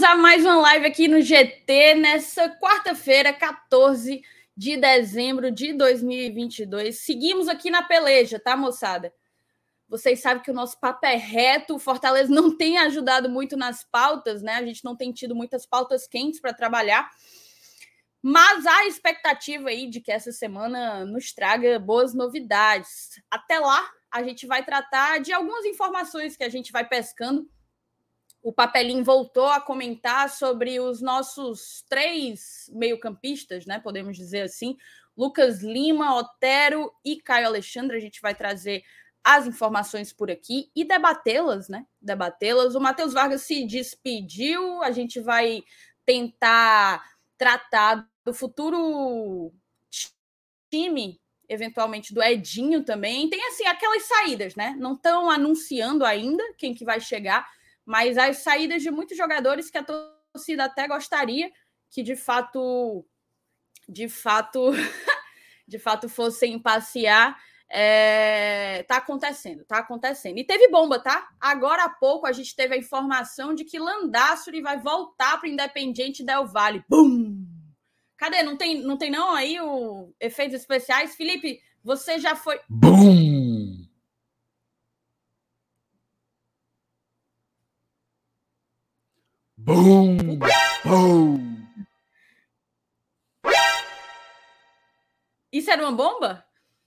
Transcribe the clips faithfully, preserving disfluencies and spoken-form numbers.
a mais uma live aqui no G T, nessa quarta-feira, quatorze de dezembro de dois mil e vinte e dois. Seguimos aqui na peleja, tá, moçada? Vocês sabem que o nosso papo é reto, o Fortaleza não tem ajudado muito nas pautas, né? A gente não tem tido muitas pautas quentes para trabalhar, mas há a expectativa aí de que essa semana nos traga boas novidades. Até lá, a gente vai tratar de algumas informações que a gente vai pescando. O Papelinho voltou a comentar sobre os nossos três meio-campistas, né? Podemos dizer assim: Lucas Lima, Otero e Caio Alexandre. A gente vai trazer as informações por aqui e debatê-las, né? Debatê-las. O Matheus Vargas se despediu. A gente vai tentar tratar do futuro time, eventualmente do Edinho também. Tem assim aquelas saídas, né? Não estão anunciando ainda quem que vai chegar, mas as saídas de muitos jogadores que a torcida até gostaria que de fato, de fato, de fato fossem passear, é, tá acontecendo, tá acontecendo. E teve bomba, tá? Agora há pouco a gente teve a informação de que Landázuri vai voltar para o Independiente Del Valle. Bum! Cadê? Não tem, não tem não aí o efeitos especiais? Felipe, você já foi... Bum! Bum! Bum! Isso era uma bomba?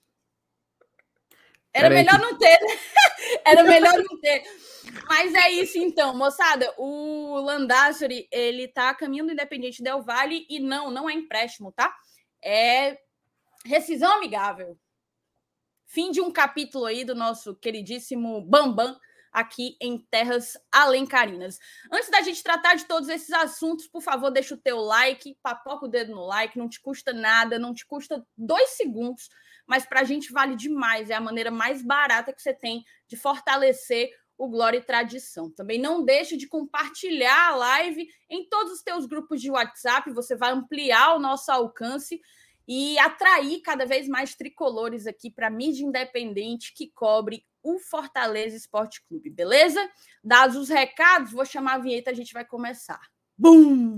Era melhor que... não ter, né? Era melhor não ter. Mas é isso então, moçada. O Landázuri, ele tá caminhando do Independiente Del Valle e não, não é empréstimo, tá? É rescisão amigável. Fim de um capítulo aí do nosso queridíssimo Bambam aqui em Terras Alencarinas. Antes da gente tratar de todos esses assuntos, por favor, deixa o teu like, papoca o dedo no like, não te custa nada, não te custa dois segundos, mas para a gente vale demais, é a maneira mais barata que você tem de fortalecer o Glória e Tradição. Também não deixe de compartilhar a live em todos os teus grupos de WhatsApp, você vai ampliar o nosso alcance e atrair cada vez mais tricolores aqui para a mídia independente que cobre o Fortaleza Esporte Clube, beleza? Dados os recados, vou chamar a vinheta, a gente vai começar. Bum!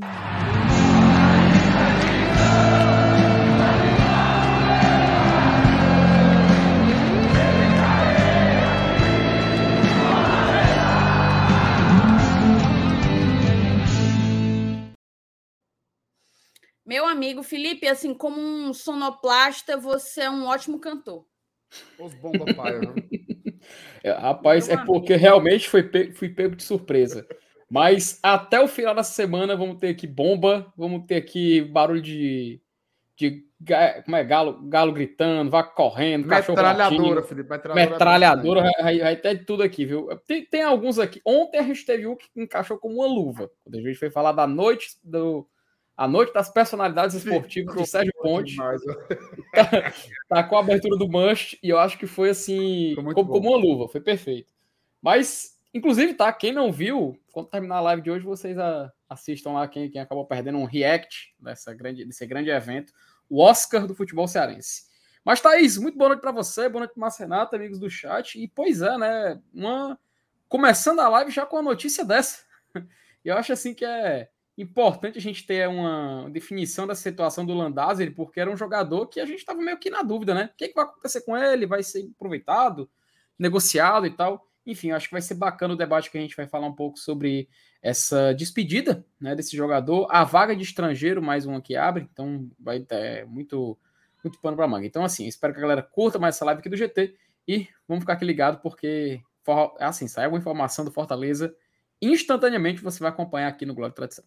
Meu amigo Felipe, assim como um sonoplasta, você é um ótimo cantor. Os bomba paia, né? É, rapaz, Meu é amigo. Porque realmente foi pe... fui pego de surpresa. Mas até o final da semana vamos ter aqui bomba, vamos ter aqui barulho de, de como é, galo, galo gritando, vaca correndo, cachorro metralhadora, Felipe, metralhadora, metralhadora, vai, vai ter tudo aqui, viu? Tem, tem alguns aqui. Ontem a gente teve um que encaixou como uma luva. Quando a gente foi falar da noite do A Noite das Personalidades Esportivas de Sérgio Ponte. Demais, tá, tá com a abertura do Manche e eu acho que foi assim, como, como uma luva, foi perfeito. Mas, inclusive, tá, quem não viu, quando terminar a live de hoje, vocês a, assistam lá, quem, quem acabou perdendo um react dessa grande, desse grande evento, o Oscar do futebol cearense. Mas, Thaís, muito boa noite para você, boa noite para Márcio Renato, amigos do chat. E, pois é, né, uma... começando a live já com a notícia dessa. E eu acho assim que é importante a gente ter uma definição da situação do Landázuri, porque era um jogador que a gente estava meio que na dúvida, né? O que, é que vai acontecer com ele? Vai ser aproveitado, negociado e tal? Enfim, acho que vai ser bacana o debate que a gente vai falar um pouco sobre essa despedida, né, desse jogador. A vaga de estrangeiro, mais uma que abre, então vai ter muito, muito pano para manga. Então, assim, espero que a galera curta mais essa live aqui do G T e vamos ficar aqui ligado, porque, assim, sai alguma informação do Fortaleza, instantaneamente você vai acompanhar aqui no Glória e Tradição.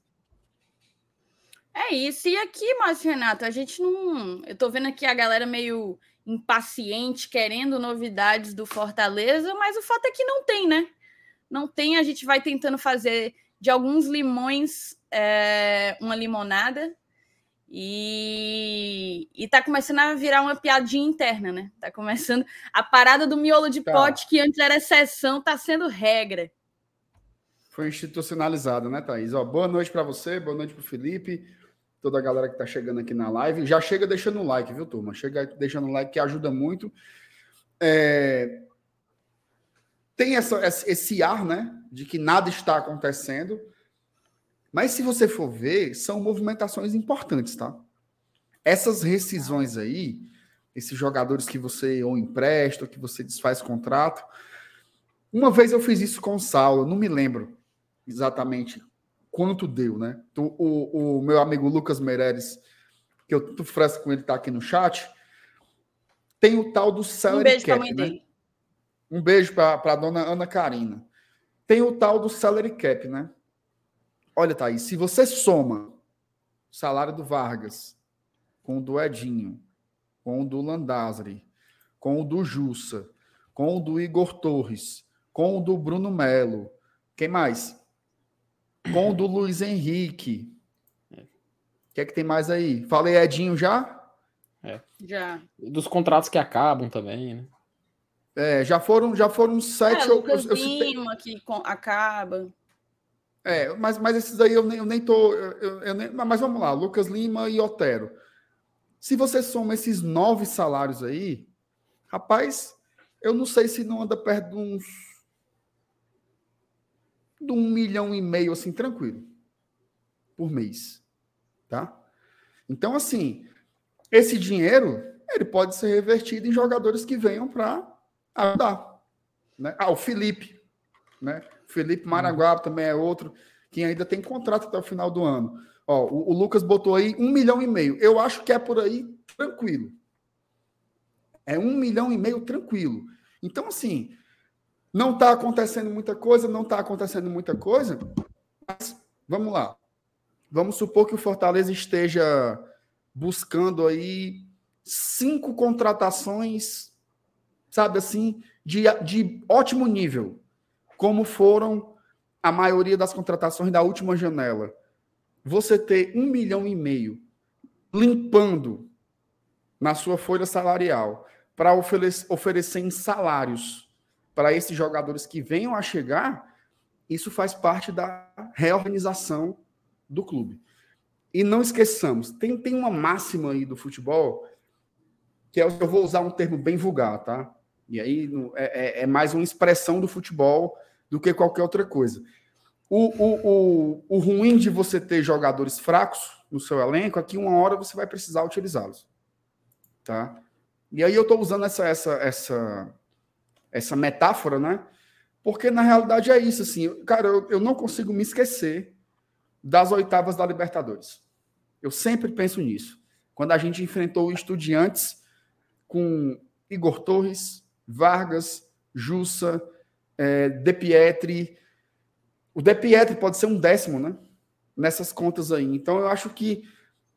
É isso. E aqui, Márcio Renato, a gente não... Eu tô vendo aqui a galera meio impaciente, querendo novidades do Fortaleza, mas o fato é que não tem, né? Não tem, a gente vai tentando fazer de alguns limões é, uma limonada e... e tá começando a virar uma piadinha interna, né? Tá começando... A parada do miolo de tá. pote, que antes era exceção, tá sendo regra. Foi institucionalizada, né, Thaís? Ó, boa noite para você, boa noite para o Felipe, toda a galera que está chegando aqui na live. Já chega deixando um like, viu, turma? Chega deixando um like que ajuda muito. É... Tem essa, esse ar, né, de que nada está acontecendo, Mas se você for ver, são movimentações importantes, tá? Essas rescisões aí, esses jogadores que você ou empresta, que você desfaz contrato. Uma vez eu fiz isso com o Saulo, não me lembro exatamente quanto deu, né? O, o, o meu amigo Lucas Meireles, que eu tô fresco com ele, tá aqui no chat, tem o tal do salary um beijo cap, pra mãe né? dele. Um beijo para a dona Ana Karina. Tem o tal do salary cap, né? Olha, Thaís, se você soma o salário do Vargas com o do Edinho, com o do Landázuri, com o do Jussa, com o do Igor Torres, com o do Bruno Melo, quem mais? Com o do Luiz Henrique. O que é que tem mais aí? Falei Edinho já? É. Já. Dos contratos que acabam também, né? É, já foram, já foram sete... É, Lucas eu, eu, eu citei... Lima, que acaba. É, mas, mas esses aí eu nem, eu nem tô... Eu, eu, eu nem, mas vamos lá, Lucas Lima e Otero. Se você soma esses nove salários aí, rapaz, eu não sei se não anda perto de uns... de um milhão e meio, assim, tranquilo. Por mês. Tá? Então, assim, esse dinheiro, ele pode ser revertido em jogadores que venham para ajudar. Né? Ah, o Felipe. Né? O Felipe Maranguape uhum. também é outro que ainda tem contrato até o final do ano. Ó, o, o Lucas botou aí um milhão e meio. Eu acho que é por aí tranquilo. É um milhão e meio tranquilo. Então, assim, não está acontecendo muita coisa, não está acontecendo muita coisa, mas vamos lá. Vamos supor que o Fortaleza esteja buscando aí cinco contratações, sabe assim, de, de ótimo nível, como foram a maioria das contratações da última janela. Você ter um milhão e meio limpando na sua folha salarial para oferecer, oferecer em salários para esses jogadores que venham a chegar, isso faz parte da reorganização do clube. E não esqueçamos, tem, tem uma máxima aí do futebol, que é, eu vou usar um termo bem vulgar, tá? E aí é, é mais uma expressão do futebol do que qualquer outra coisa. O, o, o, o ruim de você ter jogadores fracos no seu elenco é que uma hora você vai precisar utilizá-los. Tá? E aí eu estou usando essa, essa, essa, essa metáfora, né? Porque na realidade é isso, assim, cara, eu, eu não consigo me esquecer das oitavas da Libertadores. Eu sempre penso nisso. Quando a gente enfrentou o Estudiantes com Igor Torres, Vargas, Jussa, é, De Pietri. O De Pietri pode ser um décimo, né? Nessas contas aí. Então, eu acho que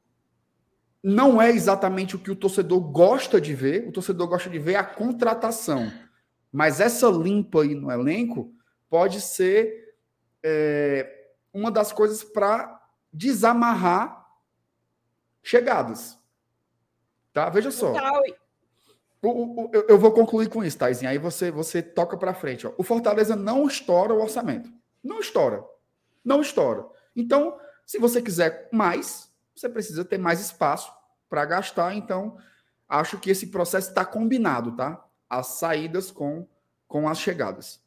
não é exatamente o que o torcedor gosta de ver. O torcedor gosta de ver a contratação. Mas essa limpa aí no elenco pode ser é, uma das coisas para desamarrar chegadas. Tá? Veja só. O, o, eu, eu vou concluir com isso, Taizinho. Aí você, você toca para frente. Ó. O Fortaleza não estoura o orçamento. Não estoura. Não estoura. Então, se você quiser mais, você precisa ter mais espaço para gastar. Então, acho que esse processo está combinado, tá? As saídas com, com as chegadas.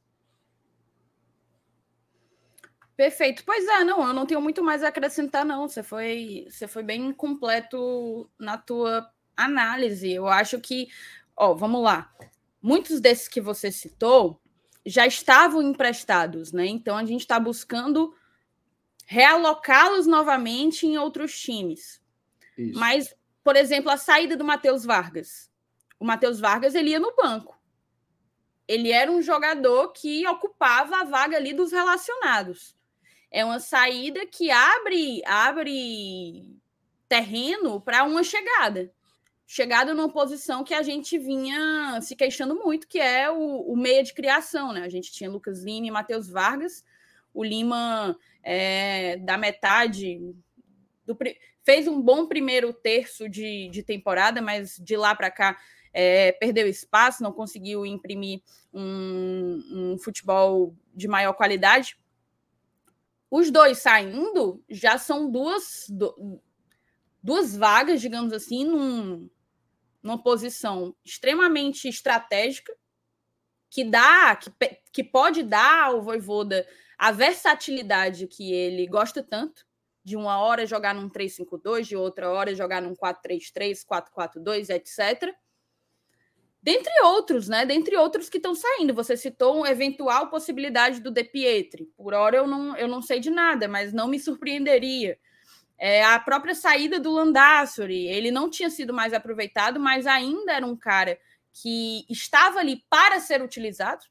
Perfeito. Pois é, não, eu não tenho muito mais a acrescentar, não. Você foi, você foi bem completo na tua análise. Eu acho que, ó, vamos lá. Muitos desses que você citou já estavam emprestados, né? Então a gente está buscando realocá-los novamente em outros times. Isso. Mas, por exemplo, a saída do Matheus Vargas. O Matheus Vargas, ele ia no banco. Ele era um jogador que ocupava a vaga ali dos relacionados. É uma saída que abre, abre terreno para uma chegada. Chegada numa posição que a gente vinha se queixando muito, que é o, o meia de criação, né? A gente tinha Lucas Lima e Matheus Vargas. O Lima, é, da metade... Do, fez um bom primeiro terço de, de temporada, mas de lá para cá é, perdeu espaço, não conseguiu imprimir um, um futebol de maior qualidade. Os dois saindo já são duas, duas vagas, digamos assim, num, numa posição extremamente estratégica, que dá, que, que pode dar ao Vojvoda a versatilidade que ele gosta tanto, de uma hora jogar num três cinco dois, de outra hora jogar num quatro três três, quatro quatro dois, etcétera. Dentre outros, né? Dentre outros que estão saindo. Você citou uma eventual possibilidade do De Pietri. Por hora eu não, eu não sei de nada, mas não me surpreenderia. É, a própria saída do Landázuri, ele não tinha sido mais aproveitado, mas ainda era um cara que estava ali para ser utilizado,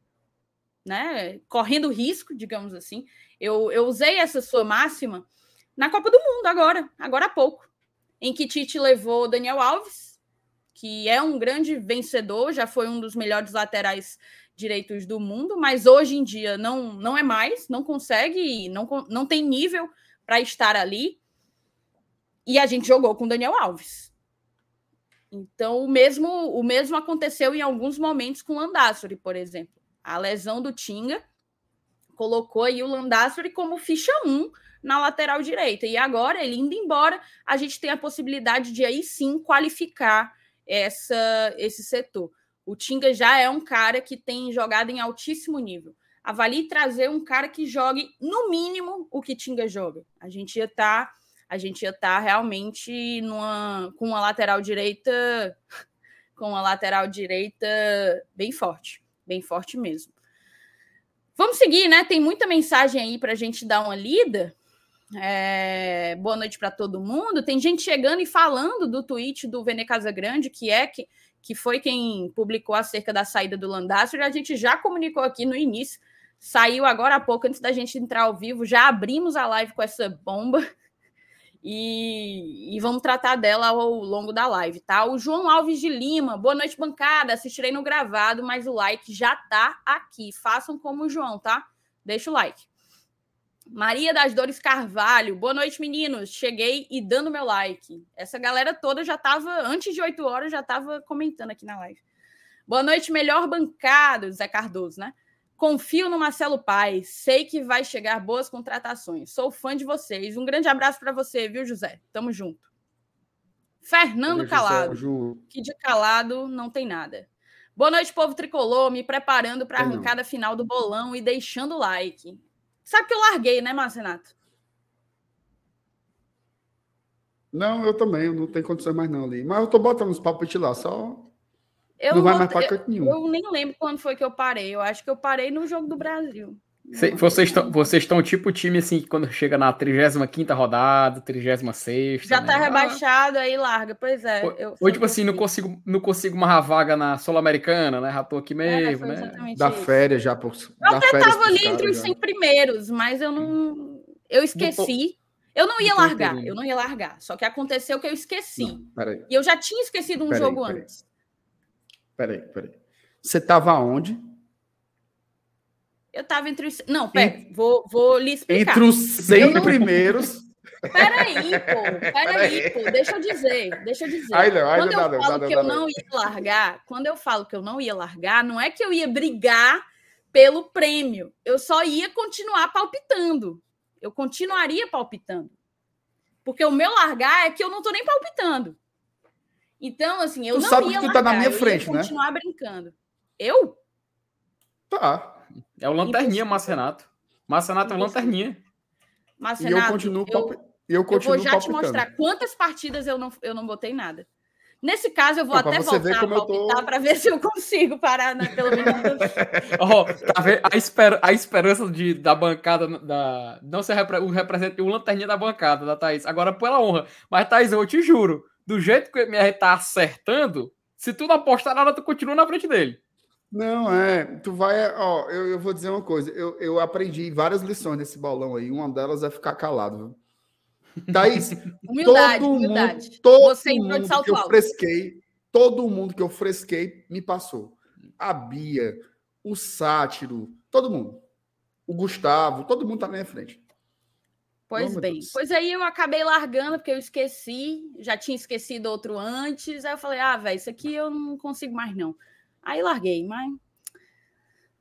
né? Correndo risco, digamos assim. Eu, eu usei essa sua máxima na Copa do Mundo agora, agora há pouco, em que Tite levou Daniel Alves, que é um grande vencedor, já foi um dos melhores laterais direitos do mundo, mas hoje em dia não, não é mais, não consegue, não, não tem nível para estar ali. E a gente jogou com Daniel Alves. Então, o mesmo, o mesmo aconteceu em alguns momentos com o Landázuri, por exemplo. A lesão do Tinga colocou aí o Landázuri como ficha um na lateral direita. E agora, ele indo embora, a gente tem a possibilidade de aí sim qualificar essa, esse setor. O Tinga já é um cara que tem jogado em altíssimo nível. Avalie trazer um cara que jogue, no mínimo, o que Tinga joga. A gente ia estar... Tá, a gente ia estar tá realmente numa, com uma lateral direita com uma lateral direita bem forte, bem forte mesmo. Vamos seguir, né? Tem muita mensagem aí para a gente dar uma lida. É... Boa noite para todo mundo. Tem gente chegando e falando do tweet do Vene Casagrande, que é que, que foi quem publicou acerca da saída do Landázuri. A gente já comunicou aqui no início, saiu agora há pouco, antes da gente entrar ao vivo, já abrimos a live com essa bomba. E, e vamos tratar dela ao longo da live, tá? O João Alves de Lima, boa noite, bancada. Assistirei no gravado, mas o like já tá aqui. Façam como o João, tá? Deixa o like. Maria das Dores Carvalho, boa noite, meninos. Cheguei e dando meu like. Essa galera toda já tava, antes de oito horas, já tava comentando aqui na live. Boa noite, melhor bancada, Zé Cardoso, né? Confio no Marcelo Paes, sei que vai chegar boas contratações. Sou fã de vocês. Um grande abraço para você, viu, José? Tamo junto. Fernando Valeu, Calado, José, que de calado não tem nada. Boa noite, povo tricolor, me preparando para a arrancada final do bolão e deixando o like. Sabe que eu larguei, né, Márcio Renato? Não, eu também, eu não tenho condições mais não ali. Mas eu tô botando uns palpites lá, só... Eu, não vai mais para canto nenhum. Eu nem lembro quando foi que eu parei. Eu acho que eu parei no Jogo do Brasil. Cê, vocês estão vocês estão tipo time assim, que quando chega na trigésima quinta rodada, trigésima sexta. Já né? tá rebaixado, ah. aí larga. Pois é. Ou, eu, ou tipo assim, não consigo, não consigo uma vaga na Sul-Americana, né? Já tô aqui mesmo, é, né? Da férias já. Por, eu até tava ali entre os cem primeiros, mas eu não. Eu esqueci. Eu não ia largar, eu não ia largar. Só que aconteceu que eu esqueci. Não, e eu já tinha esquecido um peraí, jogo peraí. antes. Peraí, peraí. Você tava onde? Eu tava entre os... Não, pera, entre... vou, vou lhe explicar. Entre os cem não... primeiros... Peraí, pô, peraí, pô, deixa eu dizer, deixa eu dizer. Ai, não, ai, quando não, eu não, falo não, que não, eu não ia largar, quando eu falo que eu não ia largar, não é que eu ia brigar pelo prêmio, eu só ia continuar palpitando. Eu continuaria palpitando. Porque o meu largar é que eu não tô nem palpitando. Então, assim, eu tu não sabe ia que tu largar, tá na minha eu frente, ia né? continuar brincando. Eu? Tá. É o Lanterninha, Márcio Renato. Márcio Renato é o Lanterninha. Márcio e Renato, eu continuo, eu, eu continuo eu vou já palpitando. te mostrar quantas partidas eu não, eu não botei nada. Nesse caso, eu vou não, até voltar a palpitar tô... para ver se eu consigo parar, né, pelo menos. oh, tá vendo? A, esper... a esperança de, da bancada, da... não ser repre... o representante, o Lanterninha da bancada, da Thaís. Agora, pela honra. Mas, Thaís, eu te juro, do jeito que minha rede tá acertando, se tu não apostar nada, tu continua na frente dele. Não, é, tu vai, ó, eu, eu vou dizer uma coisa, eu, eu aprendi várias lições nesse bolão aí, uma delas é ficar calado, viu? Thaís, humildade, todo humildade. mundo, todo Você mundo que eu fresquei, todo mundo que eu fresquei me passou. A Bia, o Sátiro, todo mundo. O Gustavo, todo mundo tá na minha frente. Pois oh, bem, pois aí eu acabei largando, porque eu esqueci, já tinha esquecido outro antes, aí eu falei, ah, velho, isso aqui eu não consigo mais não. Aí larguei, mas...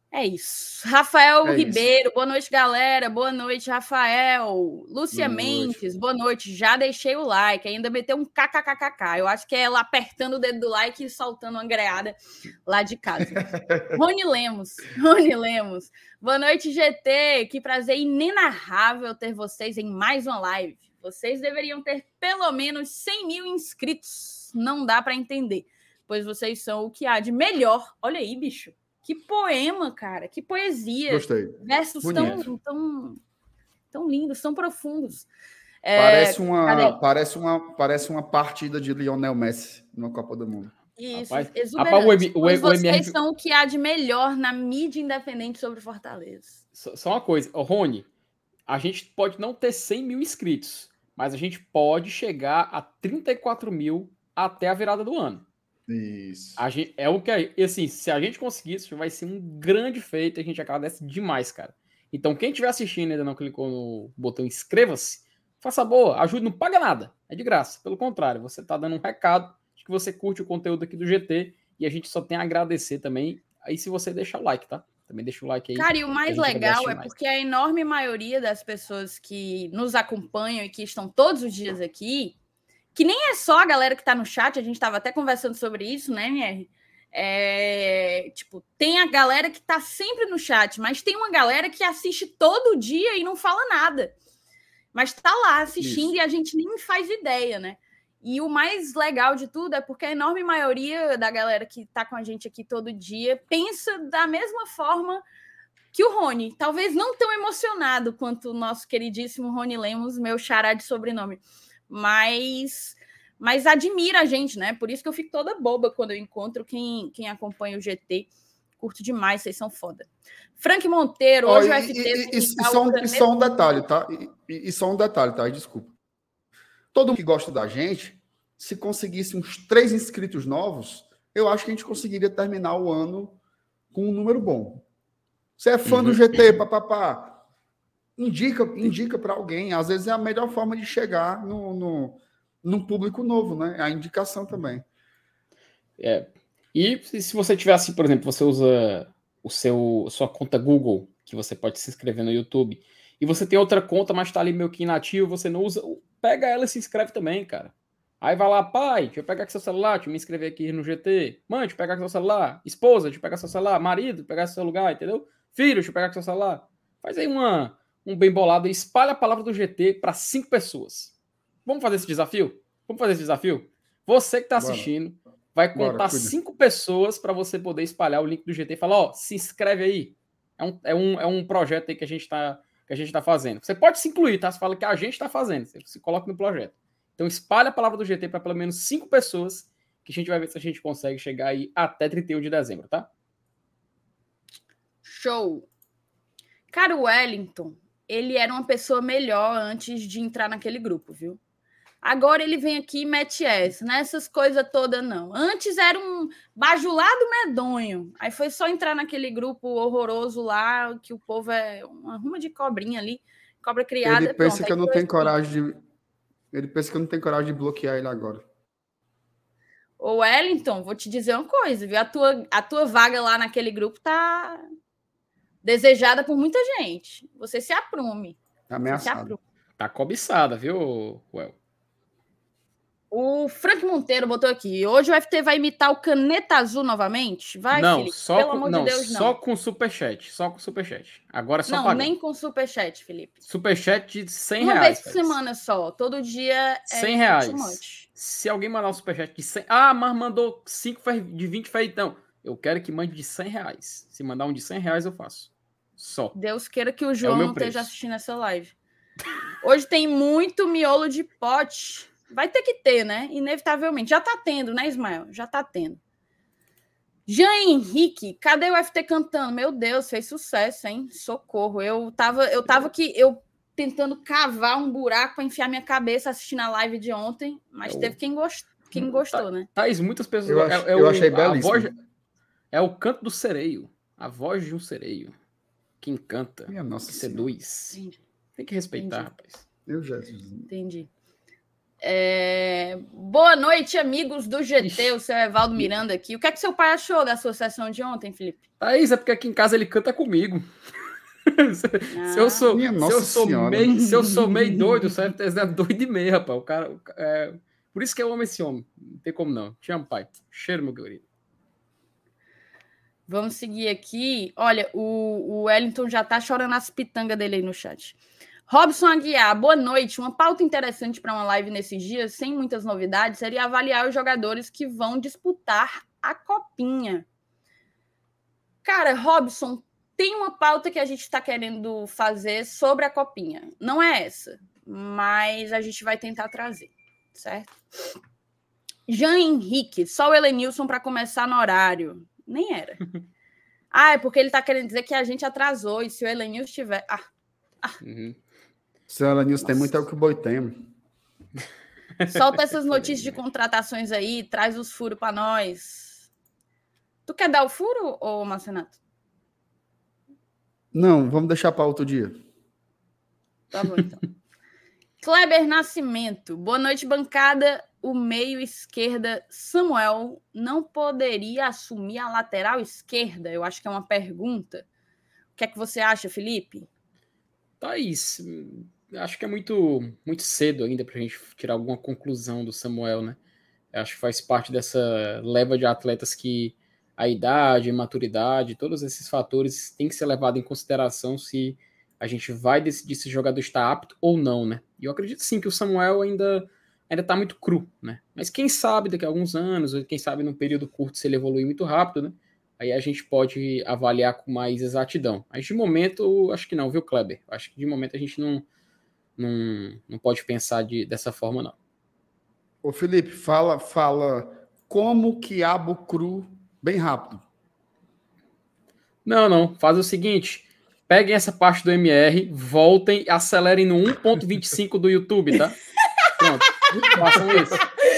É isso. Rafael É Ribeiro, isso. boa noite, galera. Boa noite, Rafael. Lúcia Boa noite. Mendes, boa noite. Já deixei o like, ainda meteu um kkkk. Eu acho que é ela apertando o dedo do like e soltando uma greada lá de casa. Rony Lemos, Rony Lemos. Boa noite, G T. Que prazer inenarrável ter vocês em mais uma live. Vocês deveriam ter pelo menos cem mil inscritos. Não dá para entender, pois vocês são o que há de melhor. Olha aí, bicho. Que poema, cara. Que poesia. Gostei. Versos Bonito. tão, tão, tão lindos, tão profundos. É, Parece, uma, cadê? parece, uma, parece uma partida de Lionel Messi na Copa do Mundo. Isso, Rapaz, exuberante. rapaz, o M- o- Pois o vocês M R são o que há de melhor na mídia independente sobre Fortaleza. Só, só uma coisa, ô, Rony, a gente pode não ter cem mil inscritos, mas a gente pode chegar a trinta e quatro mil até a virada do ano. Isso. A gente, é o que é. E assim, se a gente conseguir isso, vai ser um grande feito e a gente agradece demais, cara. Então, quem estiver assistindo e ainda não clicou no botão inscreva-se, faça boa, ajude, não paga nada, é de graça. Pelo contrário, você tá dando um recado de que você curte o conteúdo aqui do G T e a gente só tem a agradecer também. Aí, se você deixar o like, tá? Também deixa o like aí. Cara, e o mais que a gente legal agradece é demais. porque a enorme maioria das pessoas que nos acompanham e que estão todos os dias aqui, que nem é só a galera que está no chat, a gente estava até conversando sobre isso, né, M R? É, tipo, tem a galera que está sempre no chat, mas tem uma galera que assiste todo dia e não fala nada. Mas está lá assistindo Isso. e a gente nem faz ideia, né? E o mais legal de tudo é porque a enorme maioria da galera que está com a gente aqui todo dia pensa da mesma forma que o Rony, talvez não tão emocionado quanto o nosso queridíssimo Rony Lemos, meu xará de sobrenome, mas, mas admira a gente, né? Por isso que eu fico toda boba quando eu encontro quem, quem acompanha o G T. Curto demais, vocês são foda. Frank Monteiro, Ó, hoje e, o F T... e, e, e, tá só um, usando e só um detalhe, tá? E, e, e só um detalhe, tá? Desculpa. Todo mundo que gosta da gente, se conseguisse uns três inscritos novos, eu acho que a gente conseguiria terminar o ano com um número bom. Você é fã Uhum. do G T, papapá, indica, indica para alguém. Às vezes é a melhor forma de chegar no, no, num público novo, né? A indicação também. É. E se você tivesse, por exemplo, você usa o seu sua conta Google, que você pode se inscrever no YouTube, e você tem outra conta, mas tá ali meio que inativo, você não usa, pega ela e se inscreve também, cara. Aí vai lá, pai, deixa eu pegar aqui seu celular, deixa eu me inscrever aqui no G T. Mãe, deixa eu pegar aqui seu celular. Esposa, deixa eu pegar seu celular. Marido, deixa eu pegar seu lugar, entendeu? Filho, deixa eu pegar aqui seu celular. Faz aí uma, um bem bolado e espalha a palavra do G T para cinco pessoas. Vamos fazer esse desafio? Vamos fazer esse desafio? Você que tá Bora. assistindo vai Bora, contar cuida. cinco pessoas para você poder espalhar o link do G T e falar, ó, se inscreve aí. É um, é um, é um projeto aí que a gente tá, que a gente tá fazendo. Você pode se incluir, tá? Você fala que a gente tá fazendo. Você se coloca no projeto. Então espalha a palavra do G T para pelo menos cinco pessoas que a gente vai ver se a gente consegue chegar aí até trinta e um de dezembro, tá? Show. Cara, o Wellington, ele era uma pessoa melhor antes de entrar naquele grupo, viu? Agora ele vem aqui e mete essa, nessas coisas todas não. Antes era um bajulado medonho. Aí foi só entrar naquele grupo horroroso lá, que o povo é uma ruma de cobrinha ali, cobra criada. Ele pensa pronto, que eu não aí tenho foi coragem de. Ele pensa que eu não tenho coragem de bloquear ele agora. Ô, Wellington, vou te dizer uma coisa, viu? A tua, a tua vaga lá naquele grupo tá desejada por muita gente. Você se aprume. Tá Você se ameaçado. aprume. Tá cobiçada, viu, Well? O Frank Monteiro botou aqui. Hoje o F T vai imitar o Caneta Azul novamente? Vai, não, Felipe? só Pelo com, amor não, de Deus, não. só com superchat. Só com superchat. Agora é só Não, pagando. nem com superchat, Felipe. Superchat de cem Uma reais. vez por Félix. semana só. Todo dia é cem reais. too much. Se alguém mandar um superchat de cem... Ah, mas mandou cinco de vinte feitão. Eu quero que mande de cem reais. Se mandar um de cem reais, eu faço. Só. Deus queira que o João meu não preço. esteja assistindo essa live. Hoje tem muito miolo de pote. Vai ter que ter, né? Inevitavelmente. Já tá tendo, né, Ismael? Já tá tendo. Jean Henrique, cadê o F T cantando? Meu Deus, fez sucesso, hein? Socorro. Eu tava, eu tava aqui, eu tentando cavar um buraco para enfiar minha cabeça assistindo a live de ontem, mas Eu... teve quem, gost... quem gostou, Tha- né? Thaís, muitas pessoas... Eu, é, ach, é eu o, achei a belíssimo. voz, é o canto do sereio. A voz de um sereio. Que encanta. Minha nossa que Senhora. seduz. Entendi. Tem que respeitar, Entendi. rapaz. Meu Jesus. Entendi. É... Boa noite, amigos do G T, o seu Evaldo Miranda aqui. O que é que seu pai achou da sua sessão de ontem, Felipe? Thaís, é porque aqui em casa ele canta comigo. Ah, se, eu sou, minha se, nossa eu sou senhora. meio, se eu sou meio doido, o C F T é doido e meio, rapaz. O cara, o, é, por isso que eu amo esse homem. Não tem como não. Te amo, pai. Cheiro, meu querido. Vamos seguir aqui. Olha, o, o Wellington já tá chorando as pitangas dele aí no chat. Robson Aguiar, boa noite. Uma pauta interessante para uma live nesses dias, sem muitas novidades, seria avaliar os jogadores que vão disputar a Copinha. Cara, Robson, tem uma pauta que a gente está querendo fazer sobre a Copinha. Não é essa, mas a gente vai tentar trazer, certo? Jean Henrique, só o Elenilson para começar no horário. Nem era. Ah, é porque ele está querendo dizer que a gente atrasou, e se o Elenilson estiver... Ah, ah. Uhum. Seu Elenilson tem muito é o que o boi tem. Solta essas notícias de contratações aí, traz os furos para nós. Tu quer dar o furo, ô Marcenato? Não, vamos deixar para outro dia. Tá bom, então. Kleber Nascimento. Boa noite, bancada. O meio esquerda, Samuel, não poderia assumir a lateral esquerda? Eu acho que é uma pergunta. O que é que você acha, Felipe? Thaís, acho que é muito, muito cedo ainda para a gente tirar alguma conclusão do Samuel, né? Acho que faz parte dessa leva de atletas que a idade, a maturidade, todos esses fatores têm que ser levados em consideração se a gente vai decidir se o jogador está apto ou não, né? E eu acredito sim que o Samuel ainda ainda está muito cru, né? Mas quem sabe daqui a alguns anos, ou quem sabe num período curto, se ele evoluir muito rápido, né? Aí a gente pode avaliar com mais exatidão. Mas de momento, acho que não, viu, Kleber? Acho que de momento a gente não, não, não pode pensar de, dessa forma, não. Ô, Felipe, fala, fala como quiabo cru bem rápido. Não, não. Faz o seguinte. Peguem essa parte do M R, voltem e acelerem no um ponto vinte e cinco do YouTube, tá? Pronto. Façam isso.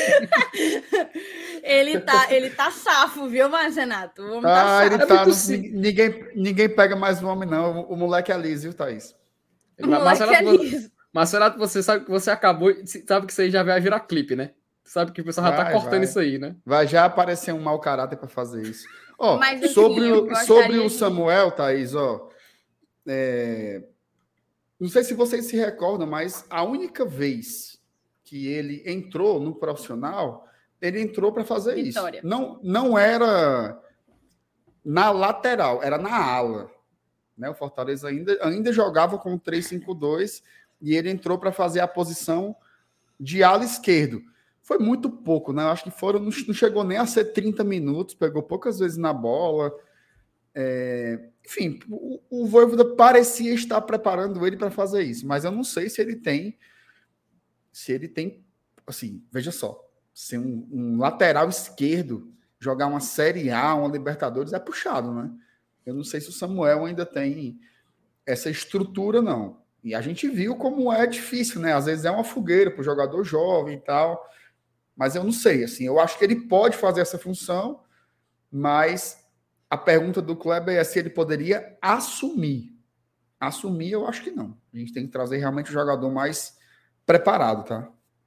Ele tá, ele tá safo, viu, Marcenato? O homem Ah, tá ele safo. tá. É No, sim. ninguém, ninguém pega mais o homem, não. O, o moleque é liso, viu, Thaís? O moleque Marcelato, é liso. Marcelato, você sabe que você acabou. Sabe que isso aí já vai virar clipe, né? Sabe que o pessoal já tá Vai, cortando vai. isso aí, né? Vai já aparecer um mau caráter para fazer isso. Ó, Mas, assim, sobre, eu o, gostaria sobre o de- Samuel, Thaís, ó. é, Não sei se vocês se recordam, mas a única vez que ele entrou no profissional, ele entrou para fazer Vitória. isso. Não, não era na lateral, era na ala. Né? O Fortaleza ainda, ainda jogava com o três cinco dois e ele entrou para fazer a posição de ala esquerdo. Foi muito pouco, né? Eu acho que foram, não chegou nem a ser trinta minutos, pegou poucas vezes na bola. É, enfim, o, o Vojvoda parecia estar preparando ele para fazer isso, mas eu não sei se ele tem, se ele tem, assim, veja só, ser um, um lateral esquerdo, jogar uma Série A, uma Libertadores, é puxado, né? Eu não sei se o Samuel ainda tem essa estrutura, não. E a gente viu como é difícil, né? Às vezes é uma fogueira para o jogador jovem e tal, mas eu não sei, assim, eu acho que ele pode fazer essa função, mas a pergunta do Kleber é se ele poderia assumir. Assumir, eu acho que não. A gente tem que trazer realmente o jogador mais preparado, tá?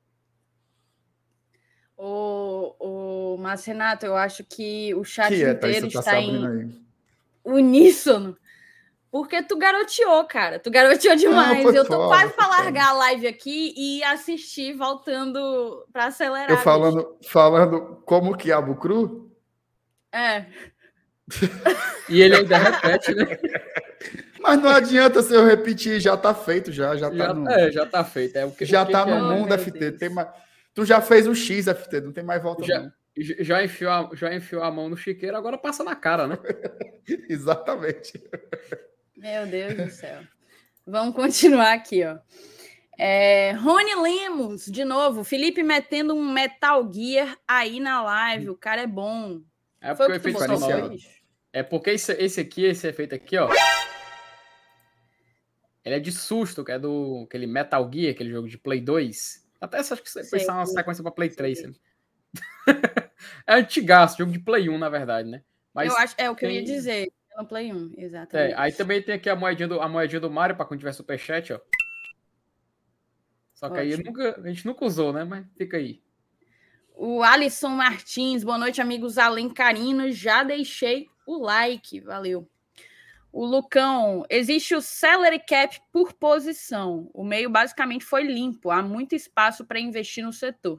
O, o Márcio Renato, eu acho que o chat que é, inteiro Thaís, tá está em aí? uníssono. Porque tu garoteou, cara. Tu garoteou demais. Não, eu tô foda, quase para foda. largar a live aqui e assistir, voltando para acelerar. Eu falando, falando como quiabo cru? É. E ele ainda repete, né? Mas não adianta se eu repetir, já tá feito, já, já tá Já, no, é, já tá feito. É, o que, já o que tá que no é, né? mundo meu F T. Deus. Tem mais, tu já fez o X F T, não tem mais volta Já, não. já, enfiou a, já enfiou a mão no chiqueiro, agora passa na cara, né? Exatamente. Meu Deus do céu. Vamos continuar aqui, ó. É, Rony Lemos, de novo. Felipe metendo um Metal Gear aí na live. O cara é bom. É Foi porque o o que tu efeito botou, sonoro. foi, bicho? É porque esse, esse aqui, esse efeito aqui, ó. Ele é de susto, que é do aquele Metal Gear, aquele jogo de Play dois. Até acho que você Sei. pensar uma sequência pra Play Sei. três. Né? É antigaço, jogo de Play um, na verdade, né? Mas eu acho, é o que tem... eu ia dizer. No Play um, É, exatamente. aí também tem aqui a moedinha do, a moedinha do Mario, pra quando tiver superchat, ó. Só que Ótimo. aí nunca, a gente nunca usou, né? Mas fica aí. O Alisson Martins, boa noite, amigos alencarinos. Já deixei o like, valeu. O Lucão, existe o salary cap por posição. O meio basicamente foi limpo. Há muito espaço para investir no setor.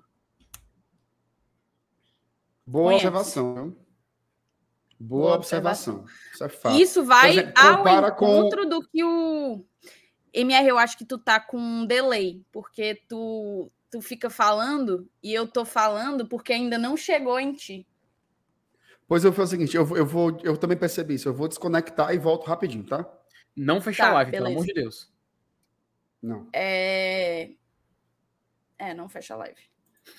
Boa Conhece. observação. Boa, Boa observação. observação. Isso é fato. Isso vai exemplo, ao encontro com... do que o... M R, eu acho que tu tá com um delay, porque tu, tu fica falando e eu tô falando porque ainda não chegou em ti. Pois eu vou fazer o seguinte, eu, eu, vou, eu também percebi isso, eu vou desconectar e volto rapidinho, tá? Não fechar tá, a live, beleza. Pelo amor de Deus. Não. É, é não fecha a live.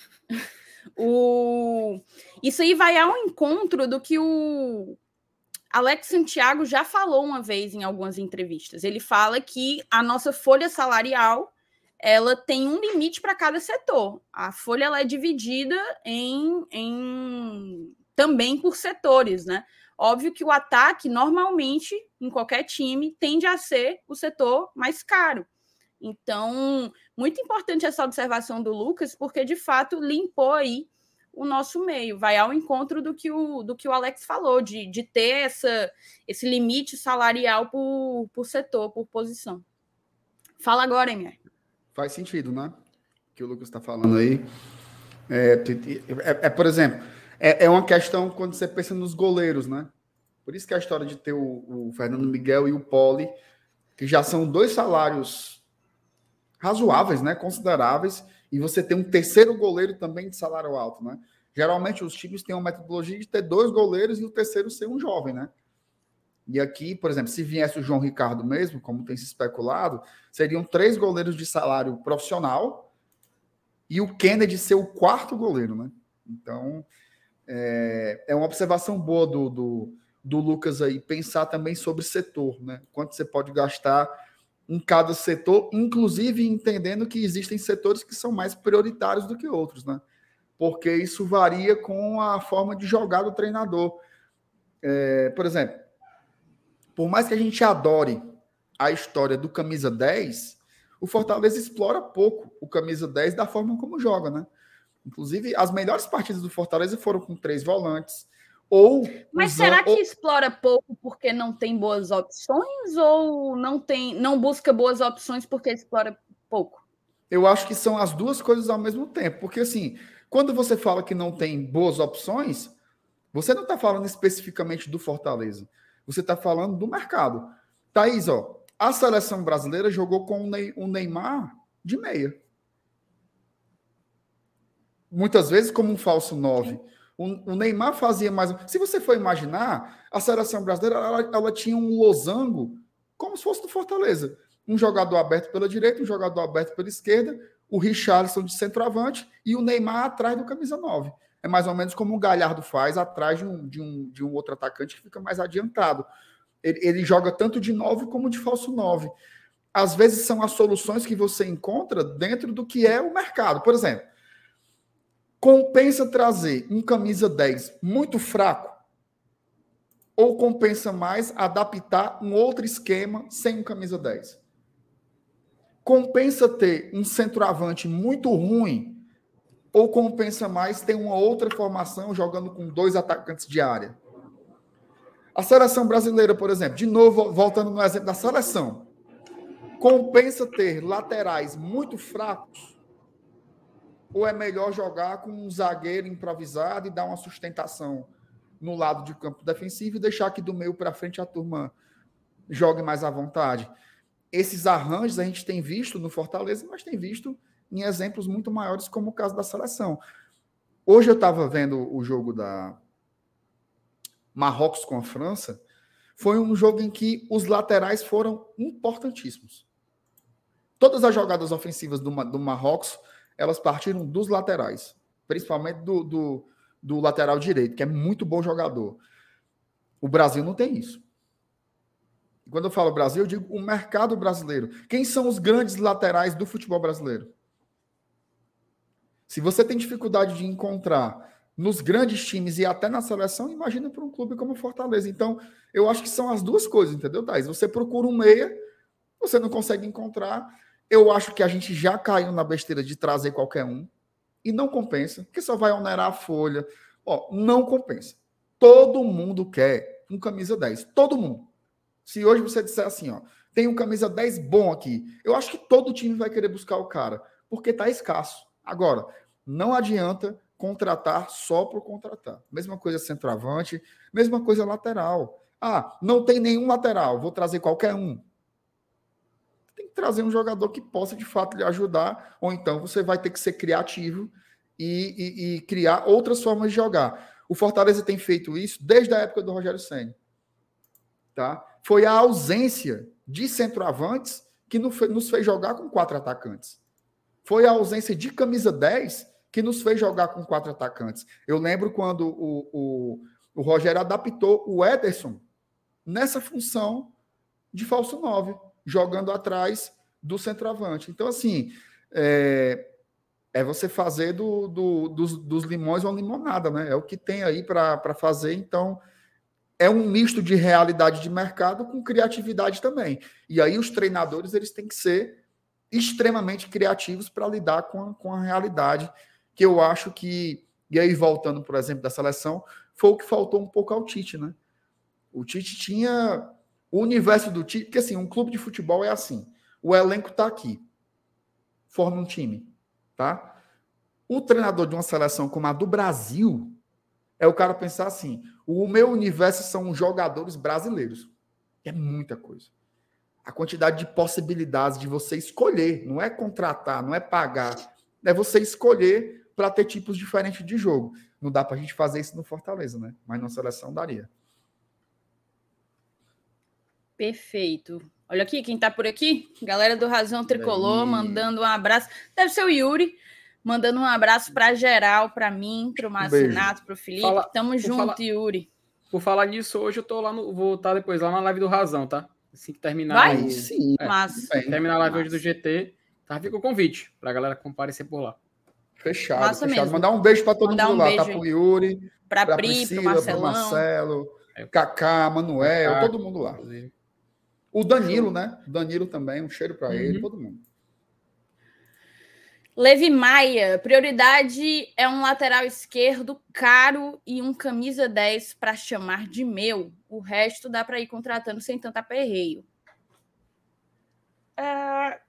o... Isso aí vai ao encontro do que o Alex Santiago já falou uma vez em algumas entrevistas. Ele fala que a nossa folha salarial ela tem um limite para cada setor. A folha ela é dividida em... em... também por setores, né? Óbvio que o ataque, normalmente, em qualquer time, tende a ser o setor mais caro. Então, muito importante essa observação do Lucas, porque, de fato, limpou aí o nosso meio. Vai ao encontro do que o, do que o Alex falou, de, de ter essa, esse limite salarial por, por setor, por posição. Fala agora, Emir. Faz sentido, né? O que o Lucas está falando aí. É, é, é, por exemplo... É, é uma questão quando você pensa nos goleiros, né? Por isso que a história de ter o, o Fernando Miguel e o Poli, que já são dois salários razoáveis, né? Consideráveis, e você tem um terceiro goleiro também de salário alto, né? Geralmente os times têm uma metodologia de ter dois goleiros e o terceiro ser um jovem, né? E aqui, por exemplo, se viesse o João Ricardo mesmo, como tem se especulado, seriam três goleiros de salário profissional e o Kennedy ser o quarto goleiro, né? Então... É, é uma observação boa do, do, do Lucas aí, pensar também sobre setor, né? Quanto você pode gastar em cada setor, inclusive entendendo que existem setores que são mais prioritários do que outros, né? Porque isso varia com a forma de jogar do treinador. É, por exemplo, por mais que a gente adore a história do camisa dez, o Fortaleza explora pouco o camisa dez da forma como joga, né? Inclusive, as melhores partidas do Fortaleza foram com três volantes. Ou Mas usando... será que explora pouco porque não tem boas opções ou não tem, não busca boas opções porque explora pouco? Eu acho que são as duas coisas ao mesmo tempo. Porque, assim, quando você fala que não tem boas opções, você não está falando especificamente do Fortaleza. Você está falando do mercado. Thaís, ó, a seleção brasileira jogou com o Neymar de meia. Muitas vezes como um falso nove. O, o Neymar fazia mais... Se você for imaginar, a seleção brasileira ela, ela tinha um losango como se fosse do Fortaleza. Um jogador aberto pela direita, um jogador aberto pela esquerda, o Richarlison de centroavante e o Neymar atrás do camisa nove. É mais ou menos como o Galhardo faz atrás de um, de um, de um outro atacante que fica mais adiantado. Ele, ele joga tanto de nove como de falso nove. Às vezes são as soluções que você encontra dentro do que é o mercado. Por exemplo, compensa trazer um camisa dez muito fraco ou compensa mais adaptar um outro esquema sem um camisa dez? Compensa ter um centroavante muito ruim ou compensa mais ter uma outra formação jogando com dois atacantes de área? A seleção brasileira, por exemplo, de novo, voltando no exemplo da seleção, compensa ter laterais muito fracos ou é melhor jogar com um zagueiro improvisado e dar uma sustentação no lado de campo defensivo e deixar que do meio para frente a turma jogue mais à vontade? Esses arranjos a gente tem visto no Fortaleza, mas tem visto em exemplos muito maiores, como o caso da seleção. Hoje eu estava vendo o jogo da Marrocos com a França. Foi um jogo em que os laterais foram importantíssimos. Todas as jogadas ofensivas do, do Marrocos, elas partiram dos laterais, principalmente do, do, do lateral direito, que é muito bom jogador. O Brasil não tem isso. Quando eu falo Brasil, eu digo o mercado brasileiro. Quem são os grandes laterais do futebol brasileiro? Se você tem dificuldade de encontrar nos grandes times e até na seleção, imagina para um clube como o Fortaleza. Então, eu acho que são as duas coisas, entendeu, Thaís? Você procura um meia, você não consegue encontrar. Eu acho que a gente já caiu na besteira de trazer qualquer um e não compensa, porque só vai onerar a folha. Ó, não compensa. Todo mundo quer um camisa dez. Todo mundo. Se hoje você disser assim, ó, tem um camisa dez bom aqui, eu acho que todo time vai querer buscar o cara, porque tá escasso. Agora, não adianta contratar só por contratar. Mesma coisa centroavante, mesma coisa lateral. Ah, não tem nenhum lateral, vou trazer qualquer um. Tem que trazer um jogador que possa, de fato, lhe ajudar, ou então você vai ter que ser criativo e, e, e criar outras formas de jogar. O Fortaleza tem feito isso desde a época do Rogério Ceni. Tá? Foi a ausência de centroavantes que nos fez jogar com quatro atacantes. Foi a ausência de camisa dez que nos fez jogar com quatro atacantes. Eu lembro quando o, o, o Rogério adaptou o Ederson nessa função de falso nove, jogando atrás do centroavante. Então, assim, é, é você fazer do, do, dos, dos limões uma limonada, né? É o que tem aí para fazer. Então, é um misto de realidade de mercado com criatividade também. E aí os treinadores eles têm que ser extremamente criativos para lidar com a, com a realidade, que eu acho que, e aí voltando, por exemplo, da seleção, foi o que faltou um pouco ao Tite, né? O Tite tinha o universo do Tite, porque assim, um clube de futebol é assim, o elenco está aqui, forma um time, tá? O treinador de uma seleção como a do Brasil é o cara pensar assim, o meu universo são jogadores brasileiros. É muita coisa. A quantidade de possibilidades de você escolher, não é contratar, não é pagar, é você escolher para ter tipos diferentes de jogo. Não dá para a gente fazer isso no Fortaleza, né? Mas na seleção daria. Perfeito. Olha aqui, quem tá por aqui? Galera do Razão Tricolor, mandando um abraço. Deve ser o Yuri, mandando um abraço para geral, para mim, para o Marcinato, para o Felipe. Fala, Tamo junto, falar, Yuri. Por falar nisso, hoje eu tô lá no, vou estar depois lá na live do Razão, tá? Assim que terminar. Vai? O, sim. É, Massa. Terminar a live massa. Hoje do G T, tá? Fica o convite pra galera comparecer por lá. Fechado, massa fechado. Mesmo. Mandar um beijo para todo Mandar mundo um lá, beijo tá? Pro Yuri, pra, pra Pri, Priscila, pro Marcelão. pro Marcelo, é. Kaká, Manuel, Kaká, todo mundo lá. Inclusive. O Danilo, né? O Danilo também, um cheiro para uhum. ele, todo mundo. Levi Maia, prioridade é um lateral esquerdo caro e um camisa dez para chamar de meu. O resto dá para ir contratando sem tanto aperreio. É...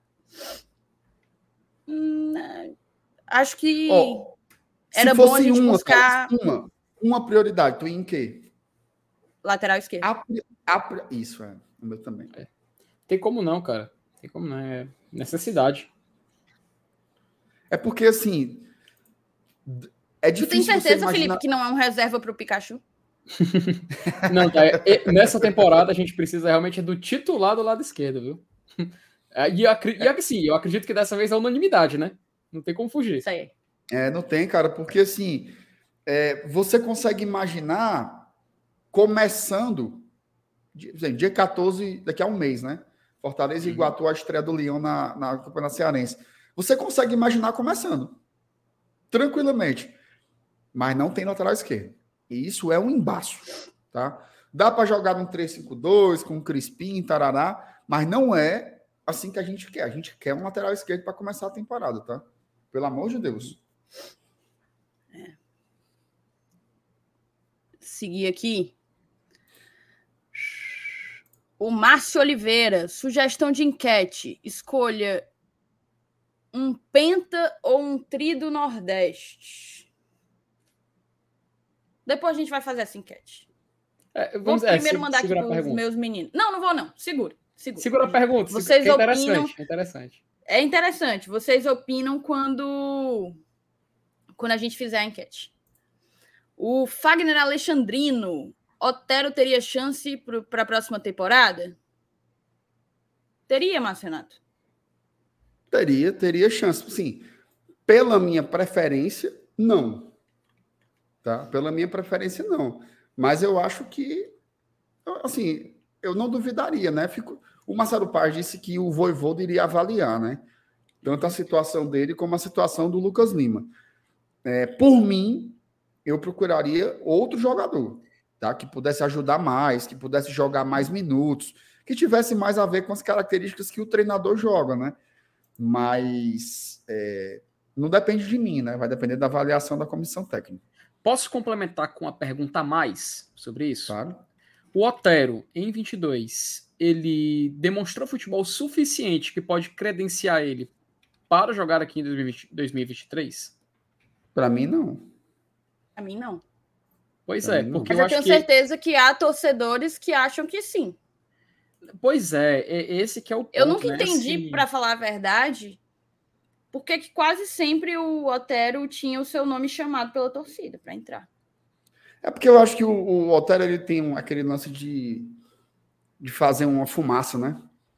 Hum, acho que oh, era bom a gente uma, buscar... Uma, uma prioridade, tu ia em quê? Lateral esquerdo. A, a, isso, é. O meu também. É. Tem como não, cara. Tem como não. É necessidade. É porque, assim... É difícil. Tu tem certeza, imaginar... Felipe, que não é um reserva para o Pikachu? Não, tá. E, nessa temporada a gente precisa realmente do titular do lado esquerdo, viu? E, eu, e assim, eu acredito que dessa vez é unanimidade, né? Não tem como fugir. Isso aí. É, não tem, cara, porque assim, é, você consegue imaginar começando dia quatorze, daqui a um mês, né? Fortaleza e Iguatu, a estreia do Leão na, na Campeonato Cearense. Você consegue imaginar começando. Tranquilamente. Mas não tem lateral esquerdo. E isso é um embaço, tá? Dá para jogar num três cinco dois, com um Crispim, tarará, mas não é assim que a gente quer. A gente quer um lateral esquerdo para começar a temporada, tá? Pelo amor de Deus. É. Seguir aqui. O Márcio Oliveira, sugestão de enquete. Escolha um penta ou um tri do Nordeste. Depois a gente vai fazer essa enquete. É, vamos, vou primeiro é, mandar aqui para os meus meninos. Não, não vou não. Segura. Segura, segura a pergunta. Vocês é opinam... interessante, é interessante. É interessante. Vocês opinam quando... quando a gente fizer a enquete. O Fagner Alexandrino... Otero teria chance para a próxima temporada? Teria, Marcenato? Teria, teria chance. Sim, pela minha preferência, não. Tá? Pela minha preferência, não. Mas eu acho que, assim, eu não duvidaria, né? Fico... O Marcelo Paz disse que o Vojvoda iria avaliar, né? Tanto a situação dele como a situação do Lucas Lima. É, por mim, eu procuraria outro jogador. Tá? Que pudesse ajudar mais, que pudesse jogar mais minutos, que tivesse mais a ver com as características que o treinador joga, né? mas é, não depende de mim, né? Vai depender da avaliação da comissão técnica. Posso complementar com uma pergunta a mais sobre isso? Claro. O Otero, em vinte e dois, ele demonstrou futebol suficiente que pode credenciar ele para jogar aqui em dois mil e vinte e três? Para mim, não. Para mim, não. Pois pra é, mim, porque Mas eu, eu acho tenho que... certeza que há torcedores que acham que sim. Pois é, é esse que é o ponto. Eu nunca né? entendi, Assim... para falar a verdade, porque que quase sempre o Otero tinha o seu nome chamado pela torcida para entrar. É porque eu acho que o, o Otero ele tem um, aquele lance de, de fazer uma fumaça, né?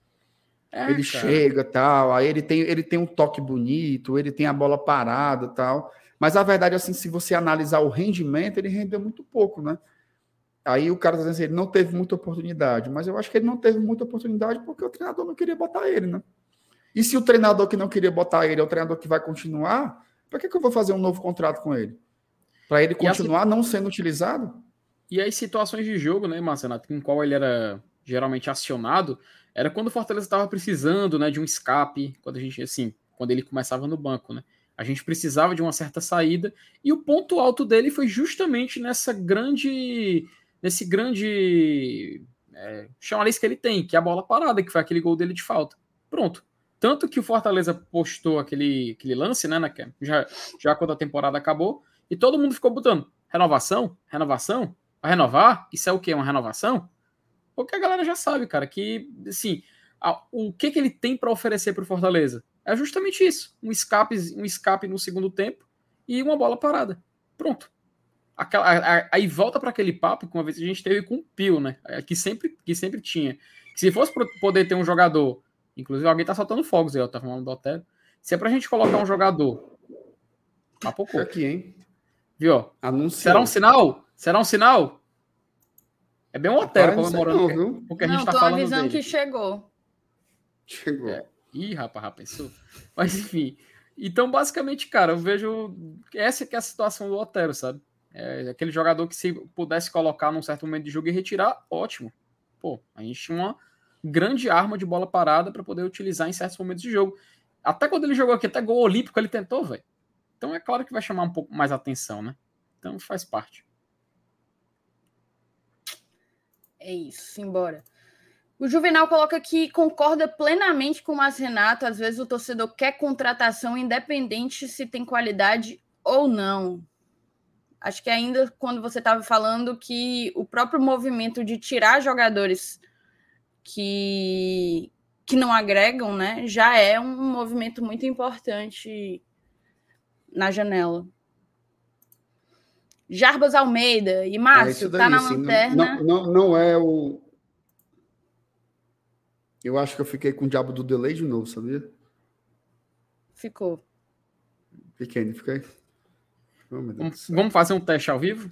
É, ele cara. chega tal, aí ele tem, ele tem um toque bonito, ele tem a bola parada tal. Mas a verdade, assim, se você analisar o rendimento, ele rendeu muito pouco, né? Aí o cara tá dizendo assim, ele não teve muita oportunidade, mas eu acho que ele não teve muita oportunidade porque o treinador não queria botar ele, né? E se o treinador que não queria botar ele é o treinador que vai continuar, para que, que eu vou fazer um novo contrato com ele? Para ele continuar não sendo utilizado? E as situações de jogo, né, Marcelo, em qual ele era geralmente acionado, era quando o Fortaleza estava precisando, né, de um escape, quando a gente, assim, quando ele começava no banco, né? A gente precisava de uma certa saída, e o ponto alto dele foi justamente nessa grande, nesse grande é, chamariz que ele tem, que é a bola parada, que foi aquele gol dele de falta. Pronto. Tanto que o Fortaleza postou aquele, aquele lance, né, já, já quando a temporada acabou, e todo mundo ficou botando renovação, renovação, vai renovar? Isso é o quê? Uma renovação? Porque a galera já sabe, cara, que, assim, a, o que, que ele tem para oferecer para o Fortaleza? É justamente isso. Um escape, um escape no segundo tempo e uma bola parada. Pronto. Aquela, a, a, aí volta para aquele papo que uma vez a gente teve com o Pio, né? Que sempre, que sempre tinha. Se fosse poder ter um jogador, inclusive alguém tá soltando fogos aí, ó, tá falando do hotel. Se é pra gente colocar um jogador. Papocou. Aqui, hein? Viu? Anunciou. Será um sinal? Será um sinal? É bem um Otero comemorando. Não, viu? Porque a não, gente tá tô falando avisando dele. que chegou. Chegou. É. Ih, rapaz, rapaz, pensou. Mas enfim. Então, basicamente, cara, eu vejo essa que é a situação do Otero, sabe? É aquele jogador que se pudesse colocar num certo momento de jogo e retirar, ótimo. Pô, a gente tinha uma grande arma de bola parada para poder utilizar em certos momentos de jogo. Até quando ele jogou aqui, até gol olímpico ele tentou, velho. Então é claro que vai chamar um pouco mais atenção, né? Então faz parte. É isso, simbora. O Juvenal coloca que concorda plenamente com o Márcio Renato. Às vezes o torcedor quer contratação independente se tem qualidade ou não. Acho que ainda quando você estava falando que o próprio movimento de tirar jogadores que, que não agregam, né, já é um movimento muito importante na janela. Jarbas Almeida e Márcio, é daí, tá na assim, lanterna. Não, não, não é o... Eu acho que eu fiquei com o diabo do delay de novo, sabia? Ficou. Fiquei, não fiquei? Oh, vamos, vamos fazer um teste ao vivo?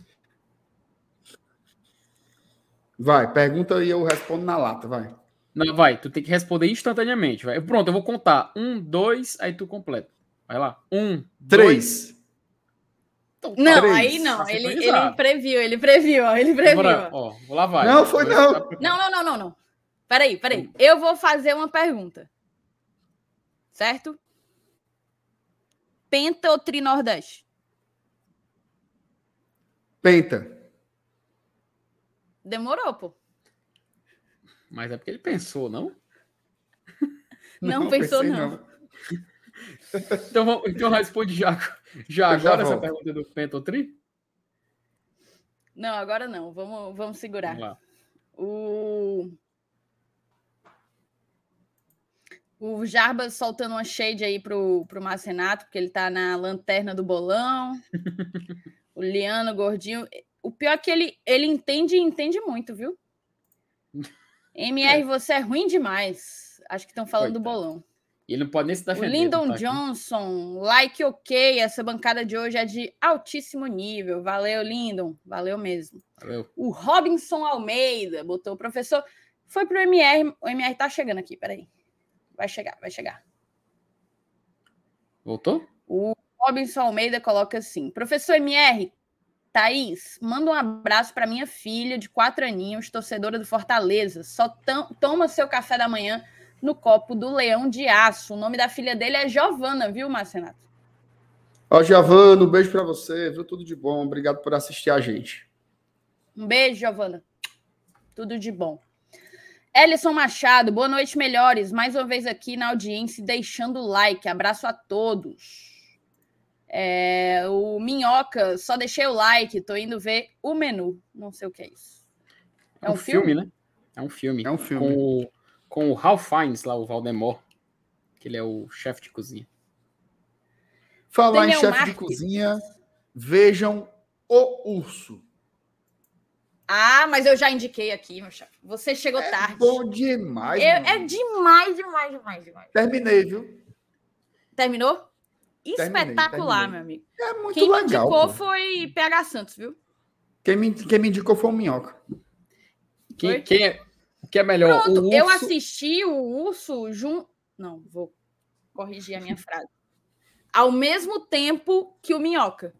Vai, pergunta e eu respondo na lata, vai. Não, vai, tu tem que responder instantaneamente. Vai. Pronto, eu vou contar. Um, dois, aí tu completa. Vai lá. Um, três. Dois. Então, não, três. aí não. Tá ele, ele previu, ele previu, ó, ele previu. Agora, ó, vou lá vai. Não, foi não. Não, não, não, não, não. Peraí, peraí. Eu vou fazer uma pergunta. Certo? Penta ou Tri Nordeste? Penta. Demorou, pô. Mas é porque ele pensou, não? Não, não pensou, não. não. então, vamos, então responde já, já agora já essa pergunta do Penta ou Tri? Não, agora não. Vamos, vamos segurar. Vamos lá. O... O Jarbas soltando uma shade aí pro, pro Márcio Renato, porque ele tá na lanterna do bolão. O Liano, gordinho. O pior é que ele, ele entende e entende muito, viu? M R, é. Você é ruim demais. Acho que estão falando Coitado. do bolão. E ele não pode nem se defender. O Lyndon tá Johnson, like ok. Essa bancada de hoje é de altíssimo nível. Valeu, Lyndon. Valeu mesmo. Valeu. O Robinson Almeida botou o professor. Foi pro M R. O M R tá chegando aqui, peraí. Vai chegar, vai chegar. Voltou? O Robinson Almeida coloca assim: professor M R, Thaís, manda um abraço para minha filha de quatro aninhos, torcedora do Fortaleza. Só toma seu café da manhã no copo do Leão de Aço. O nome da filha dele é Giovana, viu, Marcenato? Ó, Giovana, um beijo para você, viu? Tudo de bom. Obrigado por assistir a gente. Um beijo, Giovana. Tudo de bom. Ellison Machado, boa noite, melhores. Mais uma vez aqui na audiência, deixando o like. Abraço a todos. É, o Minhoca, só deixei o like, tô indo ver o menu. Não sei o que é isso. É, é um, um filme, filme, né? É um filme. É um filme. Com o, com o Ralph Fiennes, lá, o Valdemar, que ele é o chefe de cozinha. Falar Daniel em chefe de cozinha, vejam O Urso. Ah, mas eu já indiquei aqui, meu chefe. Você chegou é tarde. Bom demais. Eu, é demais, demais, demais, demais. Terminei, viu? Terminou? Terminei, Espetacular, terminei. meu amigo. É muito Quem legal. me indicou pô. foi P H Santos, viu? Quem me, quem me indicou foi o Minhoca. Quem, quem é, o que é melhor? Pronto, o urso... eu assisti o Urso junto. Não, vou corrigir a minha frase. Ao mesmo tempo que o Minhoca.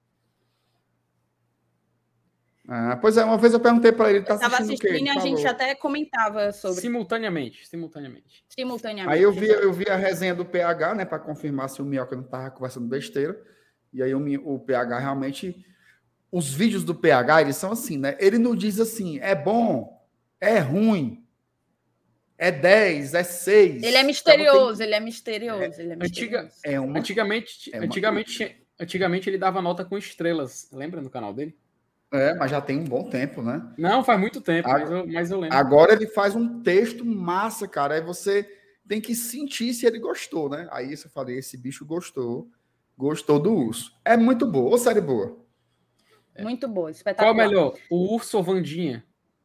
Ah, pois é, uma vez eu perguntei para ele, ele tá Estava assistindo, assistindo o quê? Ele e a falou. gente até comentava sobre. Simultaneamente, simultaneamente. Simultaneamente. Aí eu vi, eu vi a resenha do P H, né, para confirmar se o Minhoca não tava conversando besteira. E aí o, o P H realmente... Os vídeos do P H, eles são assim, né? Ele não diz assim, é bom, é ruim, é dez, é seis. Ele é misterioso, tem... ele é misterioso, é, ele é misterioso. Antiga, é uma, antigamente, é uma... antigamente, antigamente ele dava nota com estrelas. Lembra no canal dele? É, mas já tem um bom tempo, né? Não, faz muito tempo, agora, mas, eu, mas eu lembro. Agora ele faz um texto massa, cara. Aí você tem que sentir se ele gostou, né? Aí eu falei, esse bicho gostou, gostou do urso. É muito boa, ou série boa? É. Muito boa, espetacular. Qual é o melhor, o urso ou Vandinha?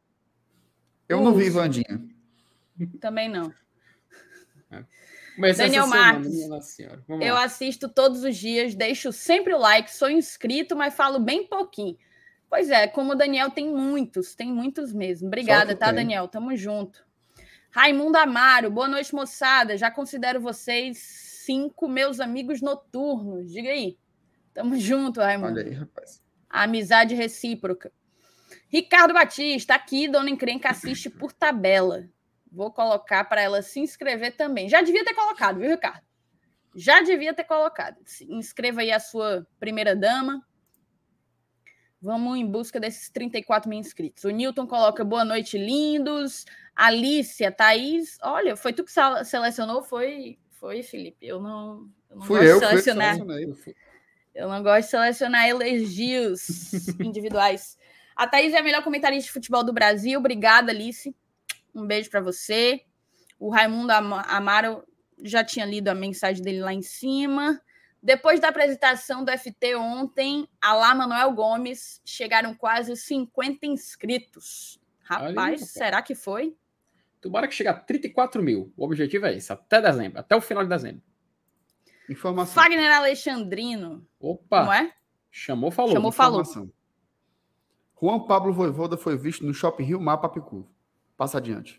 Eu o não urso. vi Vandinha. Também não. É. Mas Daniel Marques, semana, eu lá. assisto todos os dias, deixo sempre o like, sou inscrito, mas falo bem pouquinho. Pois é, como o Daniel tem muitos, tem muitos mesmo. Obrigada, tá, tem. Daniel? Tamo junto. Raimundo Amaro, boa noite, moçada. Já considero vocês cinco meus amigos noturnos. Diga aí. Tamo junto, Raimundo. Olha aí, rapaz. A amizade recíproca. Ricardo Batista, aqui, Dona Encrenca assiste por tabela. Vou colocar para ela se inscrever também. Já devia ter colocado, viu, Ricardo? Já devia ter colocado. Se inscreva aí a sua primeira dama. Vamos em busca desses trinta e quatro mil inscritos. O Newton coloca boa noite, lindos. Alicia, Thaís. Olha, foi tu que selecionou? Foi, foi Felipe. Eu não, eu não fui gosto eu, de selecionar. Fui Eu não gosto de selecionar elogios individuais. A Thaís é a melhor comentarista de futebol do Brasil. Obrigada, Alice. Um beijo para você. O Raimundo Amaro já tinha lido a mensagem dele lá em cima. Depois da apresentação do F T ontem, a lá Manuel Gomes, chegaram quase cinquenta inscritos. Rapaz, aí, será que foi? Tomara que chegue a trinta e quatro mil. O objetivo é esse, até dezembro, até o final de dezembro. Informação. Fagner Alexandrino. Opa! Como é? Chamou, falou. Chamou, falou. Juan Pablo Voivoda foi visto no Shopping Rio Mar Papicu. Passa adiante.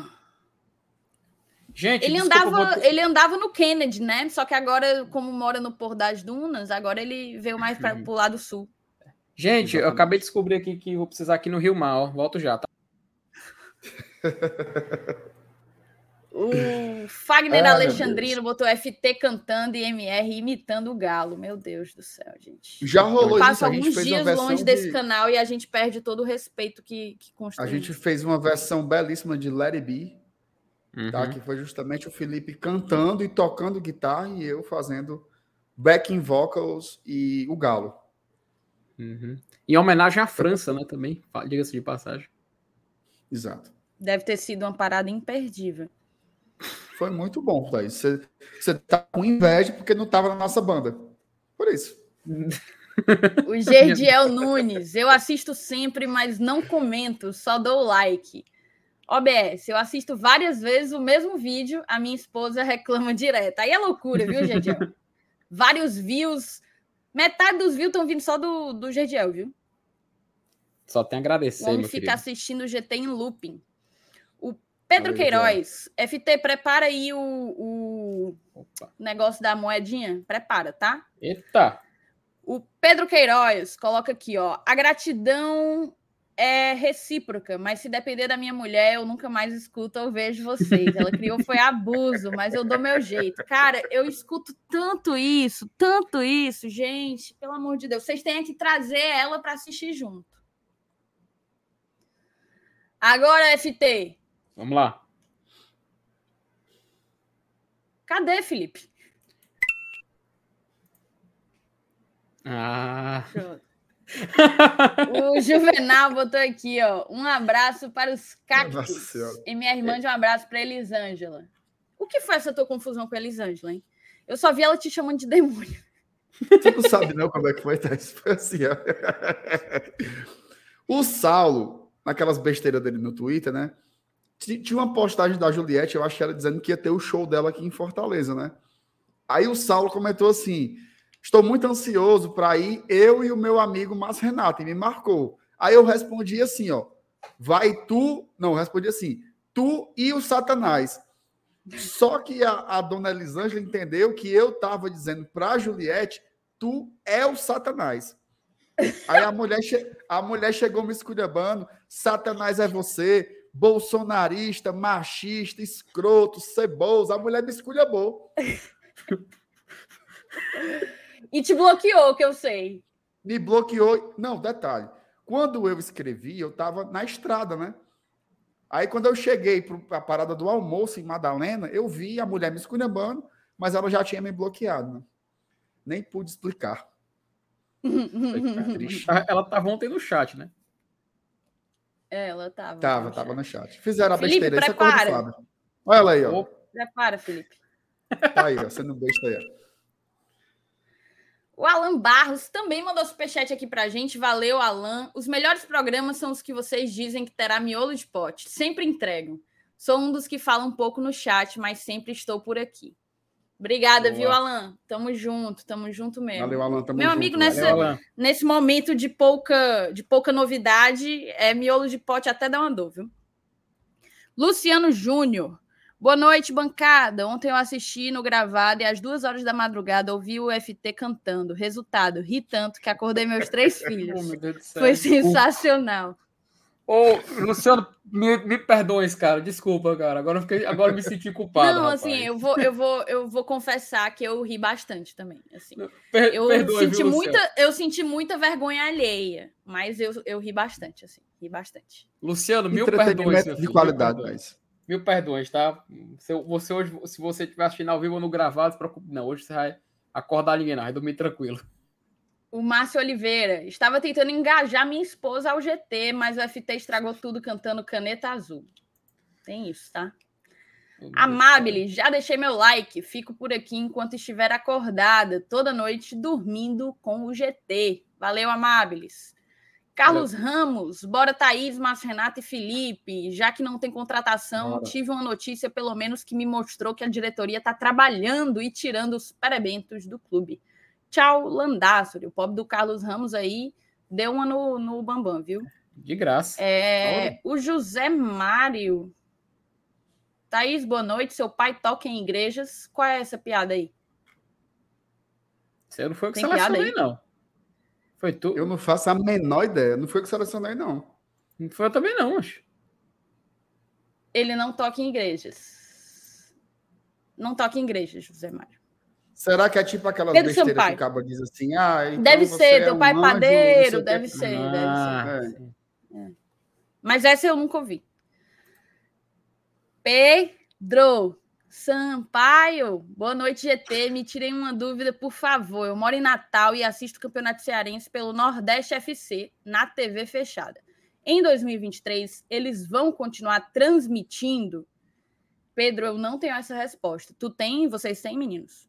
Gente, ele desculpa, andava, vou... ele andava no Kennedy, né? Só que agora, como mora no Porto das Dunas, agora ele veio mais para o lado sul. Gente, exatamente. Eu acabei de descobrir aqui que vou precisar aqui no Rio Mar, ó. Volto já, tá? O Fagner ah, Alexandrino botou F T cantando e M R imitando o Galo. Meu Deus do céu, gente. Já rolou isso. Passa alguns dias longe de... desse canal e a gente perde todo o respeito que, que construímos. A gente fez uma versão belíssima de Let It Be, uhum. tá? Que foi justamente o Felipe cantando e tocando guitarra e eu fazendo backing vocals e o Galo. Uhum. Em homenagem à França, né? Também, diga-se de passagem. Exato. Deve ter sido uma parada imperdível. Foi muito bom, Thaís. Você, você tá com inveja porque não tava na nossa banda. Por isso. O Gerdiel Nunes. Eu assisto sempre, mas não comento, só dou like. O B S, eu assisto várias vezes o mesmo vídeo, a minha esposa reclama direto. Aí é loucura, viu, Gerdiel? Vários views. Metade dos views estão vindo só do, do Gerdiel, viu? Só tem a agradecer, o homem meu fica querido. assistindo o G T em looping. O Pedro Queiroz, F T, prepara aí o, o negócio da moedinha. Prepara, tá? Eita! O Pedro Queiroz coloca aqui, ó. A gratidão é recíproca, mas se depender da minha mulher, eu nunca mais escuto ou vejo vocês. Ela criou foi abuso, mas eu dou meu jeito. Cara, eu escuto tanto isso, tanto isso, gente, pelo amor de Deus. Vocês têm que trazer ela para assistir junto. Agora, F T. Vamos lá. Cadê, Felipe? Ah. Pronto. O Juvenal botou aqui, ó. Um abraço para os cactos. E minha irmã de um abraço para Elisângela. O que foi essa tua confusão com a Elisângela, hein? Eu só vi ela te chamando de demônio. Tu não sabe, não, como é que foi, Thaís? Foi assim, ó. O Saulo, naquelas besteiras dele no Twitter, né? Tinha uma postagem da Juliette, eu acho que ela dizendo que ia ter o show dela aqui em Fortaleza, né? Aí o Saulo comentou assim: estou muito ansioso para ir, eu e o meu amigo Márcio Renato, e me marcou. Aí eu respondi assim, ó, vai tu... Não, eu respondi assim, tu e o Satanás. Só que a, a dona Elisângela entendeu que eu estava dizendo para a Juliette, tu é o Satanás. Aí a mulher, che... a mulher chegou me esculhambando, Satanás é você, bolsonarista, machista, escroto, ceboso. A mulher me esculhambou. E te bloqueou, que eu sei. Me bloqueou. Não, detalhe. Quando eu escrevi, eu estava na estrada, né? Aí, quando eu cheguei para a parada do almoço em Madalena, eu vi a mulher me esculhambando, mas ela já tinha me bloqueado, né? Nem pude explicar. Ela estava ontem no chat, né? É, ela estava. Tava, no tava chat. no chat. Fizeram a Felipe, besteira. Isso é prepara. coisa do Fábio. Olha ela aí, ó. Prepara, Felipe. Tá aí, ó, sendo besta aí. O Alan Barros também mandou superchat aqui pra gente. Valeu, Alan. Os melhores programas são os que vocês dizem que terá miolo de pote. Sempre entregam. Sou um dos que fala um pouco no chat, mas sempre estou por aqui. Obrigada, Boa. Viu, Alan? Tamo junto, tamo junto mesmo. Valeu, Alan. Tamo Meu junto, amigo, nessa, Valeu, nesse momento de pouca, de pouca novidade, é miolo de pote até dá uma dor, viu? Luciano Júnior. Boa noite, bancada. Ontem eu assisti no gravado e às duas horas da madrugada ouvi o F T cantando. Resultado, ri tanto que acordei meus três filhos. Oh, meu Deus do céu. Foi sensacional. Ô, oh, Luciano, me, me perdoe, cara. Desculpa, cara. Agora eu, fiquei, agora eu me senti culpado. Não, rapaz. assim, eu vou, eu, vou, eu vou confessar que eu ri bastante também. Assim. Per, eu, perdoe, senti viu, muita, eu senti muita vergonha alheia, mas eu, eu ri bastante, assim. Ri bastante. Luciano, mil perdões. De qualidade, mas. Mil perdões, tá? Se você hoje, se você estiver assistindo ao vivo ou no gravado, se preocupe. Não, hoje você vai acordar ninguém, não. Vai dormir tranquilo. O Márcio Oliveira. Estava tentando engajar minha esposa ao G T, mas o F T estragou tudo cantando Caneta Azul. Tem isso, tá? Amabile, já deixei meu like. Fico por aqui enquanto estiver acordada, toda noite dormindo com o G T. Valeu, Amabilis. Carlos Valeu. Ramos, bora Thaís, Márcio Renato e Felipe. Já que não tem contratação, bora. Tive uma notícia, pelo menos, que me mostrou que a diretoria está trabalhando e tirando os parabentos do clube. Tchau, Landássori. O pobre do Carlos Ramos aí deu uma no, no Bambam, viu? De graça. É, o José Mário. Thaís, boa noite. Seu pai toca em igrejas. Qual é essa piada aí? Você não foi o que selecionei, não. Foi tu? Eu não faço a menor ideia. Não foi o que selecionei, não. Não foi eu também, não, acho. Ele não toca em igrejas. Não toca em igrejas, José Mário. Será que é tipo aquelas Pedro besteiras Sampaio. que o cabo diz assim? Ah, então deve ser, teu é um pai anjo, padeiro, deve quer... ser, ah, deve ser. É. É. Mas essa eu nunca ouvi. Pedro Sampaio, boa noite, G T. Me tirem uma dúvida, por favor. Eu moro em Natal e assisto o Campeonato Cearense pelo Nordeste F C na T V fechada. Em dois mil e vinte e três, eles vão continuar transmitindo? Pedro, eu não tenho essa resposta. Tu tem? Vocês têm, meninos?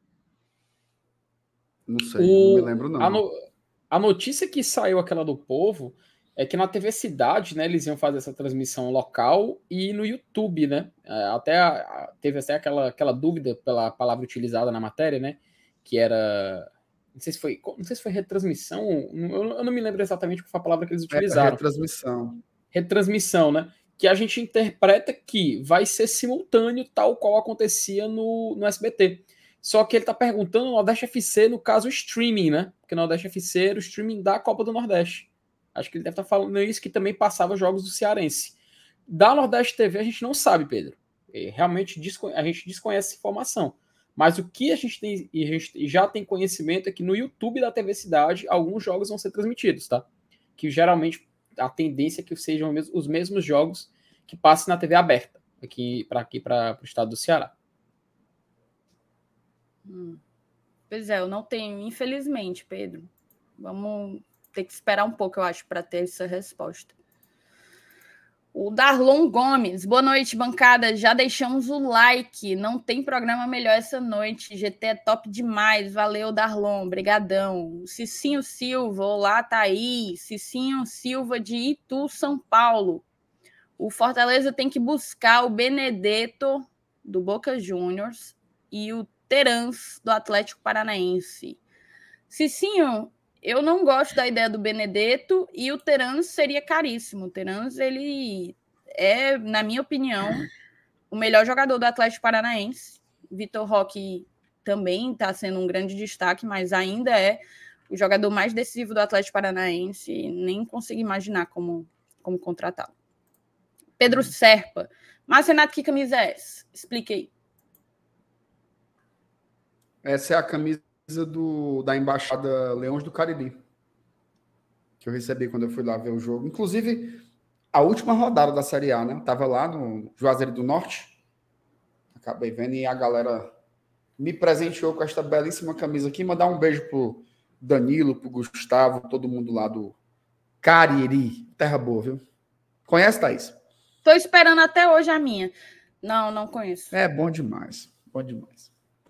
Não sei, o... não me lembro, não. A, no... a notícia que saiu, aquela do Povo, é que na T V Cidade, né, eles iam fazer essa transmissão local e no YouTube, né? Até a, a, teve até aquela, aquela dúvida pela palavra utilizada na matéria, né? Que era... Não sei se foi, não sei se foi retransmissão, eu, eu não me lembro exatamente qual foi a palavra que eles utilizaram. É, retransmissão. Retransmissão, né? Que a gente interpreta que vai ser simultâneo, tal qual acontecia no, no S B T. Só que ele tá perguntando no Nordeste F C, no caso, o streaming, né? Porque no Nordeste F C era o streaming da Copa do Nordeste. Acho que ele deve estar falando isso, que também passava jogos do Cearense. Da Nordeste T V a gente não sabe, Pedro. Realmente a gente desconhece essa informação. Mas o que a gente tem e a gente já tem conhecimento é que no YouTube da T V Cidade alguns jogos vão ser transmitidos, tá? Que geralmente a tendência é que sejam os mesmos jogos que passem na T V aberta aqui para aqui para o estado do Ceará. Hum. Pois é, eu não tenho, infelizmente, Pedro. Vamos ter que esperar um pouco, eu acho, para ter essa resposta. O Darlon Gomes, boa noite, bancada. Já deixamos o like. Não tem programa melhor essa noite. G T é top demais. Valeu, Darlon. Brigadão. Cicinho Silva, olá, Thaís. Cicinho Silva de Itu, São Paulo. O Fortaleza tem que buscar o Benedetto do Boca Juniors e o Terans do Atlético Paranaense. Cicinho, eu não gosto da ideia do Benedetto e o Terans seria caríssimo. O Terans, ele é, na minha opinião, o melhor jogador do Atlético Paranaense. Vitor Roque também está sendo um grande destaque, mas ainda é o jogador mais decisivo do Atlético Paranaense. E nem consigo imaginar como, como contratá-lo. Pedro Serpa. Mas, Renato, que camisa é essa? Explique aí. Essa é a camisa do, da Embaixada Leões do Cariri, que eu recebi quando eu fui lá ver o jogo. Inclusive, a última rodada da Série A, né? Eu tava lá no Juazeiro do Norte, acabei vendo, e a galera me presenteou com esta belíssima camisa aqui. Mandar um beijo pro Danilo, pro Gustavo, todo mundo lá do Cariri. Terra boa, viu? Conhece, Thaís? Tô esperando até hoje a minha. Não, não conheço. É bom demais, bom demais.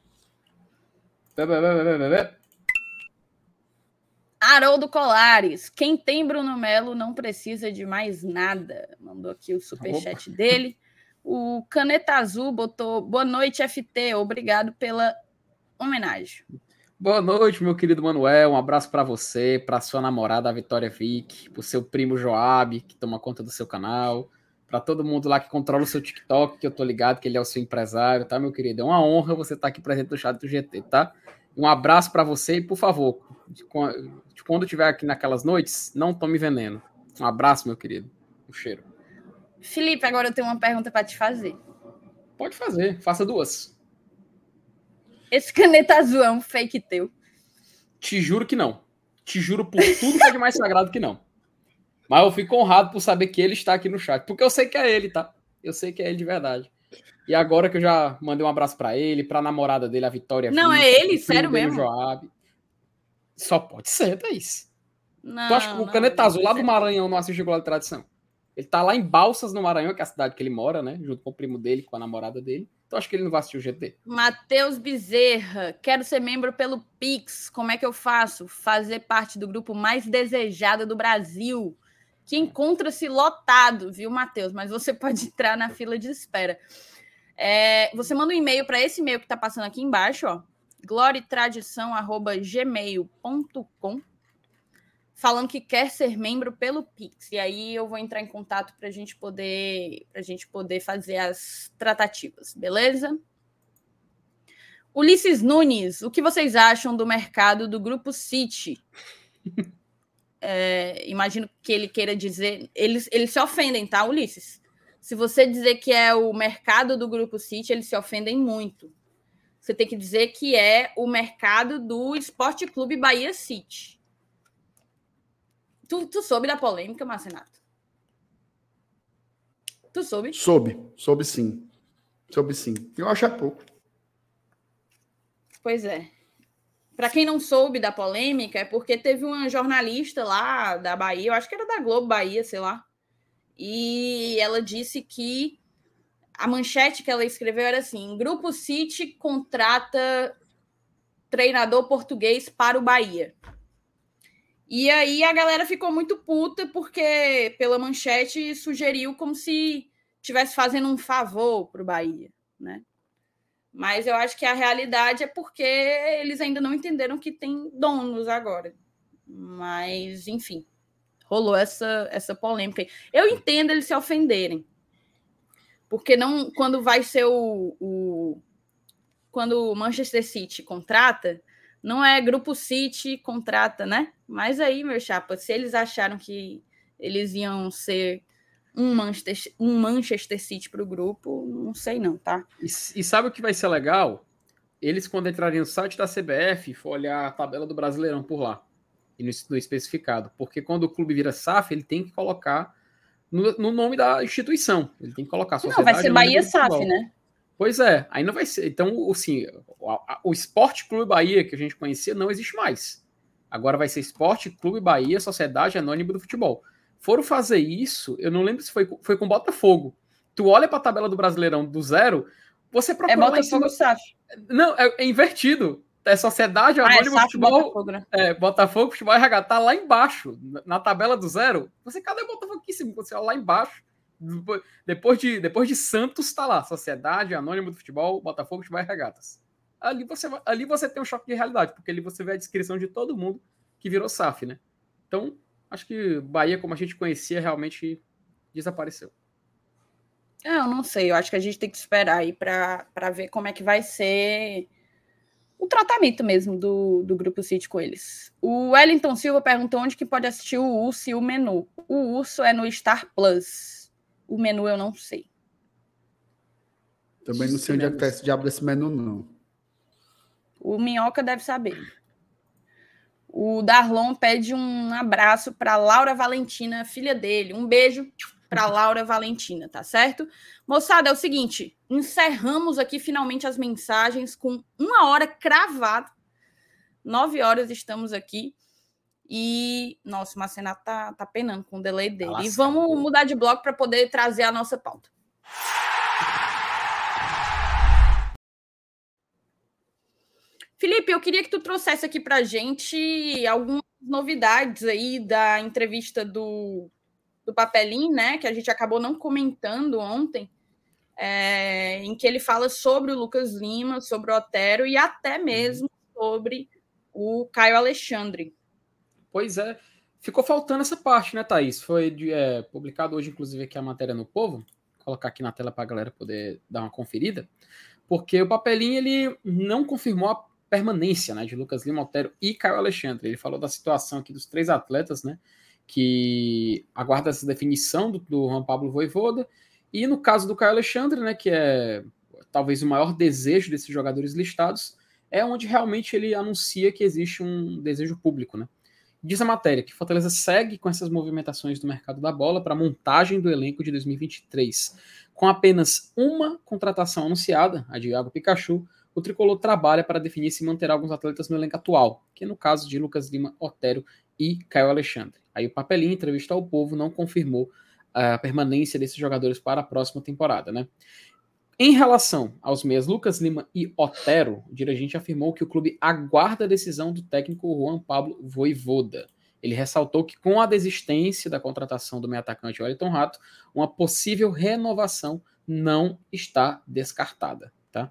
Haroldo Colares. Quem tem Bruno Melo não precisa de mais nada. Mandou aqui o superchat dele. O Caneta Azul botou boa noite, F T. Obrigado pela homenagem. Boa noite, meu querido Manuel. Um abraço para você, para sua namorada, a Vitória Vick, para o seu primo Joab, que toma conta do seu canal, para todo mundo lá que controla o seu TikTok, que eu tô ligado que ele é o seu empresário, tá, meu querido? É uma honra você estar aqui presente no chat do G T, tá? Um abraço para você e, por favor, quando estiver aqui naquelas noites, não tome veneno. Um abraço, meu querido. Um cheiro. Felipe, agora eu tenho uma pergunta para te fazer. Pode fazer, faça duas. Esse Caneta Azul é um fake teu? Te juro que não. Te juro por tudo que é de mais sagrado que não. Mas eu fico honrado por saber que ele está aqui no chat. Porque eu sei que é ele, tá? Eu sei que é ele de verdade. E agora que eu já mandei um abraço pra ele, pra namorada dele, a Vitória. Não, Vitor, é ele? Sério dele, mesmo? Joab. Só pode ser, Thaís. Não, tu acha que o não, Caneta não, Azul lá do é... Maranhão não assiste Gol de Tradição? Ele tá lá em Balsas, no Maranhão, que é a cidade que ele mora, né? Junto com o primo dele, com a namorada dele. Então acho que ele não vai assistir o G T. Matheus Bezerra. Quero ser membro pelo Pix. Como é que eu faço? Fazer parte do grupo mais desejado do Brasil, que encontra-se lotado, viu, Matheus? Mas você pode entrar na fila de espera. É, você manda um e-mail para esse e-mail que está passando aqui embaixo, ó, gloriatradição arroba gmail ponto com, falando que quer ser membro pelo Pix. E aí eu vou entrar em contato para a gente poder, pra gente poder fazer as tratativas, beleza? Ulisses Nunes, o que vocês acham do mercado do Grupo City? É, imagino que ele queira dizer... Eles, eles se ofendem, tá, Ulisses? Se você dizer que é o mercado do Grupo City, eles se ofendem muito. Você tem que dizer que é o mercado do Esporte Clube Bahia City. Tu, tu soube da polêmica, Marcenato? Tu soube? Soube, soube sim. Soube sim. Eu acho é pouco. Pois é. Para quem não soube da polêmica, é porque teve uma jornalista lá da Bahia, eu acho que era da Globo Bahia, sei lá, e ela disse que a manchete que ela escreveu era assim: Grupo City contrata treinador português para o Bahia. E aí a galera ficou muito puta porque, pela manchete, sugeriu como se estivesse fazendo um favor para o Bahia, né? Mas eu acho que a realidade é porque eles ainda não entenderam que tem donos agora. Mas, enfim, rolou essa, essa polêmica aí. Eu entendo eles se ofenderem. Porque não, quando vai ser o, o... Quando o Manchester City contrata, não é Grupo City contrata, né? Mas aí, meu chapa, se eles acharam que eles iam ser um Manchester, um Manchester City para o grupo, não sei não, tá? E, e sabe o que vai ser legal? Eles, quando entrarem no site da C B F, for olhar a tabela do Brasileirão por lá, e no, no especificado. Porque quando o clube vira S A F, ele tem que colocar no, no nome da instituição. Ele tem que colocar Sociedade. Não, vai ser Bahia S A F, né? Pois é, aí não vai ser. Então, assim, o, o Esporte Clube Bahia, que a gente conhecia, não existe mais. Agora vai ser Esporte Clube Bahia, Sociedade Anônima do Futebol. Foram fazer isso, eu não lembro se foi, foi com o Botafogo. Tu olha para a tabela do Brasileirão do zero, você procura. É Botafogo S A F. Não, é, é invertido. É Sociedade Anônima ah, é do Futebol. Botafogo, né? É, Botafogo, Futebol e R H. Tá lá embaixo, na, na tabela do zero. Você, cadê o Botafogo aqui? Você olha lá embaixo. Depois de, depois de Santos, tá lá. Sociedade Anônima do Futebol, Botafogo, Futebol e Regatas. Ali você, ali você tem um choque de realidade, porque ali você vê a descrição de todo mundo que virou S A F, né? Então, acho que Bahia, como a gente conhecia, realmente desapareceu. Eu não sei, eu acho que a gente tem que esperar aí para ver como é que vai ser o tratamento mesmo do, do Grupo City com eles. O Wellington Silva perguntou onde que pode assistir o Urso e o menu. O Urso é no Star Plus. O menu eu não sei. Também não sei onde é que está esse diabo desse menu, não. O Minhoca deve saber. O Darlon pede um abraço para Laura Valentina, filha dele. Um beijo para Laura Valentina, tá certo? Moçada, é o seguinte, encerramos aqui finalmente as mensagens com uma hora cravada. Nove horas estamos aqui. E, nossa, o Marcenato tá, tá penando com o delay dele. Tá, e vamos mudar de bloco para poder trazer a nossa pauta. Felipe, eu queria que tu trouxesse aqui para a gente algumas novidades aí da entrevista do, do Papelim, né? Que a gente acabou não comentando ontem, é, em que ele fala sobre o Lucas Lima, sobre o Otero e até mesmo sobre o Caio Alexandre. Pois é, ficou faltando essa parte, né, Thaís? Foi é, publicado hoje, inclusive, aqui a matéria no Povo. Vou colocar aqui na tela para a galera poder dar uma conferida. Porque o Papelinho, ele não confirmou a permanência, né, de Lucas Lima, Otero e Caio Alexandre. Ele falou da situação aqui dos três atletas, né, que aguarda essa definição do, do Juan Pablo Vojvoda. E no caso do Caio Alexandre, né, que é talvez o maior desejo desses jogadores listados, é onde realmente ele anuncia que existe um desejo público, né. Diz a matéria que Fortaleza segue com essas movimentações do mercado da bola para a montagem do elenco de dois mil e vinte e três. Com apenas uma contratação anunciada, a de Iago Pikachu, o Tricolor trabalha para definir se manterá alguns atletas no elenco atual, que é no caso de Lucas Lima, Otero e Caio Alexandre. Aí o Papelinho, em entrevista ao Povo, não confirmou a permanência desses jogadores para a próxima temporada, né? Em relação aos meias Lucas Lima e Otero, o dirigente afirmou que o clube aguarda a decisão do técnico Juan Pablo Vojvoda. Ele ressaltou que com a desistência da contratação do meio-atacante Wellington Rato, uma possível renovação não está descartada. Tá?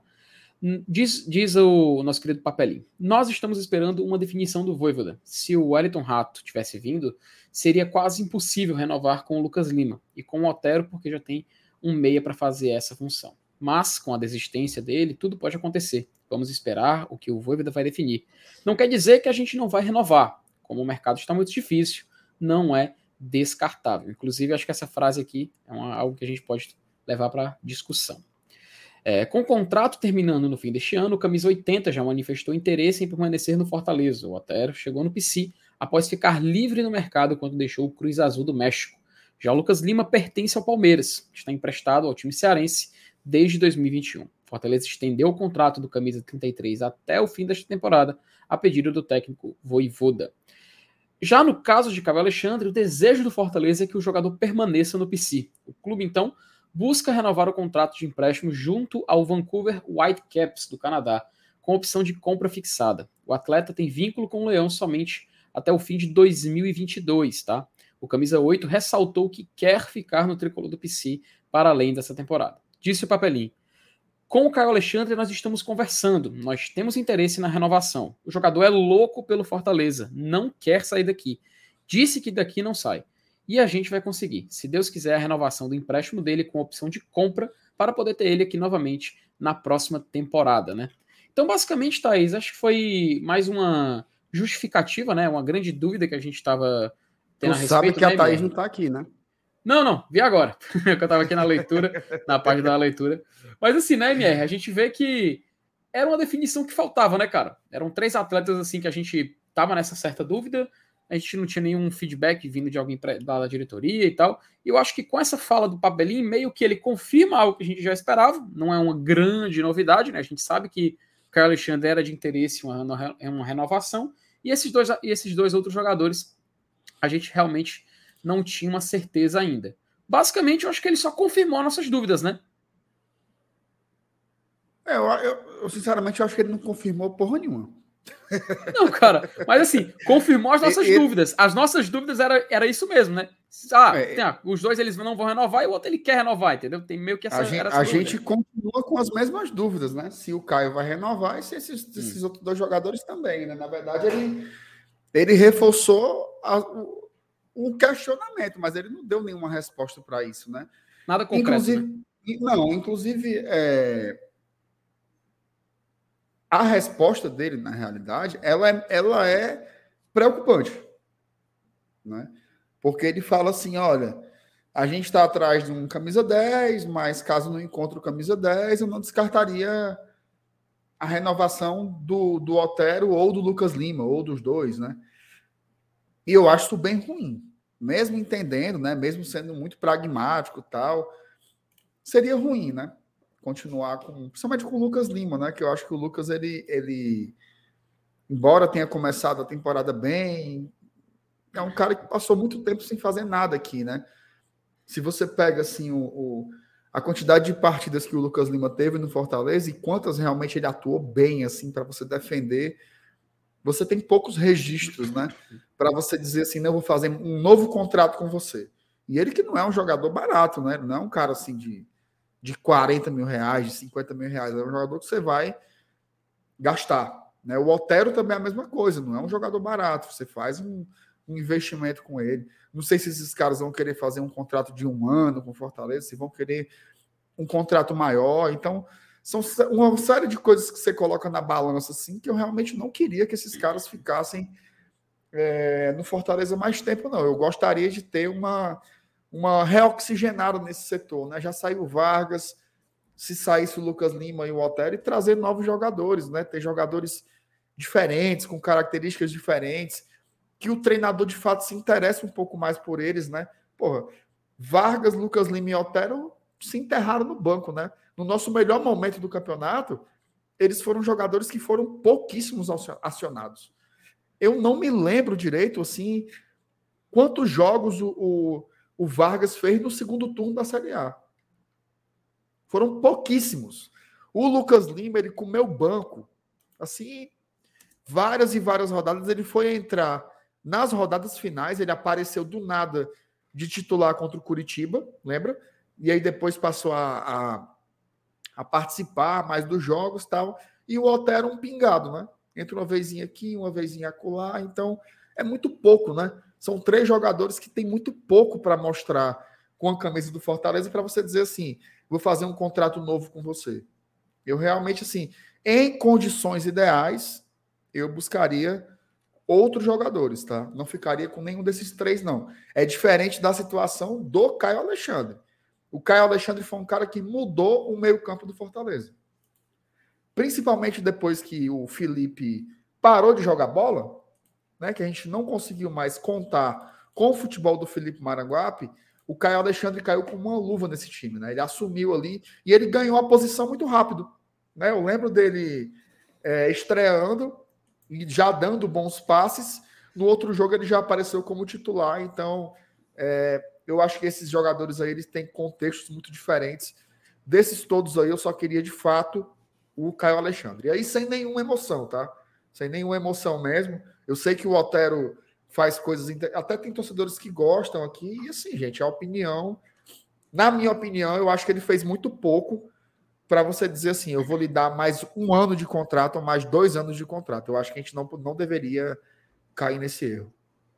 Diz, diz o nosso querido Papelinho, nós estamos esperando uma definição do Vojvoda. Se o Wellington Rato tivesse vindo, seria quase impossível renovar com o Lucas Lima e com o Otero, porque já tem um meia para fazer essa função. Mas, com a desistência dele, tudo pode acontecer. Vamos esperar o que o Vojvoda vai definir. Não quer dizer que a gente não vai renovar. Como o mercado está muito difícil, não é descartável. Inclusive, acho que essa frase aqui é uma, algo que a gente pode levar para discussão. É, com o contrato terminando no fim deste ano, o Camisa oitenta já manifestou interesse em permanecer no Fortaleza. O Otero chegou no P C após ficar livre no mercado quando deixou o Cruz Azul do México. Já o Lucas Lima pertence ao Palmeiras, está emprestado ao time cearense desde dois mil e vinte e um. Fortaleza estendeu o contrato do Camisa trinta e três até o fim desta temporada, a pedido do técnico Vojvoda. Já no caso de Caio Alexandre, o desejo do Fortaleza é que o jogador permaneça no P C. O clube, então, busca renovar o contrato de empréstimo junto ao Vancouver Whitecaps do Canadá, com opção de compra fixada. O atleta tem vínculo com o Leão somente até o fim de dois mil e vinte e dois, tá? O Camisa oito ressaltou que quer ficar no tricolor do P C para além dessa temporada. Disse o Papelinho, com o Caio Alexandre nós estamos conversando, nós temos interesse na renovação. O jogador é louco pelo Fortaleza, não quer sair daqui. Disse que daqui não sai. E a gente vai conseguir, se Deus quiser, a renovação do empréstimo dele com opção de compra para poder ter ele aqui novamente na próxima temporada, né? Então, basicamente, Thaís, acho que foi mais uma justificativa, né? Uma grande dúvida que a gente estava tendo tu a respeito. Sabe que né, a Thaís M R? não está aqui, né? Não, não, vi agora. que eu estava aqui na leitura, na página da leitura. Mas assim, né, M R? A gente vê que era uma definição que faltava, né, cara? Eram três atletas assim que a gente tava nessa certa dúvida. A gente não tinha nenhum feedback vindo de alguém da diretoria e tal. E eu acho que com essa fala do Papelim, meio que ele confirma algo que a gente já esperava. Não é uma grande novidade, né? A gente sabe que o Caio Alexandre era de interesse em uma, uma renovação. E esses, dois, e esses dois outros jogadores, a gente realmente não tinha uma certeza ainda. Basicamente, eu acho que ele só confirmou nossas dúvidas, né? É, eu, eu, eu sinceramente eu acho que ele não confirmou porra nenhuma. Não, cara, mas assim, confirmou as nossas ele... dúvidas. As nossas dúvidas era, era isso mesmo, né? Ah, é, tem, ah, os dois eles não vão renovar e o outro ele quer renovar, entendeu? Tem meio que essa. A gente, essa a gente continua com as mesmas dúvidas, né? Se o Caio vai renovar e se esses, hum. esses outros dois jogadores também, né? Na verdade, ele, ele reforçou a, o, o questionamento, mas ele não deu nenhuma resposta para isso, né? Nada concreto. Inclusive, né? Não, inclusive. É... A resposta dele, na realidade, ela é, ela é preocupante, né? Porque ele fala assim, olha, a gente está atrás de um camisa dez, mas caso não encontre o camisa dez, eu não descartaria a renovação do, do Otero ou do Lucas Lima, ou dos dois, né? E eu acho isso bem ruim, mesmo entendendo, né? Mesmo sendo muito pragmático e tal, seria ruim, né? Continuar com, principalmente com o Lucas Lima, né? Que eu acho que o Lucas, ele, ele embora tenha começado a temporada bem, é um cara que passou muito tempo sem fazer nada aqui, né? Se você pega, assim, o, o, a quantidade de partidas que o Lucas Lima teve no Fortaleza e quantas realmente ele atuou bem, assim, para você defender, você tem poucos registros, né? Para você dizer assim, não, eu vou fazer um novo contrato com você. E ele que não é um jogador barato, né? Ele não é um cara, assim, de de quarenta mil reais, de cinquenta mil reais. É um jogador que você vai gastar. Né? O Otero também é a mesma coisa, não é um jogador barato. Você faz um, um investimento com ele. Não sei se esses caras vão querer fazer um contrato de um ano com Fortaleza, se vão querer um contrato maior. Então, são uma série de coisas que você coloca na balança assim, que eu realmente não queria que esses caras ficassem é, no Fortaleza mais tempo, não. Eu gostaria de ter uma... uma reoxigenada nesse setor, né? Já saiu o Vargas, se saísse o Lucas Lima e o Otero, e trazer novos jogadores, né? Ter jogadores diferentes, com características diferentes, que o treinador de fato se interessa um pouco mais por eles, né? Porra, Vargas, Lucas Lima e Otero se enterraram no banco, né? No nosso melhor momento do campeonato, eles foram jogadores que foram pouquíssimos acionados. Eu não me lembro direito, assim, quantos jogos o, o o Vargas fez no segundo turno da Série A. Foram pouquíssimos. O Lucas Lima, ele comeu banco. Assim, várias e várias rodadas. Ele foi entrar nas rodadas finais, ele apareceu do nada de titular contra o Curitiba, lembra? E aí depois passou a, a, a participar mais dos jogos e tal. E o Otero um pingado, né? Entra uma vezinha aqui, uma vezinha acolá. Então, é muito pouco, né? São três jogadores que têm muito pouco para mostrar com a camisa do Fortaleza para você dizer assim, vou fazer um contrato novo com você. Eu realmente, assim, em condições ideais, eu buscaria outros jogadores, tá? Não ficaria com nenhum desses três, não. É diferente da situação do Caio Alexandre. O Caio Alexandre foi um cara que mudou o meio-campo do Fortaleza. Principalmente depois que o Felipe parou de jogar bola, né, que a gente não conseguiu mais contar com o futebol do Felipe Maranguape, o Caio Alexandre caiu com uma luva nesse time, né? Ele assumiu ali e ele ganhou a posição muito rápido, né? Eu lembro dele é, estreando e já dando bons passes. No outro jogo ele já apareceu como titular. Então, é, eu acho que esses jogadores aí eles têm contextos muito diferentes. Desses todos aí, eu só queria de fato o Caio Alexandre. E aí sem nenhuma emoção, tá? Sem nenhuma emoção mesmo. Eu sei que o Otero faz coisas... Inter... Até tem torcedores que gostam aqui. E assim, gente, a opinião... Na minha opinião, eu acho que ele fez muito pouco para você dizer assim, eu vou lhe dar mais um ano de contrato ou mais dois anos de contrato. Eu acho que a gente não, não deveria cair nesse erro.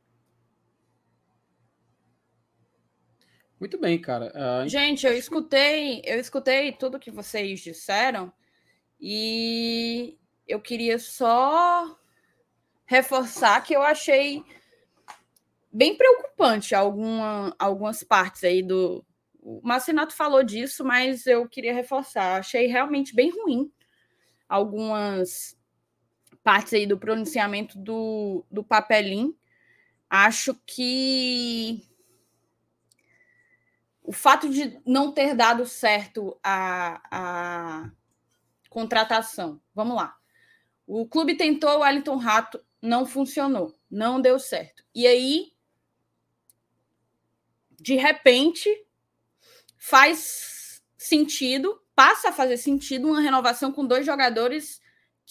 Muito bem, cara. Uh, gente, eu escutei, eu escutei tudo que vocês disseram e eu queria só reforçar que eu achei bem preocupante alguma, algumas partes aí do... O Marcinato falou disso, mas eu queria reforçar. Achei realmente bem ruim algumas partes aí do pronunciamento do, do Papelim. Acho que o fato de não ter dado certo a, a contratação. Vamos lá. O clube tentou o Wellington Rato, não funcionou, não deu certo. E aí, de repente, faz sentido, passa a fazer sentido uma renovação com dois jogadores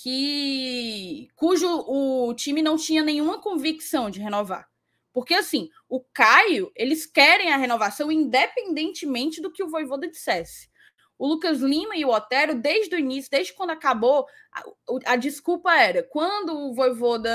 que cujo o time não tinha nenhuma convicção de renovar. Porque, assim, o Caio, eles querem a renovação independentemente do que o Vojvoda dissesse. O Lucas Lima e o Otero, desde o início, desde quando acabou, a, a desculpa era, quando o Vojvoda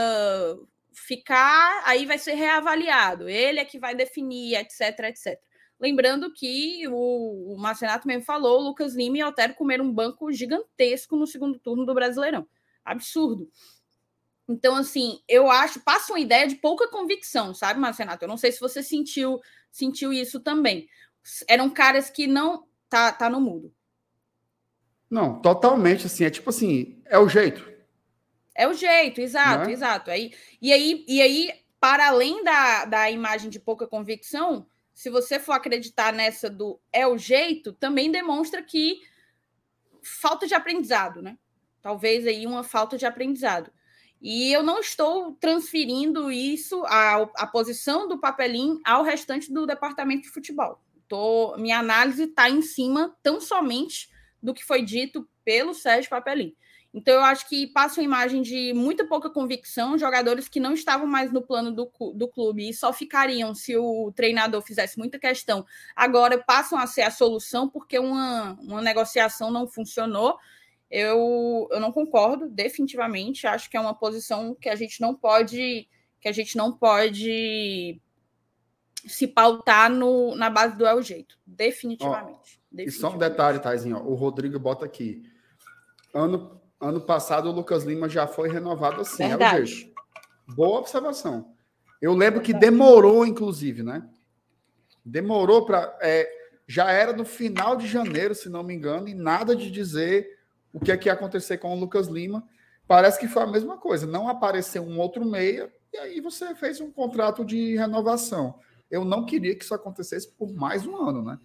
ficar, aí vai ser reavaliado. Ele é que vai definir, etc, etcétera. Lembrando que o, o Marcinato mesmo falou, o Lucas Lima e o Otero comeram um banco gigantesco no segundo turno do Brasileirão. Absurdo. Então, assim, eu acho, passa uma ideia de pouca convicção, sabe, Marcinato? Eu não sei se você sentiu, sentiu isso também. Eram caras que não... Tá, tá no mudo. Não, totalmente, assim, é tipo assim, é o jeito. É o jeito, exato, é? exato. Aí, e, aí, e aí, para além da, da imagem de pouca convicção, se você for acreditar nessa do é o jeito, também demonstra que falta de aprendizado, né? Talvez aí uma falta de aprendizado. E eu não estou transferindo isso, a, a posição do Papelim, ao restante do departamento de futebol. Tô, minha análise está em cima tão somente do que foi dito pelo Sérgio Papelim. Então, eu acho que passa uma imagem de muita pouca convicção, jogadores que não estavam mais no plano do, do clube e só ficariam se o treinador fizesse muita questão. Agora passam a ser a solução porque uma, uma negociação não funcionou. Eu, eu não concordo, definitivamente. Acho que é uma posição que a gente não pode, que a gente não pode se pautar no, na base do é o jeito. Definitivamente. Ó, definitivamente. E só um detalhe, Taizinho. Ó, o Rodrigo bota aqui. Ano, ano passado o Lucas Lima já foi renovado assim. Verdade. É o jeito. Boa observação. Eu lembro Verdade. que demorou, inclusive, né? Demorou para... É, já era no final de janeiro, se não me engano, e nada de dizer o que é que ia acontecer com o Lucas Lima. Parece que foi a mesma coisa. Não apareceu um outro meia, e aí você fez um contrato de renovação. Eu não queria que isso acontecesse por mais um ano, né?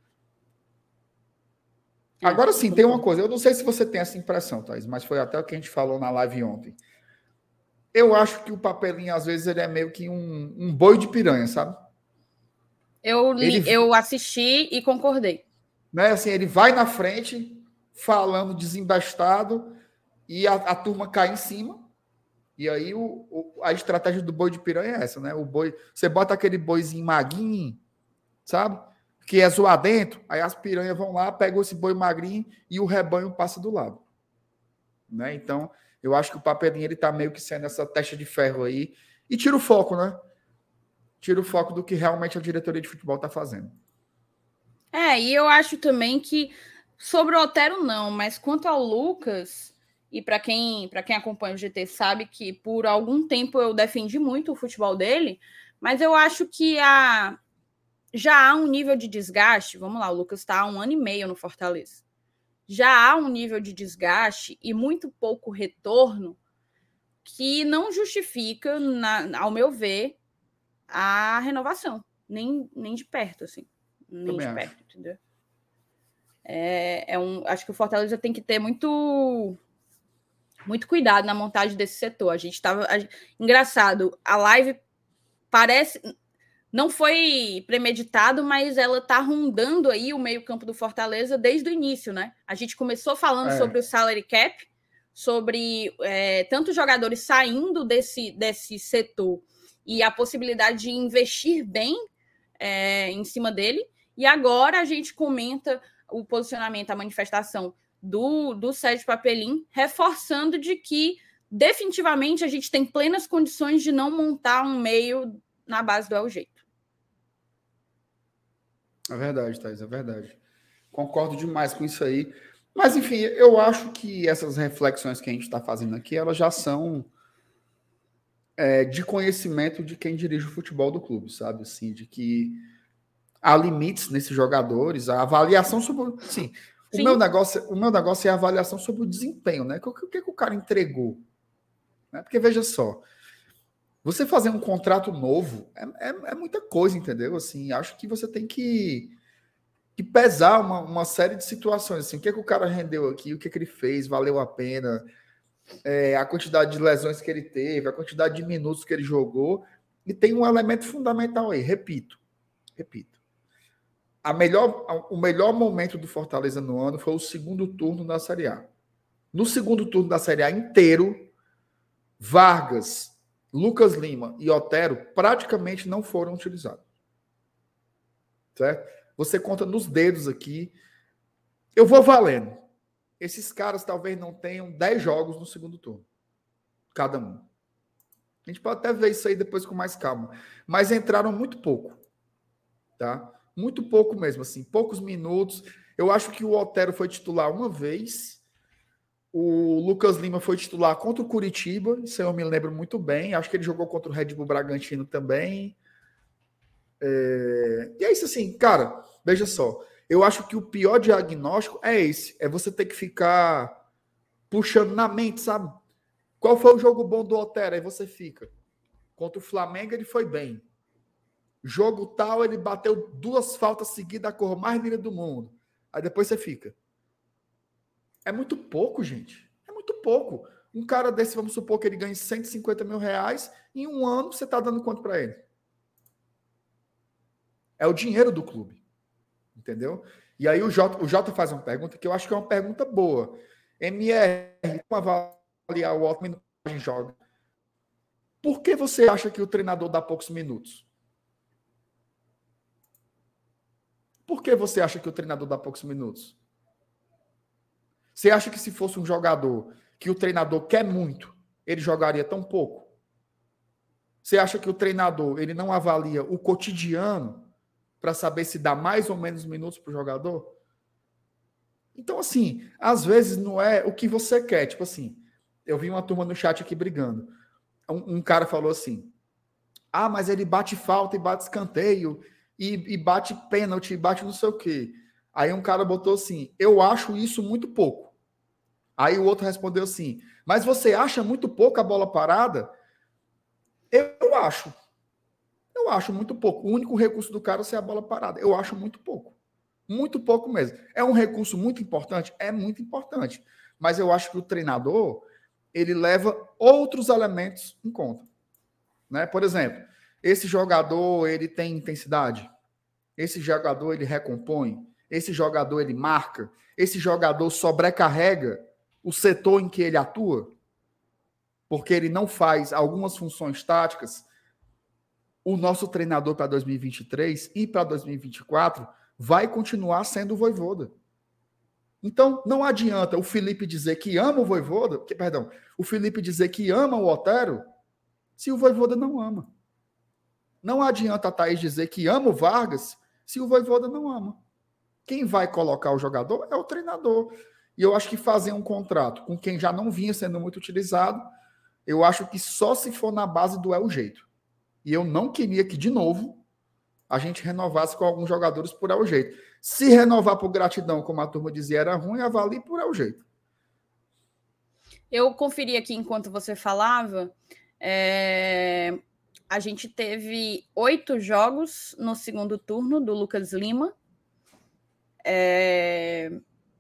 Agora sim, tem uma coisa. Eu não sei se você tem essa impressão, Thaís, mas foi até o que a gente falou na live ontem. Eu acho que o Papelinho, às vezes, ele é meio que um, um boi de piranha, sabe? Eu, li, ele, eu assisti e concordei. Né, assim, ele vai na frente, falando desembestado, e a, a turma cai em cima. E aí o, o, a estratégia do boi de piranha é essa, né? O boi, você bota aquele boizinho magrinho, sabe? Que é zoadento, aí as piranhas vão lá, pegam esse boi magrinho e o rebanho passa do lado. Né? Então, eu acho que o Papelinho ele tá meio que sendo essa testa de ferro aí e tira o foco, né? Tira o foco do que realmente a diretoria de futebol tá fazendo. É, e eu acho também que sobre o Otero não, mas quanto ao Lucas, e para quem, para quem acompanha o G T sabe que por algum tempo eu defendi muito o futebol dele, mas eu acho que a, já há um nível de desgaste. Vamos lá, o Lucas está há um ano e meio no Fortaleza. Já há um nível de desgaste e muito pouco retorno que não justifica, na, ao meu ver, a renovação. Nem, nem de perto, assim. Nem Também de acho. perto, entendeu? É, é um, acho que o Fortaleza tem que ter muito... muito cuidado na montagem desse setor. A gente estava... Engraçado, a live parece... Não foi premeditado, mas ela está rondando aí o meio-campo do Fortaleza desde o início, né? A gente começou falando é. sobre o salary cap, sobre é, tantos jogadores saindo desse, desse setor e a possibilidade de investir bem é, em cima dele. E agora a gente comenta o posicionamento, a manifestação do, do Sérgio Papelim, reforçando de que definitivamente a gente tem plenas condições de não montar um meio na base do é o jeito. É verdade, Thaís, é verdade. Concordo demais com isso aí. Mas, enfim, eu acho que essas reflexões que a gente está fazendo aqui, elas já são é, de conhecimento de quem dirige o futebol do clube, sabe? Assim, de que há limites nesses jogadores, a avaliação sobre... Sim, o meu, negócio, o meu negócio é a avaliação sobre o desempenho, né? O que, o que o cara entregou? Né? Porque, veja só, você fazer um contrato novo é, é, é muita coisa, entendeu? Assim, acho que você tem que, que pesar uma, uma série de situações. Assim, o que, que o cara rendeu aqui, o que, que ele fez, valeu a pena... É, a quantidade de lesões que ele teve, a quantidade de minutos que ele jogou, e tem um elemento fundamental aí, repito, repito. A melhor, o melhor momento do Fortaleza no ano foi o segundo turno da Série A. No segundo turno da Série A inteiro, Vargas, Lucas Lima e Otero praticamente não foram utilizados. Certo? Você conta nos dedos aqui. Eu vou valendo. Esses caras talvez não tenham dez jogos no segundo turno. Cada um. A gente pode até ver isso aí depois com mais calma. Mas entraram muito pouco. Tá? Muito pouco mesmo, assim. Poucos minutos. Eu acho que o Otero foi titular uma vez. O Lucas Lima foi titular contra o Curitiba. Isso eu me lembro muito bem. Acho que ele jogou contra o Red Bull Bragantino também. É... E é isso assim, cara. Veja só. Eu acho que o pior diagnóstico é esse. É você ter que ficar puxando na mente, sabe? Qual foi o jogo bom do Otero? Aí você fica. Contra o Flamengo ele foi bem. Jogo tal, ele bateu duas faltas seguidas, a cor mais linda do mundo. Aí depois você fica. É muito pouco, gente. É muito pouco. Um cara desse, vamos supor que ele ganhe cento e cinquenta mil reais, em um ano você está dando quanto para ele? É o dinheiro do clube. Entendeu? E aí o Jota, o Jota faz uma pergunta que eu acho que é uma pergunta boa. M R, como avaliar o alto minuto que a gente joga? Por que você acha que o treinador dá poucos minutos? Por que você acha que o treinador dá poucos minutos? Você acha que se fosse um jogador que o treinador quer muito, ele jogaria tão pouco? Você acha que o treinador ele não avalia o cotidiano para saber se dá mais ou menos minutos para o jogador? Então, assim, às vezes não é o que você quer. Tipo assim, eu vi uma turma no chat aqui brigando. Um, um cara falou assim, ah, mas ele bate falta e bate escanteio, e, e bate pênalti, e bate não sei o quê. Aí um cara botou assim, eu acho isso muito pouco. Aí o outro respondeu assim, mas você acha muito pouco a bola parada? Eu, eu acho. Eu acho muito pouco. O único recurso do cara é ser a bola parada. Eu acho muito pouco. Muito pouco mesmo. É um recurso muito importante? É muito importante. Mas eu acho que o treinador, ele leva outros elementos em conta. Né? Por exemplo, esse jogador, ele tem intensidade. Esse jogador, ele recompõe. Esse jogador, ele marca. Esse jogador sobrecarrega o setor em que ele atua. Porque ele não faz algumas funções táticas. O nosso treinador para dois mil e vinte e três e para dois mil e vinte e quatro vai continuar sendo o Vojvoda. Então, não adianta o Felipe dizer que ama o Vojvoda, que, perdão, o Felipe dizer que ama o Otero, se o Vojvoda não ama. Não adianta a Thaís dizer que ama o Vargas, se o Vojvoda não ama. Quem vai colocar o jogador é o treinador. E eu acho que fazer um contrato com quem já não vinha sendo muito utilizado, eu acho que só se for na base do é o jeito. E eu não queria que, de novo, a gente renovasse com alguns jogadores por é o jeito. Se renovar por gratidão, como a turma dizia, era ruim, avalie por é o jeito. Eu conferi aqui enquanto você falava. É... A gente teve oito jogos no segundo turno do Lucas Lima. É...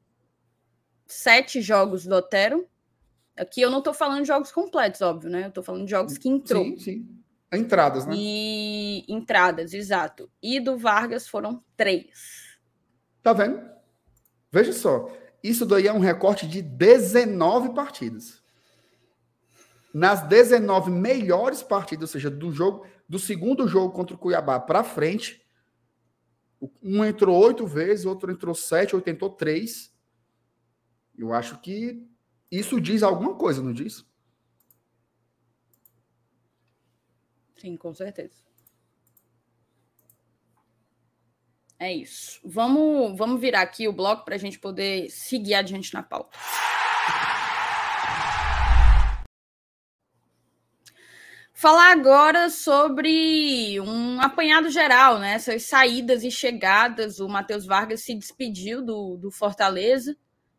Sete jogos do Otero. Aqui eu não estou falando de jogos completos, óbvio, né? Eu estou falando de jogos que entrou. Sim, sim. Entradas, né? E entradas, exato. E do Vargas foram três. Tá vendo? Veja só. Isso daí é um recorte de dezenove partidas. Nas dezenove melhores partidas, ou seja, do jogo, do segundo jogo contra o Cuiabá para frente, um entrou oito vezes, o outro entrou sete, outro entrou três. Eu acho que isso diz alguma coisa, não diz? Sim, com certeza. É isso. Vamos, vamos virar aqui o bloco para a gente poder seguir adiante na pauta. Falar agora sobre um apanhado geral, né? Essas saídas e chegadas. O Matheus Vargas se despediu do, do Fortaleza,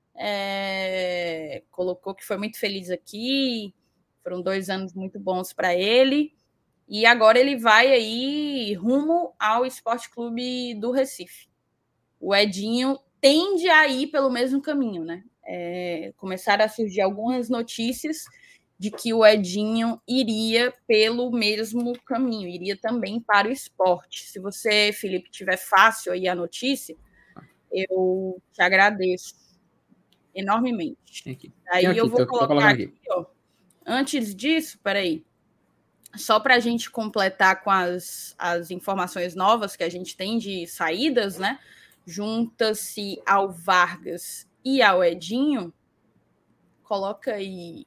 é, colocou que foi muito feliz aqui, foram dois anos muito bons para ele, e agora ele vai aí rumo ao Sport Clube do Recife. O Edinho tende a ir pelo mesmo caminho, né? É, começaram a surgir algumas notícias de que o Edinho iria pelo mesmo caminho, iria também para o esporte. Se você, Felipe, tiver fácil aí a notícia, eu te agradeço enormemente. Aqui. Aí aqui, eu vou tô, colocar tô aqui, ó. Antes disso, peraí, só para a gente completar com as, as informações novas que a gente tem de saídas, né? Junta-se ao Vargas e ao Edinho, coloca aí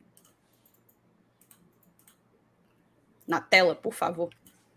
na tela, por favor.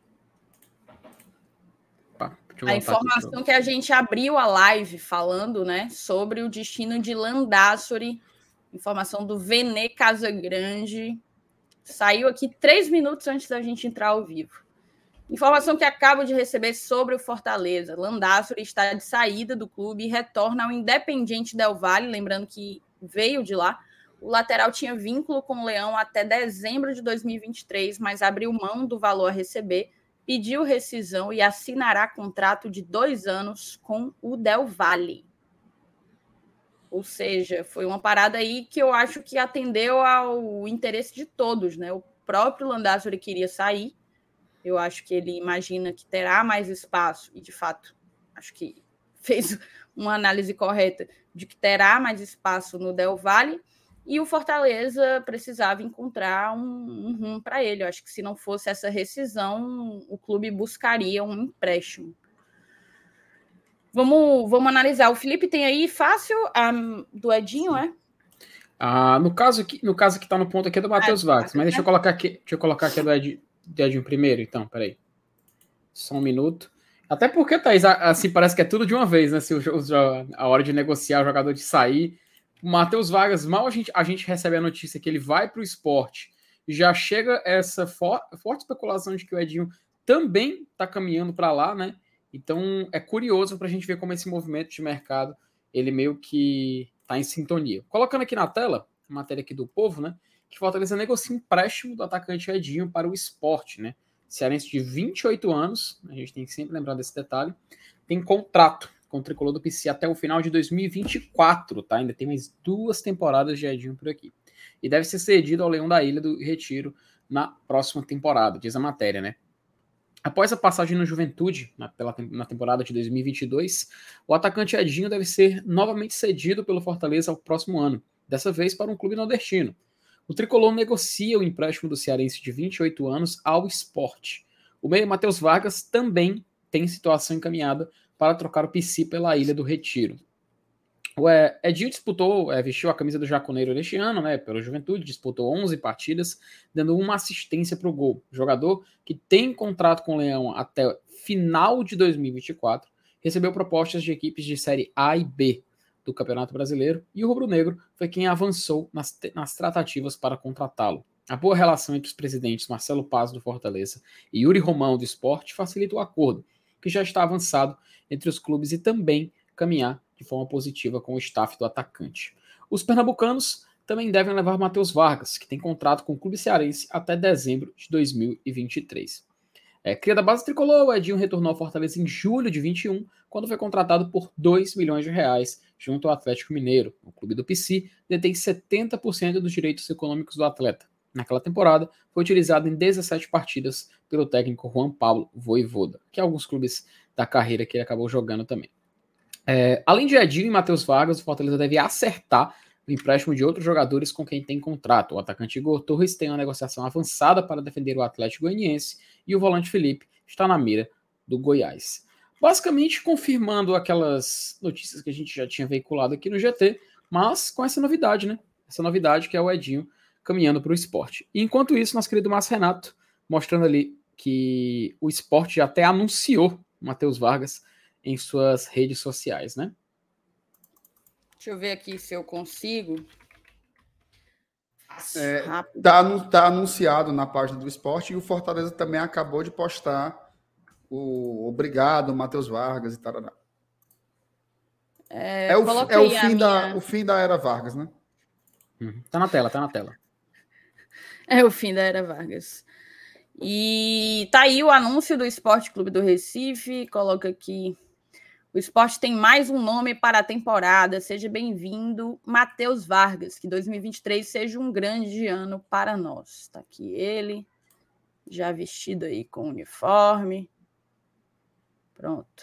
Pá, a informação aqui, que a gente abriu a live falando, né, sobre o destino de Landázuri, informação do Vene Casagrande, saiu aqui três minutos antes da gente entrar ao vivo. Informação que acabo de receber sobre o Fortaleza. Landázuri está de saída do clube e retorna ao Independiente Del Valle, lembrando que veio de lá. O lateral tinha vínculo com o Leão até dezembro de dois mil e vinte e três, mas abriu mão do valor a receber, pediu rescisão e assinará contrato de dois anos com o Del Valle. Ou seja, foi uma parada aí que eu acho que atendeu ao interesse de todos, né? O próprio Landázuri queria sair. Eu acho que ele imagina que terá mais espaço, e de fato, acho que fez uma análise correta de que terá mais espaço no Del Valle, e o Fortaleza precisava encontrar um, um rumo para ele. Eu acho que se não fosse essa rescisão, o clube buscaria um empréstimo. Vamos, vamos analisar. O Felipe tem aí fácil um, do Edinho, é? Ah, no caso aqui, no caso que está no ponto aqui é do Matheus ah, Vargas, mas deixa eu colocar aqui, deixa eu colocar aqui do Edinho, do Edinho primeiro, então, peraí. Só um minuto. Até porque, Thaís, assim, parece que é tudo de uma vez, né? Se o, a hora de negociar o jogador de sair. O Matheus Vargas, mal a gente, a gente recebe a notícia que ele vai para o esporte, já chega essa for, forte especulação de que o Edinho também está caminhando para lá, né? Então é curioso para a gente ver como esse movimento de mercado, ele meio que está em sintonia. Colocando aqui na tela, a matéria aqui do Povo, né? Que Fortaleza negocia empréstimo do atacante Edinho para o esporte, né? Cearense de vinte e oito anos, a gente tem que sempre lembrar desse detalhe, tem contrato com o tricolor do P C até o final de dois mil e vinte e quatro, tá? Ainda tem mais duas temporadas de Edinho por aqui. E deve ser cedido ao Leão da Ilha do Retiro na próxima temporada, diz a matéria, né? Após a passagem no Juventude, na, pela, na temporada de dois mil e vinte e dois, o atacante Edinho deve ser novamente cedido pelo Fortaleza ao próximo ano, dessa vez para um clube nordestino. O tricolor negocia o empréstimo do cearense de vinte e oito anos ao Sport. O meia Matheus Vargas também tem situação encaminhada para trocar o P C pela Ilha do Retiro. O Edinho disputou, é, vestiu a camisa do Jaconeiro neste ano, né, pela Juventude, disputou onze partidas, dando uma assistência para o gol. Jogador que tem contrato com o Leão até final de dois mil e vinte e quatro, recebeu propostas de equipes de Série A e B do Campeonato Brasileiro, e o rubro-negro foi quem avançou nas, nas tratativas para contratá-lo. A boa relação entre os presidentes Marcelo Paz do Fortaleza e Yuri Romão do Sport facilita o acordo, que já está avançado entre os clubes, e também caminhar de forma positiva com o staff do atacante. Os pernambucanos também devem levar Matheus Vargas, que tem contrato com o clube cearense até dezembro de dois mil e vinte e três. É, cria da base tricolor, o Edinho retornou ao Fortaleza em julho de vinte e um, quando foi contratado por dois milhões de reais junto ao Atlético Mineiro. O clube do P C detém setenta por cento dos direitos econômicos do atleta. Naquela temporada, foi utilizado em dezessete partidas pelo técnico Juan Pablo Voivoda, que é alguns clubes da carreira que ele acabou jogando também. É, além de Edinho e Matheus Vargas, o Fortaleza deve acertar o empréstimo de outros jogadores com quem tem contrato. O atacante Igor Torres tem uma negociação avançada para defender o Atlético Goianiense, e o volante Felipe está na mira do Goiás. Basicamente confirmando aquelas notícias que a gente já tinha veiculado aqui no G T, mas com essa novidade, né? Essa novidade que é o Edinho caminhando para o esporte. E enquanto isso, nosso querido Márcio Renato, mostrando ali que o esporte já até anunciou o Matheus Vargas em suas redes sociais, né? Deixa eu ver aqui se eu consigo É, tá, tá anunciado na página do Sport e o Fortaleza também acabou de postar o obrigado, Matheus Vargas e tal. É, é, o, é o, fim da, minha... o fim da era Vargas, né? Uhum. Tá na tela, tá na tela. É o fim da era Vargas. E tá aí o anúncio do Esporte Clube do Recife. Coloca aqui: o Sport tem mais um nome para a temporada. Seja bem-vindo, Matheus Vargas. Que dois mil e vinte e três seja um grande ano para nós. Tá aqui ele, já vestido aí com uniforme. Pronto.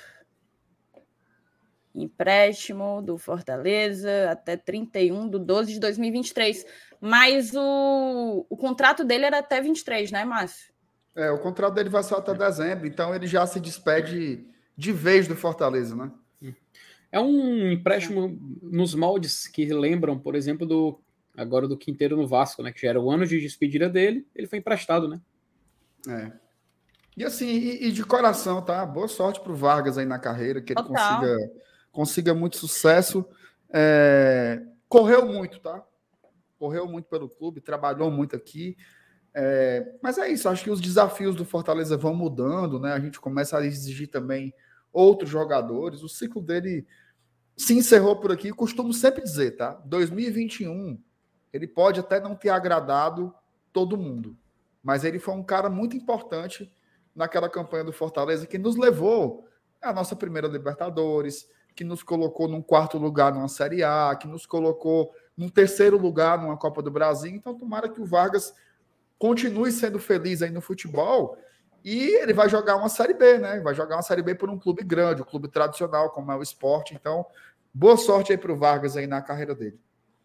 Empréstimo do Fortaleza até trinta e um de doze de dois mil e vinte e três. Mas o, o contrato dele era até vinte e três, né, Márcio? É, o contrato dele vai só até dezembro, então ele já se despede de vez do Fortaleza, né? É um empréstimo nos moldes que lembram, por exemplo, do agora do Quinteiro no Vasco, né? Que já era o ano de despedida dele, ele foi emprestado, né? É. E assim, e, e de coração, tá? Boa sorte pro Vargas aí na carreira, que ele Total. consiga, consiga muito sucesso. É, correu muito, tá? Correu muito pelo clube, trabalhou muito aqui. É, mas é isso, acho que os desafios do Fortaleza vão mudando, né? A gente começa a exigir também outros jogadores. O ciclo dele se encerrou por aqui. Costumo sempre dizer, tá? dois mil e vinte e um, ele pode até não ter agradado todo mundo, mas ele foi um cara muito importante naquela campanha do Fortaleza que nos levou à nossa primeira Libertadores, que nos colocou num quarto lugar numa Série A, que nos colocou num terceiro lugar numa Copa do Brasil. Então, tomara que o Vargas continue sendo feliz aí no futebol e ele vai jogar uma Série B, né? Vai jogar uma Série B por um clube grande, um clube tradicional, como é o Sport. Então, boa sorte aí para o Vargas aí na carreira dele.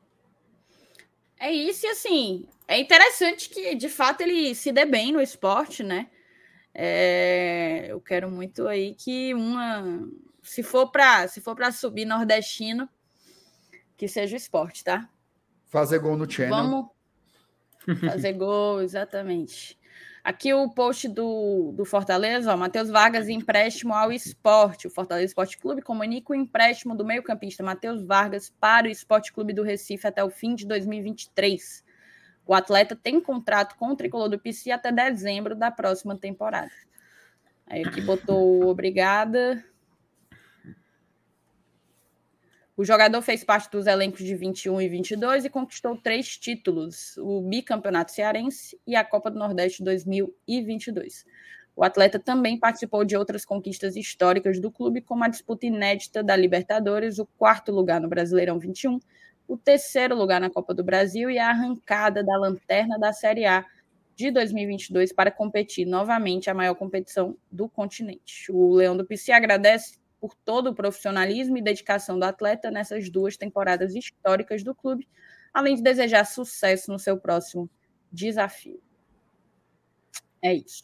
É isso, e assim, é interessante que, de fato, ele se dê bem no esporte, né? É, eu quero muito aí que uma... Se for para se for para subir nordestino, que seja o esporte, tá? Fazer gol no channel. Vamos fazer gol, exatamente. Aqui o post do, do Fortaleza, ó, Matheus Vargas empréstimo ao Sport. O Fortaleza Esporte Clube comunica o empréstimo do meio-campista Matheus Vargas para o Esporte Clube do Recife até o fim de dois mil e vinte e três. O atleta tem contrato com o tricolor do P C até dezembro da próxima temporada. Aí aqui botou obrigada. O jogador fez parte dos elencos de vinte e um e vinte e dois e conquistou três títulos, o bicampeonato cearense e a Copa do Nordeste dois mil e vinte e dois. O atleta também participou de outras conquistas históricas do clube, como a disputa inédita da Libertadores, o quarto lugar no Brasileirão vinte e um, o terceiro lugar na Copa do Brasil e a arrancada da lanterna da Série A de dois mil e vinte e dois para competir novamente a maior competição do continente. O Leão do P C agradece por todo o profissionalismo e dedicação do atleta nessas duas temporadas históricas do clube, além de desejar sucesso no seu próximo desafio. É isso.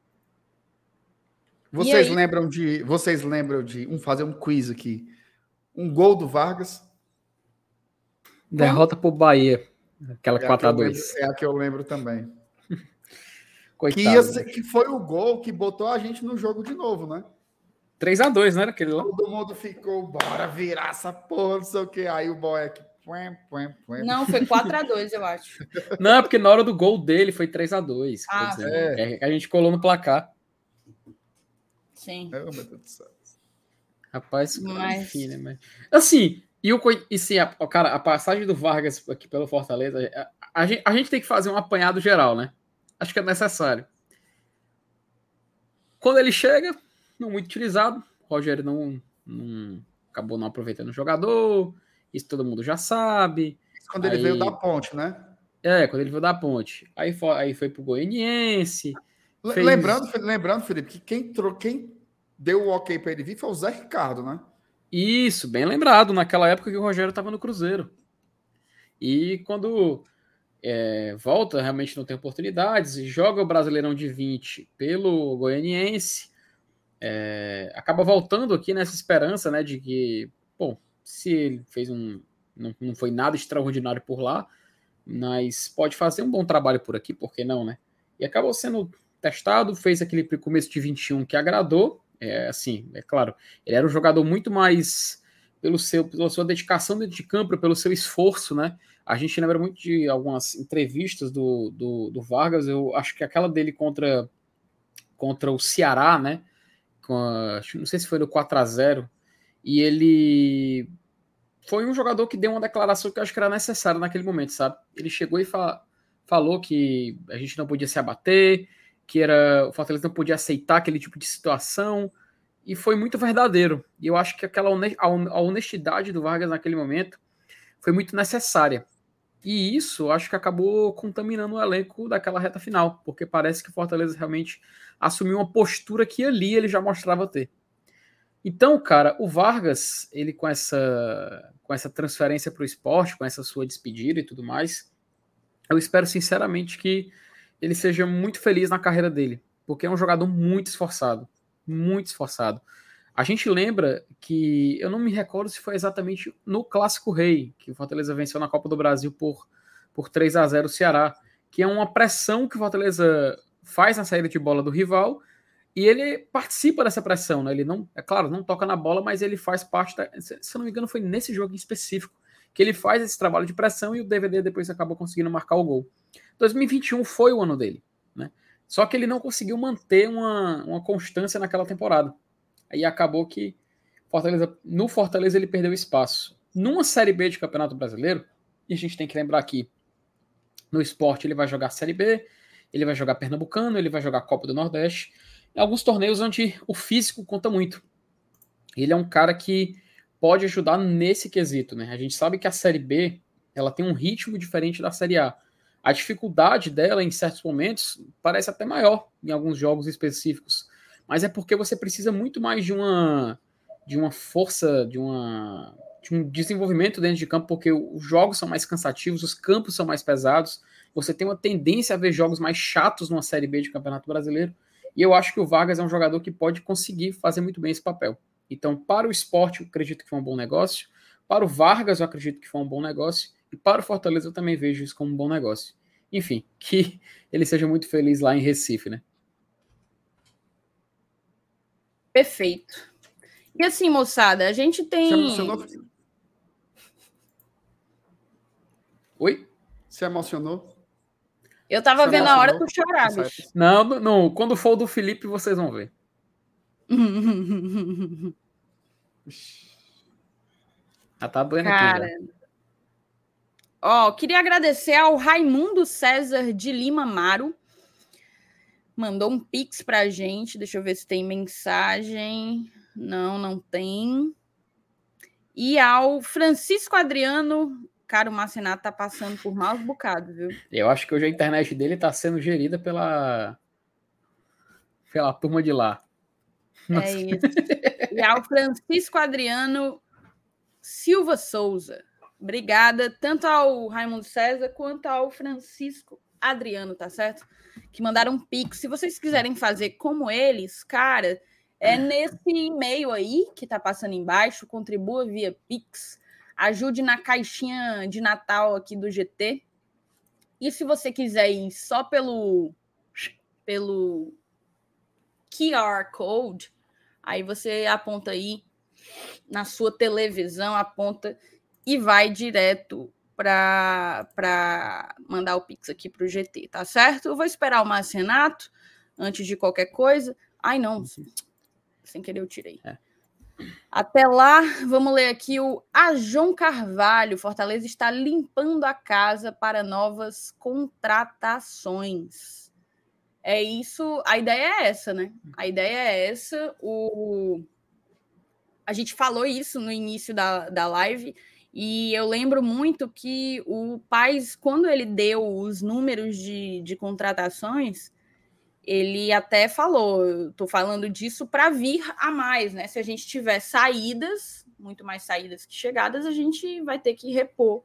Vocês lembram de, vocês lembram de, vamos fazer um quiz aqui, um gol do Vargas? Derrota pro Bahia, aquela é quatro a dois. É a que eu lembro também. Coitado, que, ia ser, que foi o gol que botou a gente no jogo de novo, né? três a dois, não era aquele lá? Todo mundo ficou, bora virar essa porra, não sei o que. Aí o Boeck... Não, foi quatro a dois, eu acho. Não, é porque na hora do gol dele foi três a dois. Ah, é. A gente colou no placar. Sim. Oh, meu Deus do céu. Rapaz, Mas... enfim, né? Mas... Assim, e, o, e sim, a, cara, a passagem do Vargas aqui pelo Fortaleza, a, a, gente, a gente tem que fazer um apanhado geral, né? Acho que é necessário. Quando ele chega, não muito utilizado, o Rogério não, não acabou não aproveitando o jogador, isso todo mundo já sabe. Quando ele aí, veio da Ponte, né? É, quando ele veio da Ponte. Aí foi, aí foi pro Goianiense. Fez... Lembrando, lembrando, Felipe, que quem, tro... quem deu o ok para ele vir foi o Zé Ricardo, né? Isso, bem lembrado, naquela época que o Rogério estava no Cruzeiro. E quando é, volta, realmente não tem oportunidades, joga o Brasileirão de vinte pelo Goianiense, é, acaba voltando aqui nessa esperança, né, de que, bom, se ele fez um, não, não foi nada extraordinário por lá, mas pode fazer um bom trabalho por aqui, por que não, né? E acabou sendo testado, fez aquele começo de vinte e um que agradou, é, assim, é claro, ele era um jogador muito mais pelo seu, pela sua dedicação dentro de campo, pelo seu esforço, né? A gente lembra muito de algumas entrevistas do, do, do Vargas, eu acho que aquela dele contra, contra o Ceará, né? Com a, não sei se foi no quatro a zero, e ele foi um jogador que deu uma declaração que eu acho que era necessária naquele momento, sabe? Ele chegou e fa falou que a gente não podia se abater, que era, o Fortaleza não podia aceitar aquele tipo de situação, e foi muito verdadeiro. E eu acho que aquela a honestidade do Vargas naquele momento foi muito necessária. E isso, acho que acabou contaminando o elenco daquela reta final, porque parece que o Fortaleza realmente assumiu uma postura que ali ele já mostrava ter. Então, cara, o Vargas, ele com essa, com essa transferência para o esporte, com essa sua despedida e tudo mais, eu espero sinceramente que ele seja muito feliz na carreira dele, porque é um jogador muito esforçado, muito esforçado. A gente lembra que, eu não me recordo se foi exatamente no Clássico Rei, que o Fortaleza venceu na Copa do Brasil por, por três a zero o Ceará, que é uma pressão que o Fortaleza faz na saída de bola do rival, e ele participa dessa pressão, né? Ele não, é claro, não toca na bola, mas ele faz parte da, se eu não me engano foi nesse jogo em específico, que ele faz esse trabalho de pressão e o D V D depois acabou conseguindo marcar o gol. dois mil e vinte e um foi o ano dele, né? Só que ele não conseguiu manter uma, uma constância naquela temporada. Aí acabou que Fortaleza, no Fortaleza ele perdeu espaço. Numa Série B de Campeonato Brasileiro, e a gente tem que lembrar aqui, no esporte ele vai jogar Série B, ele vai jogar Pernambucano, ele vai jogar Copa do Nordeste, em alguns torneios onde o físico conta muito. Ele é um cara que pode ajudar nesse quesito, né? A gente sabe que a Série B ela tem um ritmo diferente da Série A. A dificuldade dela, em certos momentos, parece até maior em alguns jogos específicos. Mas é porque você precisa muito mais de uma, de uma força, de, uma, de um desenvolvimento dentro de campo, porque os jogos são mais cansativos, os campos são mais pesados, você tem uma tendência a ver jogos mais chatos numa Série B de Campeonato Brasileiro, e eu acho que o Vargas é um jogador que pode conseguir fazer muito bem esse papel. Então, para o esporte, eu acredito que foi um bom negócio, para o Vargas, eu acredito que foi um bom negócio, e para o Fortaleza, eu também vejo isso como um bom negócio. Enfim, que ele seja muito feliz lá em Recife, né? Perfeito. E assim, moçada, a gente tem... Se emocionou? Oi? Se emocionou? Eu tava Se vendo emocionou? a hora que tu chorava. Não, não, quando for o do Felipe, vocês vão ver. Ah, tá doendo Cara, aqui já. Ó, queria agradecer ao Raimundo César de Lima Amaro. Mandou um pix pra gente. Deixa eu ver se tem mensagem. Não, não tem. E ao Francisco Adriano. Cara, o Marcenato tá passando por maus bocados, viu? Eu acho que hoje a internet dele tá sendo gerida pela, pela turma de lá. Nossa. É isso. E ao Francisco Adriano Silva Souza. Obrigada, tanto ao Raimundo César quanto ao Francisco Adriano, tá certo? Que mandaram um pix. Se vocês quiserem fazer como eles, cara, é nesse e-mail aí que tá passando embaixo, contribua via pix, ajude na caixinha de Natal aqui do G T. E se você quiser ir só pelo, pelo Q R Code, aí você aponta aí na sua televisão, aponta e vai direto para mandar o Pix aqui para o G T, tá certo? Eu vou esperar o Marcenato antes de qualquer coisa. Ai, não, sem querer eu tirei. É. Até lá, vamos ler aqui o Ajon Carvalho. Fortaleza está limpando a casa para novas contratações. É isso, a ideia é essa, né? A ideia é essa. O... A gente falou isso no início da, da live, e eu lembro muito que o Paes, quando ele deu os números de, de contratações, ele até falou, eu tô falando disso para vir a mais, né? Se a gente tiver saídas, muito mais saídas que chegadas, a gente vai ter que repor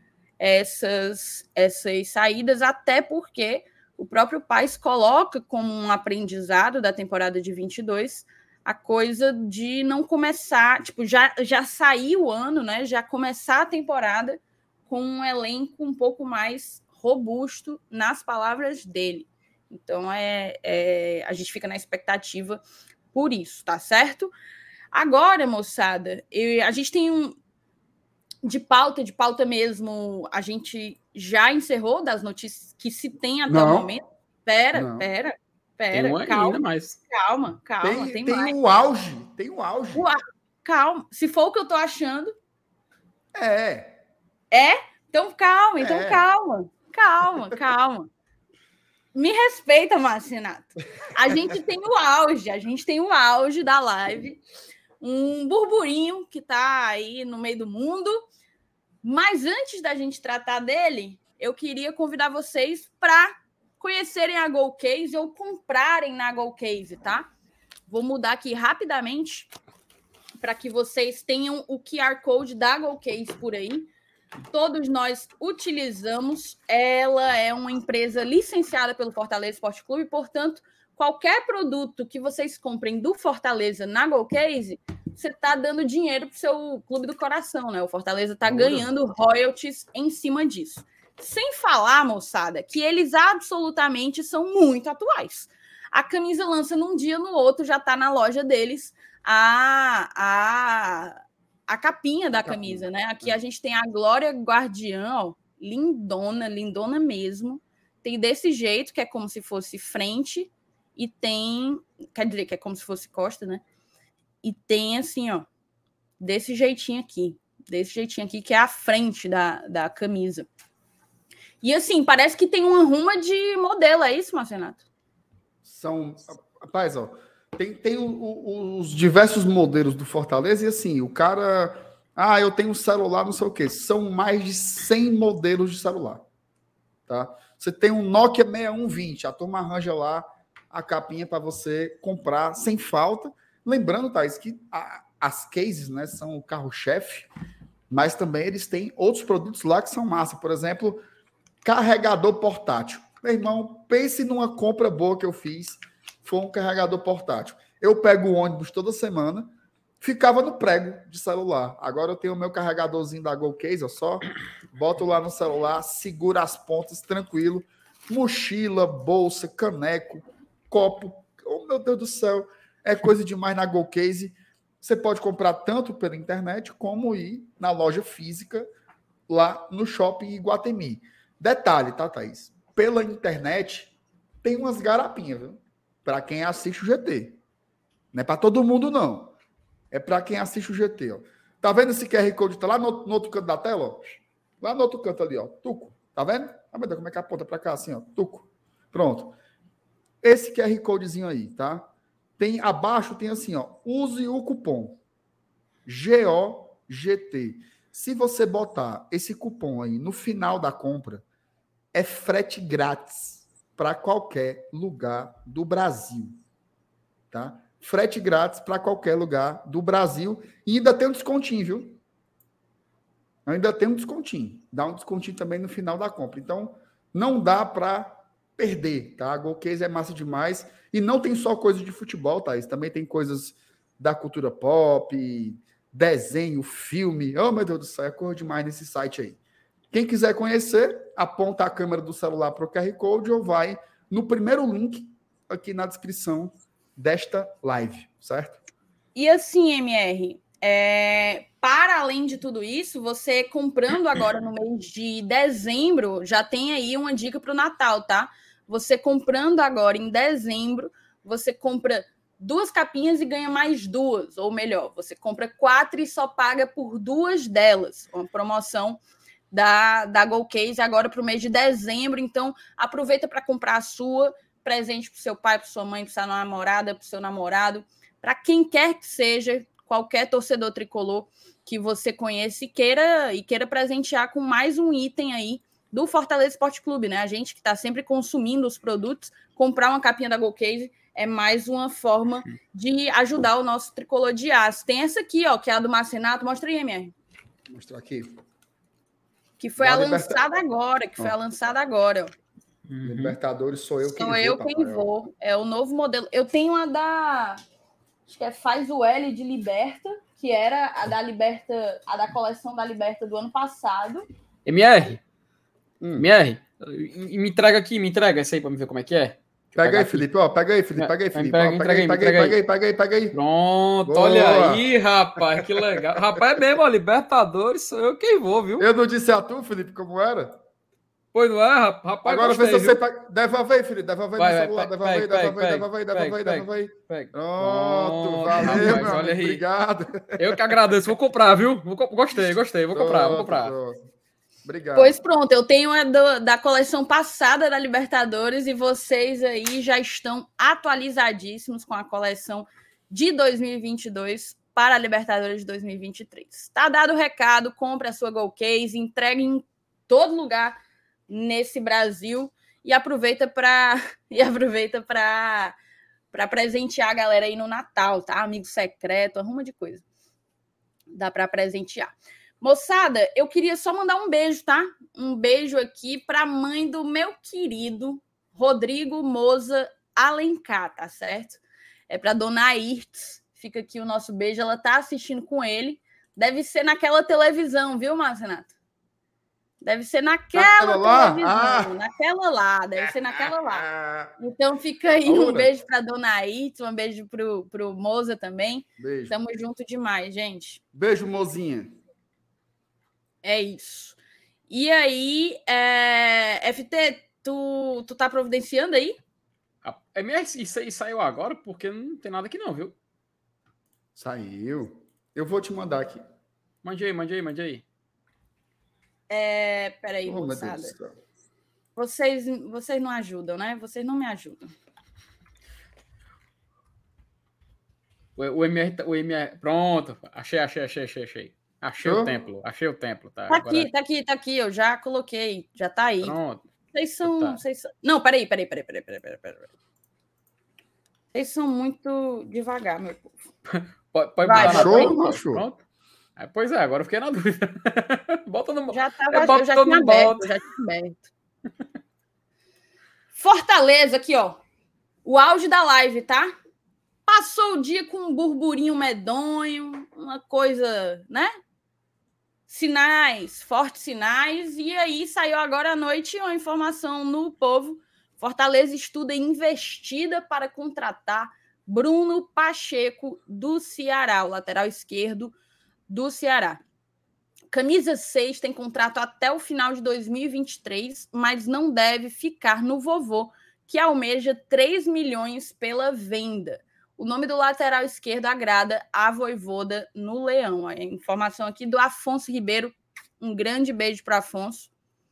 essas, essas saídas, até porque o próprio Paes coloca como um aprendizado da temporada de vinte e dois a coisa de não começar, tipo, já, já sair o ano, né? Já começar a temporada com um elenco um pouco mais robusto, nas palavras dele. Então, é, é, a gente fica na expectativa por isso, tá certo? Agora, moçada, eu, a gente tem um... De pauta, de pauta mesmo, a gente já encerrou das notícias que se tem até Não. o momento. Pera, Não. pera, pera. Tem uma calma, ainda mais. calma, calma. Tem, Tem, tem mais. o auge. Tem o auge. O, calma. Se for o que eu tô achando. É. É? Então calma, então É. calma. Calma, calma. Me respeita, Marcinato. A gente tem o auge, a gente tem o auge da live. Um burburinho que tá aí no meio do mundo. Mas antes da gente tratar dele, eu queria convidar vocês para conhecerem a GoCase ou comprarem na GoCase, tá? Vou mudar aqui rapidamente para que vocês tenham o Q R Code da GoCase por aí. Todos nós utilizamos. Ela é uma empresa licenciada pelo Fortaleza Esporte Clube, portanto, qualquer produto que vocês comprem do Fortaleza na GoCase, você está dando dinheiro para o seu clube do coração, né? O Fortaleza está ganhando royalties em cima disso. Sem falar, moçada, que eles absolutamente são muito atuais. A camisa lança num dia, no outro já está na loja deles a, a, a capinha da camisa, né? Aqui a gente tem a Glória Guardiã, ó, lindona, lindona mesmo. Tem desse jeito, que é como se fosse frente, e tem, quer dizer, que é como se fosse costa, né? E tem assim, ó, desse jeitinho aqui, desse jeitinho aqui, que é a frente da, da camisa. E assim, parece que tem uma ruma de modelo, é isso, Marcenato? São, rapaz, ó, tem, tem o, o, os diversos modelos do Fortaleza e assim, o cara, ah, eu tenho um celular, não sei o quê, são mais de cem modelos de celular, tá? Você tem um Nokia sessenta e um vinte, a turma arranja lá a capinha para você comprar sem falta. Lembrando, Thaís, que a, as cases, né, são o carro-chefe, mas também eles têm outros produtos lá que são massa. Por exemplo, carregador portátil. Meu irmão, pense numa compra boa que eu fiz. Foi um carregador portátil. Eu pego o ônibus toda semana, ficava no prego de celular. Agora eu tenho o meu carregadorzinho da GoCase, ó, só boto lá no celular, segura as pontas, tranquilo. Mochila, bolsa, caneco, copo. Oh, meu Deus do céu. É coisa demais na GoCase. Você pode comprar tanto pela internet como ir na loja física lá no shopping Iguatemi. Detalhe, tá, Thaís? Pela internet tem umas garapinhas, viu? Para quem assiste o G T. Não é para todo mundo, não. É para quem assiste o G T, ó. Tá vendo esse Q R Code? Tá lá no, no outro canto da tela, ó. Lá no outro canto ali, ó. Tuco. Tá vendo? Ah, meu Deus, como é que aponta para cá assim, ó? Tuco. Pronto. Esse Q R Codezinho aí, tá? Tem abaixo, tem assim, ó. Use o cupom G O G T. Se você botar esse cupom aí no final da compra, é frete grátis para qualquer lugar do Brasil, tá? Frete grátis para qualquer lugar do Brasil e ainda tem um descontinho, viu? Ainda tem um descontinho. Dá um descontinho também no final da compra. Então, não dá para perder, tá? A GoCase é massa demais. E não tem só coisa de futebol, tá? Isso também tem coisas da cultura pop, desenho, filme. Oh, meu Deus do céu, é coisa demais nesse site aí. Quem quiser conhecer, aponta a câmera do celular para o Q R Code ou vai no primeiro link aqui na descrição desta live, certo? E assim, M R, é, para além de tudo isso, você comprando agora no mês de dezembro, já tem aí uma dica para o Natal, tá? Você comprando agora em dezembro, você compra duas capinhas e ganha mais duas, ou melhor, você compra quatro e só paga por duas delas. Uma promoção da, da GoCase agora para o mês de dezembro. Então, aproveita para comprar a sua, presente para o seu pai, para sua mãe, para sua namorada, para o seu namorado, para quem quer que seja, qualquer torcedor tricolor que você conheça e queira, e queira presentear com mais um item aí do Fortaleza Esporte Clube, né? A gente que está sempre consumindo os produtos, comprar uma capinha da GoCase é mais uma forma de ajudar o nosso tricolor de aço. Tem essa aqui, ó, que é a do Marcenato. Mostra aí, M R. Vou mostrar aqui. Que foi da a Liberta... lançada agora, que ó. foi a lançada agora. Ó. Uhum. Libertadores sou eu quem sou vou. Sou eu quem papai, vou. Ó. É o novo modelo. Eu tenho a da... Acho que é Faz o L de Liberta, que era a da Liberta, a da coleção da Liberta do ano passado. M R, hum. M R, me entrega aqui, me entrega essa aí pra me ver como é que é. Pega aí, Felipe, ó, pega aí, Felipe, pega aí, Felipe. Pega, ó, pega, entrega aí, pega, aí, pega aí, pega aí, pega aí. Pronto, Boa. olha aí, rapaz, que legal. Rapaz, é mesmo, ó, Libertadores, sou eu quem vou, viu? Eu não disse a tu, Felipe, como era? Pois não é, rapaz, Agora gostei, vê se você viu? pega. Devolve aí, Felipe, devolve aí Vai, no vai, celular, pega, devolve aí, pega, devolve aí, pega, devolve aí, devolve aí, pega, devolve aí. pega. Pronto, Pronto, valeu, rapaz, meu olha amigo, aí. obrigado. Eu que agradeço, vou comprar, viu? Vou, gostei, gostei, vou comprar, vou Pronto, comprar. pronto. Obrigado. Pois pronto, eu tenho a do, da coleção passada da Libertadores e vocês aí já estão atualizadíssimos com a coleção de dois mil e vinte e dois para a Libertadores de dois mil e vinte e três. Tá dado o recado, compre a sua Gold Case, entregue em todo lugar nesse Brasil e aproveita para e aproveita para para presentear a galera aí no Natal, tá? Amigo secreto, arruma de coisa. Dá para presentear. Moçada, eu queria só mandar um beijo, tá? Um beijo aqui para a mãe do meu querido Rodrigo Moza Alencar, tá certo? É para dona Airtes. Fica aqui o nosso beijo. Ela tá assistindo com ele. Deve ser naquela televisão, viu, Marcenato? Deve ser naquela, naquela lá? televisão. Ah. Naquela lá. Deve ser naquela lá. Então fica aí Aura. Um beijo para dona Airtes, um beijo pro, pro Moza também. Beijo. Tamo junto demais, gente. Beijo, mozinha. É isso. E aí, é... F T, tu, tu tá providenciando aí? É minha, isso aí saiu agora, porque não tem nada aqui não, viu? Saiu. Eu vou te mandar aqui. Mande aí, mande aí, mande aí. É, peraí, oh, moçada. Vocês, vocês não ajudam, né? Vocês não me ajudam. O, o, M R, o M R... Pronto. Achei, achei, achei, achei, achei. Achei oh. o templo, achei o templo. Tá, tá agora... aqui, tá aqui, tá aqui. Eu já coloquei, já tá aí. Pronto. Vocês são, tá. vocês são... Não, peraí, peraí, peraí, peraí, peraí, peraí, peraí. Vocês são muito devagar, meu povo. pode pode Vai, botar achou, na tela, achou. Pronto. É, pois é, agora eu fiquei na dúvida. Bota no... Já tava, é, bota eu já todo tinha mundo aberto, bota. já tinha aberto. Fortaleza, aqui, ó. O auge da live, tá? Passou o dia com um burburinho medonho, uma coisa, né? Sinais, fortes sinais, e aí saiu agora à noite uma informação no Povo. Fortaleza estuda investida para contratar Bruno Pacheco do Ceará, o lateral esquerdo do Ceará. Camisa seis tem contrato até o final de dois mil e vinte e três, mas não deve ficar no Vovô, que almeja três milhões pela venda. O nome do lateral esquerdo agrada a Vojvoda no Leão. A informação aqui do Afonso Ribeiro. Um grande beijo para Afonso.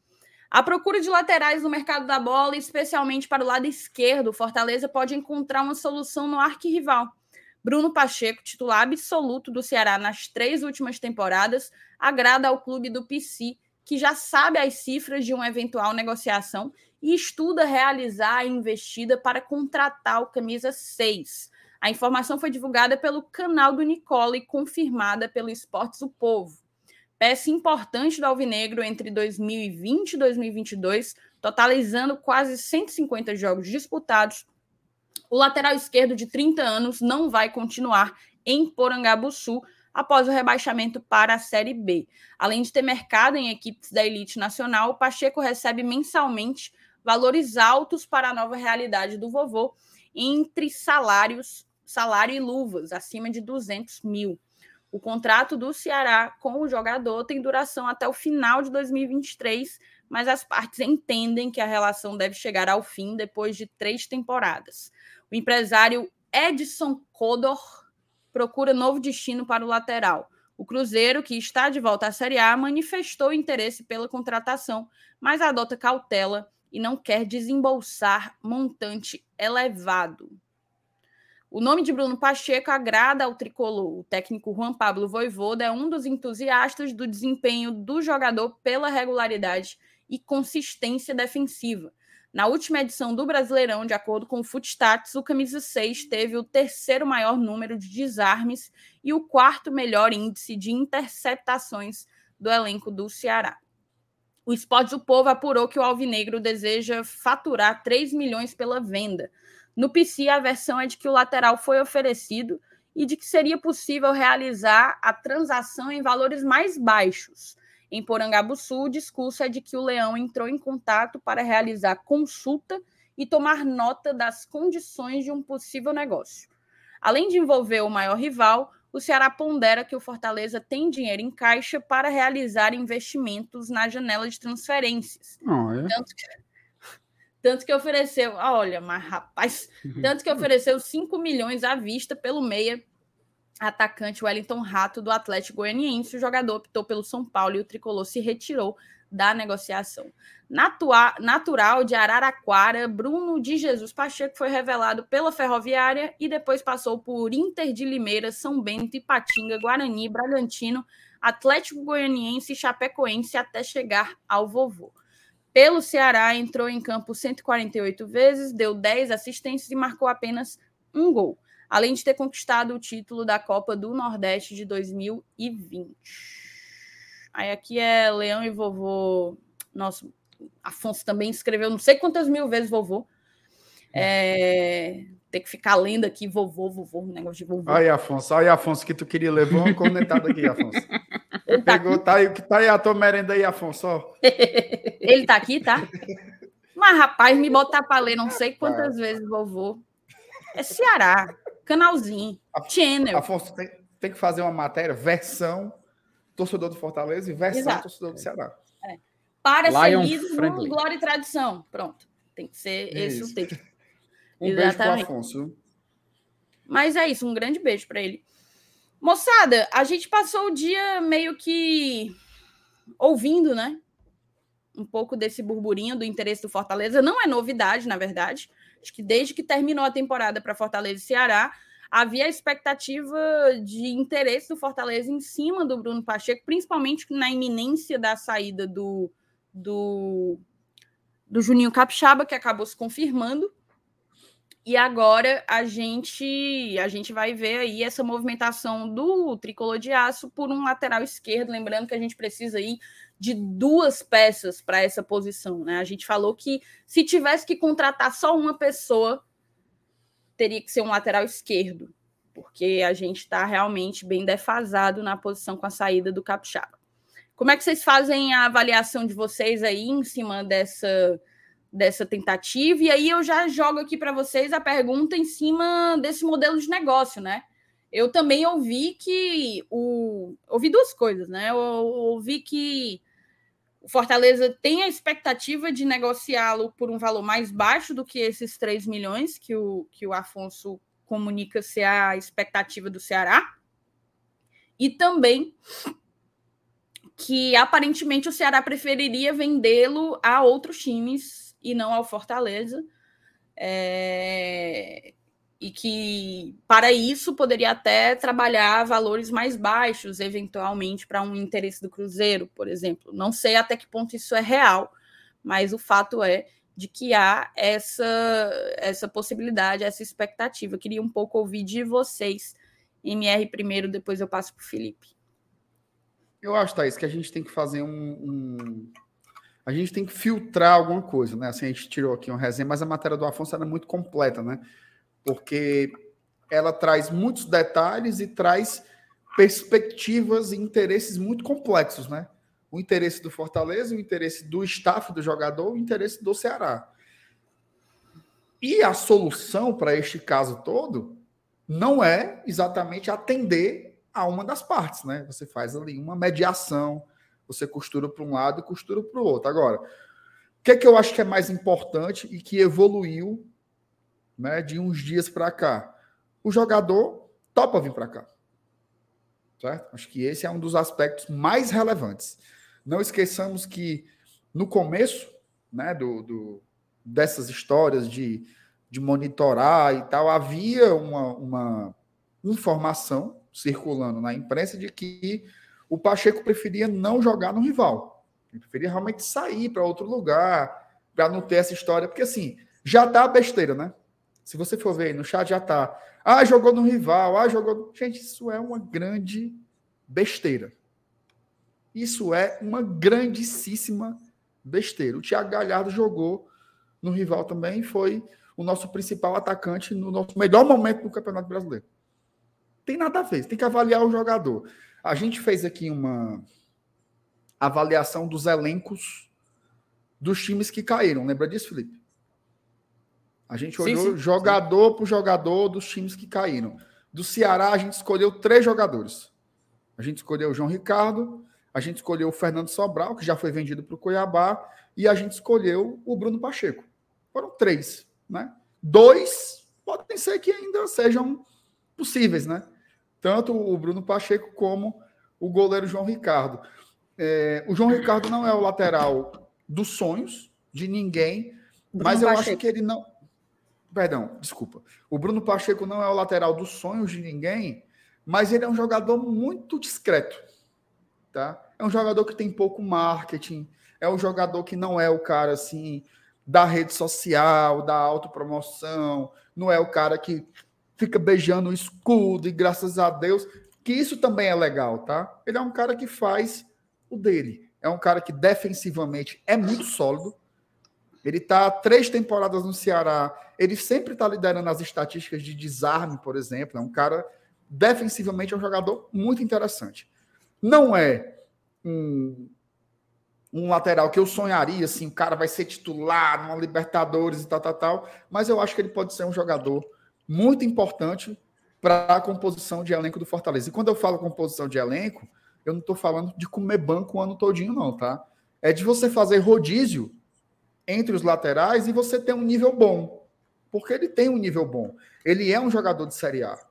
A procura de laterais no mercado da bola, especialmente para o lado esquerdo, Fortaleza pode encontrar uma solução no arquirrival. Bruno Pacheco, titular absoluto do Ceará nas três últimas temporadas, agrada ao clube do P C, que já sabe as cifras de uma eventual negociação e estuda realizar a investida para contratar o camisa seis. A informação foi divulgada pelo canal do Nicola e confirmada pelo Esportes O Povo. Peça importante do Alvinegro entre dois mil e vinte e dois mil e vinte e dois, totalizando quase cento e cinquenta jogos disputados, o lateral esquerdo de trinta anos não vai continuar em Porangabuçu após o rebaixamento para a Série B. Além de ter mercado em equipes da elite nacional, o Pacheco recebe mensalmente valores altos para a nova realidade do Vovô, entre salários, salário e luvas, acima de duzentos mil. O contrato do Ceará com o jogador tem duração até o final de dois mil e vinte e três, mas as partes entendem que a relação deve chegar ao fim depois de três temporadas. O empresário Edson Codor procura novo destino para o lateral. O Cruzeiro, que está de volta à Série A, manifestou interesse pela contratação, mas adota cautela e não quer desembolsar montante elevado. O nome de Bruno Pacheco agrada ao tricolor. O técnico Juan Pablo Vojvoda é um dos entusiastas do desempenho do jogador pela regularidade e consistência defensiva. Na última edição do Brasileirão, de acordo com o Footstats, o camisa seis teve o terceiro maior número de desarmes e o quarto melhor índice de interceptações do elenco do Ceará. O Esportes do Povo apurou que o Alvinegro deseja faturar três milhões pela venda. No P C, a versão é de que o lateral foi oferecido e de que seria possível realizar a transação em valores mais baixos. Em Porangabuçu, o discurso é de que o Leão entrou em contato para realizar consulta e tomar nota das condições de um possível negócio. Além de envolver o maior rival, o Ceará pondera que o Fortaleza tem dinheiro em caixa para realizar investimentos na janela de transferências. Oh, é? Tanto que, tanto que ofereceu... Olha, mas rapaz... Tanto que ofereceu cinco milhões à vista pelo meia atacante Wellington Rato do Atlético Goianiense. O jogador optou pelo São Paulo e o tricolor se retirou da negociação. Natua, natural de Araraquara, Bruno de Jesus Pacheco foi revelado pela Ferroviária e depois passou por Inter de Limeira, São Bento, Ipatinga, Guarani, Bragantino, Atlético Goianiense e Chapecoense até chegar ao vovô. Pelo Ceará, entrou em campo cento e quarenta e oito vezes, deu dez assistências e marcou apenas um gol, além de ter conquistado o título da Copa do Nordeste de dois mil e vinte. Aí aqui é Leão e Vovô. Nossa, Afonso também escreveu não sei quantas mil vezes vovô. É... Tem que ficar lendo aqui vovô, vovô, um negócio de vovô. Aí, Afonso, aí, Afonso, que tu queria levar uma cornetada aqui, Afonso. Ele tá Pegou, aqui. tá aí, tá aí a tua merenda aí, Afonso, ó. Ele tá aqui, tá? Mas, rapaz, me botar pra ler não sei quantas vezes vovô. É Ceará, canalzinho, channel. Afonso, tem, tem que fazer uma matéria, versão torcedor do Fortaleza e versão Exato. torcedor do Ceará. É. Para Lion ser lido friendly. no Glória e Tradição. Pronto. Tem que ser esse Isso. o texto. Um Exatamente. beijo pro Afonso. Mas é isso, um grande beijo para ele. Moçada, a gente passou o dia meio que ouvindo, né? Um pouco desse burburinho do interesse do Fortaleza. Não é novidade, na verdade. Acho que desde que terminou a temporada para Fortaleza e Ceará, havia a expectativa de interesse do Fortaleza em cima do Bruno Pacheco, principalmente na iminência da saída do, do, do Juninho Capixaba, que acabou se confirmando. E agora a gente, a gente vai ver aí essa movimentação do Tricolor de Aço por um lateral esquerdo. Lembrando que a gente precisa aí de duas peças para essa posição, né? A gente falou que se tivesse que contratar só uma pessoa, teria que ser um lateral esquerdo, porque a gente está realmente bem defasado na posição com a saída do Capixaba. Como é que vocês fazem a avaliação de vocês aí em cima dessa, dessa tentativa? E aí eu já jogo aqui para vocês a pergunta em cima desse modelo de negócio, né? Eu também ouvi que o... ouvi duas coisas, né? Eu ouvi que o Fortaleza tem a expectativa de negociá-lo por um valor mais baixo do que esses três milhões que o, que o Afonso comunica ser a expectativa do Ceará. E também que, aparentemente, o Ceará preferiria vendê-lo a outros times e não ao Fortaleza. É... E que, para isso, poderia até trabalhar valores mais baixos, eventualmente, para um interesse do Cruzeiro, por exemplo. Não sei até que ponto isso é real, mas o fato é de que há essa, essa possibilidade, essa expectativa. Eu queria um pouco ouvir de vocês. M R primeiro, depois eu passo para o Felipe. Eu acho, Thaís, que a gente tem que fazer um, um... A gente tem que filtrar alguma coisa, né? Assim, a gente tirou aqui uma resenha, mas a matéria do Afonso era muito completa, né? Porque ela traz muitos detalhes e traz perspectivas e interesses muito complexos, né? O interesse do Fortaleza, o interesse do staff do jogador, o interesse do Ceará. E a solução para este caso todo não é exatamente atender a uma das partes, né? Você faz ali uma mediação, você costura para um lado e costura para o outro. Agora, o que é que eu acho que é mais importante e que evoluiu, né, de uns dias para cá? O jogador topa vir para cá. Certo? Acho que esse é um dos aspectos mais relevantes. Não esqueçamos que no começo, né, do, do, dessas histórias de, de monitorar e tal, havia uma, uma informação circulando na imprensa de que o Pacheco preferia não jogar no rival. Ele preferia realmente sair para outro lugar, para não ter essa história, porque assim, já dá besteira, né? Se você for ver aí no chat, já tá. Ah, jogou no rival, ah, jogou... Gente, isso é uma grande besteira. Isso é uma grandíssima besteira. O Thiago Galhardo jogou no rival também, foi o nosso principal atacante no nosso melhor momento do Campeonato Brasileiro. Tem nada a ver, tem que avaliar o jogador. A gente fez aqui uma avaliação dos elencos dos times que caíram. Lembra disso, Felipe? A gente olhou sim, sim, jogador sim. por jogador dos times que caíram. Do Ceará, a gente escolheu três jogadores. A gente escolheu o João Ricardo, a gente escolheu o Fernando Sobral, que já foi vendido para o Cuiabá, e a gente escolheu o Bruno Pacheco. Foram três, né? Dois podem ser que ainda sejam possíveis, né? Tanto o Bruno Pacheco como o goleiro João Ricardo. É, o João Ricardo não é o lateral dos sonhos de ninguém, Bruno mas eu Pacheco. acho que ele não... Perdão, desculpa. O Bruno Pacheco não é o lateral dos sonhos de ninguém, mas ele é um jogador muito discreto, tá? É um jogador que tem pouco marketing, é um jogador que não é o cara, assim, da rede social, da autopromoção, não é o cara que fica beijando o escudo e graças a Deus, que isso também é legal, tá? Ele é um cara que faz o dele. É um cara que defensivamente é muito sólido. Ele está há três temporadas no Ceará. Ele sempre está liderando as estatísticas de desarme, por exemplo. É um cara, defensivamente, é um jogador muito interessante. Não é um, um lateral que eu sonharia, assim, o cara vai ser titular numa Libertadores e tal, tal, tal. Mas eu acho que ele pode ser um jogador muito importante para a composição de elenco do Fortaleza. E quando eu falo composição de elenco, eu não estou falando de comer banco o ano todinho, não, tá? É de você fazer rodízio entre os laterais e você ter um nível bom. Porque ele tem um nível bom. Ele é um jogador de Série A.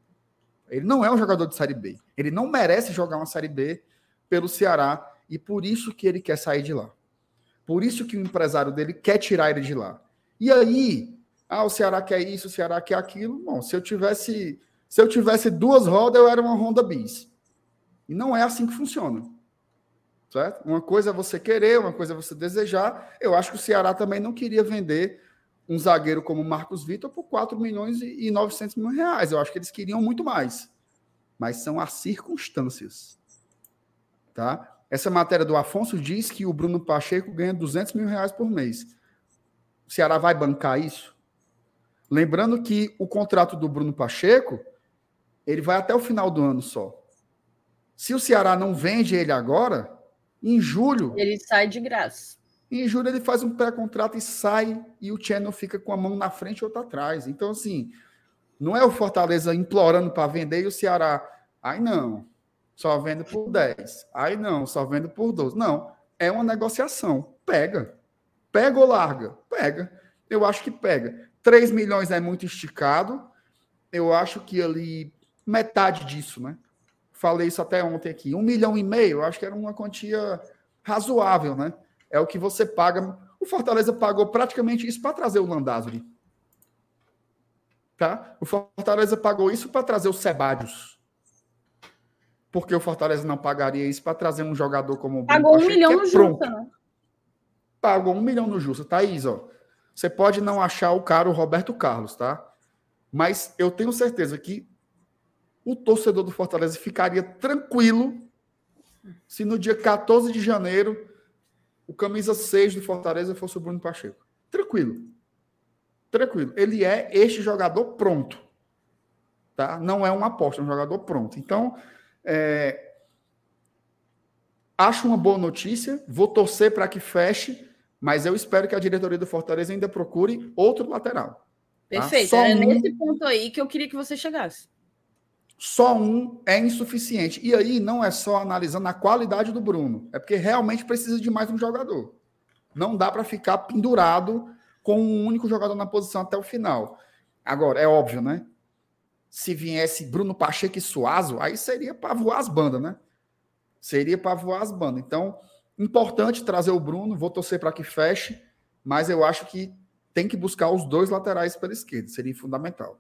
Ele não é um jogador de Série B. Ele não merece jogar uma Série B pelo Ceará e por isso que ele quer sair de lá. Por isso que o empresário dele quer tirar ele de lá. E aí, ah, o Ceará quer isso, o Ceará quer aquilo. Bom, se eu tivesse, se eu tivesse duas rodas, eu era uma Honda Bis. E não é assim que funciona. Certo? Uma coisa é você querer, uma coisa é você desejar. Eu acho que o Ceará também não queria vender um zagueiro como o Marcos Vitor por quatro milhões e novecentos mil reais. Eu acho que eles queriam muito mais. Mas são as circunstâncias. Tá? Essa matéria do Afonso diz que o Bruno Pacheco ganha duzentos mil reais por mês. O Ceará vai bancar isso? Lembrando que o contrato do Bruno Pacheco, ele vai até o final do ano só. Se o Ceará não vende ele agora, em julho... Ele sai de graça. Em julho ele faz um pré-contrato e sai, e o Channel fica com a mão na frente e outra atrás. Então, assim, não é o Fortaleza implorando para vender e o Ceará... Ai, não, só vendo por dez. Ai, não, só vendo por doze. Não, é uma negociação. Pega. Pega ou larga? Pega. Eu acho que pega. três milhões é muito esticado. Eu acho que ali, metade disso, né? Falei isso até ontem aqui. Um milhão e meio, eu acho que era uma quantia razoável, né? É o que você paga. O Fortaleza pagou praticamente isso para trazer o Landázuri. Tá? O Fortaleza pagou isso para trazer o Sebadios. Porque o Fortaleza não pagaria isso para trazer um jogador como o Pagou um milhão no Justa, né? Pagou um milhão no Justa. Thaís, ó. Você pode não achar o cara o Roberto Carlos, tá? Mas eu tenho certeza que o torcedor do Fortaleza ficaria tranquilo se no dia quatorze de janeiro o camisa seis do Fortaleza fosse o Bruno Pacheco. Tranquilo. Tranquilo. Ele é este jogador pronto. Tá? Não é uma aposta, é um jogador pronto. Então, é... acho uma boa notícia, vou torcer para que feche, mas eu espero que a diretoria do Fortaleza ainda procure outro lateral. Perfeito. Tá? Era um... nesse ponto aí que eu queria que você chegasse. Só um é insuficiente. E aí não é só analisando a qualidade do Bruno. É porque realmente precisa de mais um jogador. Não dá para ficar pendurado com um único jogador na posição até o final. Agora, é óbvio, né? Se viesse Bruno Pacheco e Suazo, aí seria para voar as bandas, né? Seria para voar as bandas. Então, importante trazer o Bruno. Vou torcer para que feche. Mas eu acho que tem que buscar os dois laterais pela esquerda. Seria fundamental.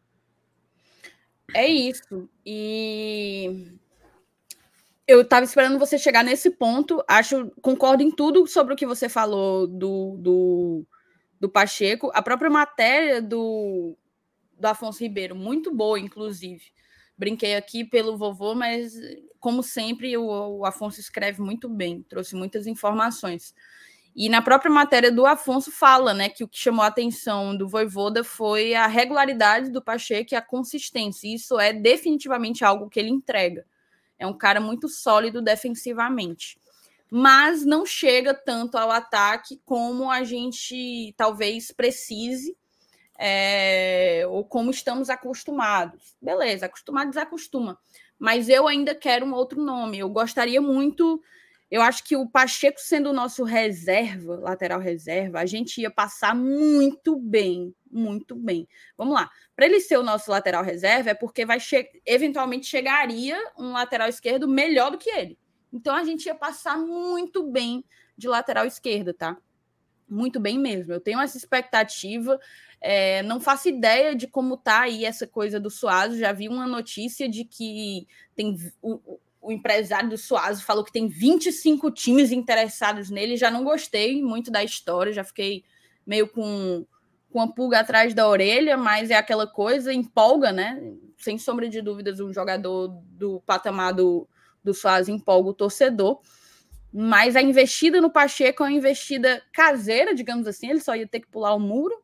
É isso. E eu estava esperando você chegar nesse ponto. Acho, concordo em tudo sobre o que você falou do, do, do Pacheco. A própria matéria do, do Afonso Ribeiro, muito boa, inclusive. Brinquei aqui pelo vovô, mas, como sempre, o, o Afonso escreve muito bem, trouxe muitas informações. E na própria matéria do Afonso fala, né, que o que chamou a atenção do Vojvoda foi a regularidade do Pacheco e a consistência. Isso é definitivamente algo que ele entrega. É um cara muito sólido defensivamente. Mas não chega tanto ao ataque como a gente talvez precise é, ou como estamos acostumados. Beleza, acostumado desacostuma. Mas eu ainda quero um outro nome. Eu gostaria muito... Eu acho que o Pacheco sendo o nosso reserva, lateral reserva, a gente ia passar muito bem, muito bem. Vamos lá. Para ele ser o nosso lateral reserva é porque vai che- eventualmente chegaria um lateral esquerdo melhor do que ele. Então a gente ia passar muito bem de lateral esquerda, tá? Muito bem mesmo. Eu tenho essa expectativa. É, não faço ideia de como tá aí essa coisa do Suazo. Já vi uma notícia de que tem o, o empresário do Suazo falou que tem vinte e cinco times interessados nele. Já não gostei muito da história, já fiquei meio com, com a pulga atrás da orelha, mas é aquela coisa, empolga, né? Sem sombra de dúvidas, um jogador do patamar do, do Suazo empolga o torcedor. Mas a investida no Pacheco é uma investida caseira, digamos assim, ele só ia ter que pular o muro.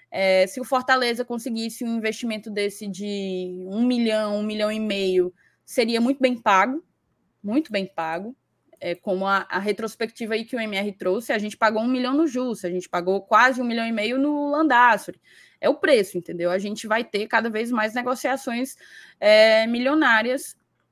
É, se o Fortaleza conseguisse um investimento desse de um milhão, um milhão e meio, seria muito bem pago, muito bem pago. É, como a, a retrospectiva aí que o M R trouxe, a gente pagou um milhão no Jussa, a gente pagou quase um milhão e meio no Landázuri. É o preço, entendeu? A gente vai ter cada vez mais negociações é, milionárias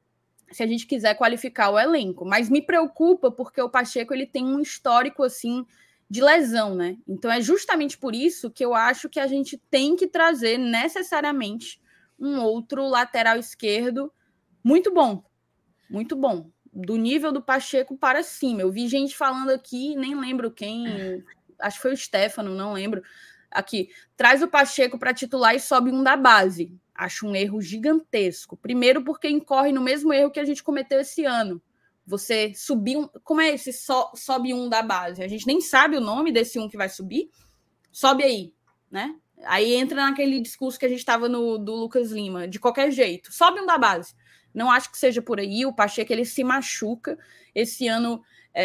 se a gente quiser qualificar o elenco. Mas me preocupa porque o Pacheco ele tem um histórico assim de lesão, né? Então é justamente por isso que eu acho que a gente tem que trazer necessariamente um outro lateral esquerdo muito bom, muito bom, do nível do Pacheco para cima. Eu vi gente falando aqui, nem lembro quem, acho que foi o Stefano, não lembro. Aqui, traz o Pacheco para titular e sobe um da base. Acho um erro gigantesco. Primeiro porque incorre no mesmo erro que a gente cometeu esse ano. Você subir um... Como é esse so, sobe um da base? A gente nem sabe o nome desse um que vai subir. Sobe aí, né? Aí entra naquele discurso que a gente estava no do Lucas Lima. De qualquer jeito, sobe um da base. Não acho que seja por aí. O Pacheco, ele se machuca. Esse ano...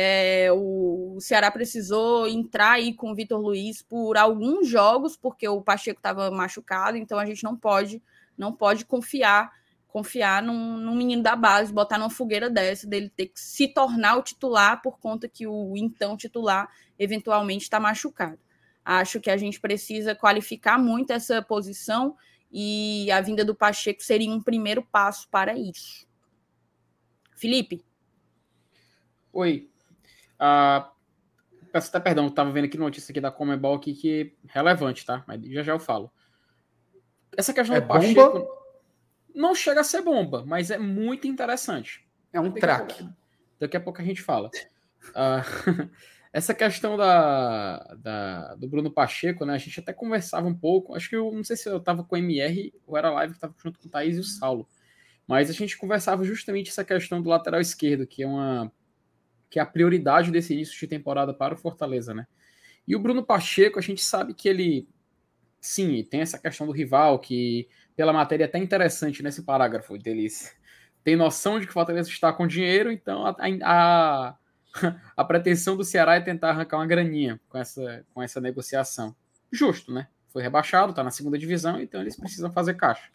É, o Ceará precisou entrar aí com o Vitor Luiz por alguns jogos, porque o Pacheco estava machucado, então a gente não pode, não pode confiar, confiar num, num menino da base, botar numa fogueira dessa, dele ter que se tornar o titular por conta que o então titular eventualmente está machucado. Acho que a gente precisa qualificar muito essa posição e a vinda do Pacheco seria um primeiro passo para isso. Felipe? Oi. Ah, peço até perdão, eu estava vendo aqui notícia aqui da Comebol aqui que é relevante, tá? Mas já já eu falo. Essa questão é do Pacheco bomba? Não chega a ser bomba, mas é muito interessante. É um traque. Daqui a pouco a gente fala. Uh, essa questão da, da, do Bruno Pacheco, né? A gente até conversava um pouco. Acho que eu não sei se eu estava com o M R ou era a live que estava junto com o Thaís e o Saulo. Mas a gente conversava justamente essa questão do lateral esquerdo, que é uma que é a prioridade desse início de temporada para o Fortaleza, né? E o Bruno Pacheco, a gente sabe que ele, sim, tem essa questão do rival, que pela matéria é até interessante nesse parágrafo deles. Tem noção de que o Fortaleza está com dinheiro, então a, a, a pretensão do Ceará é tentar arrancar uma graninha com essa, com essa negociação. Justo, né? Foi rebaixado, está na segunda divisão, então eles precisam fazer caixa.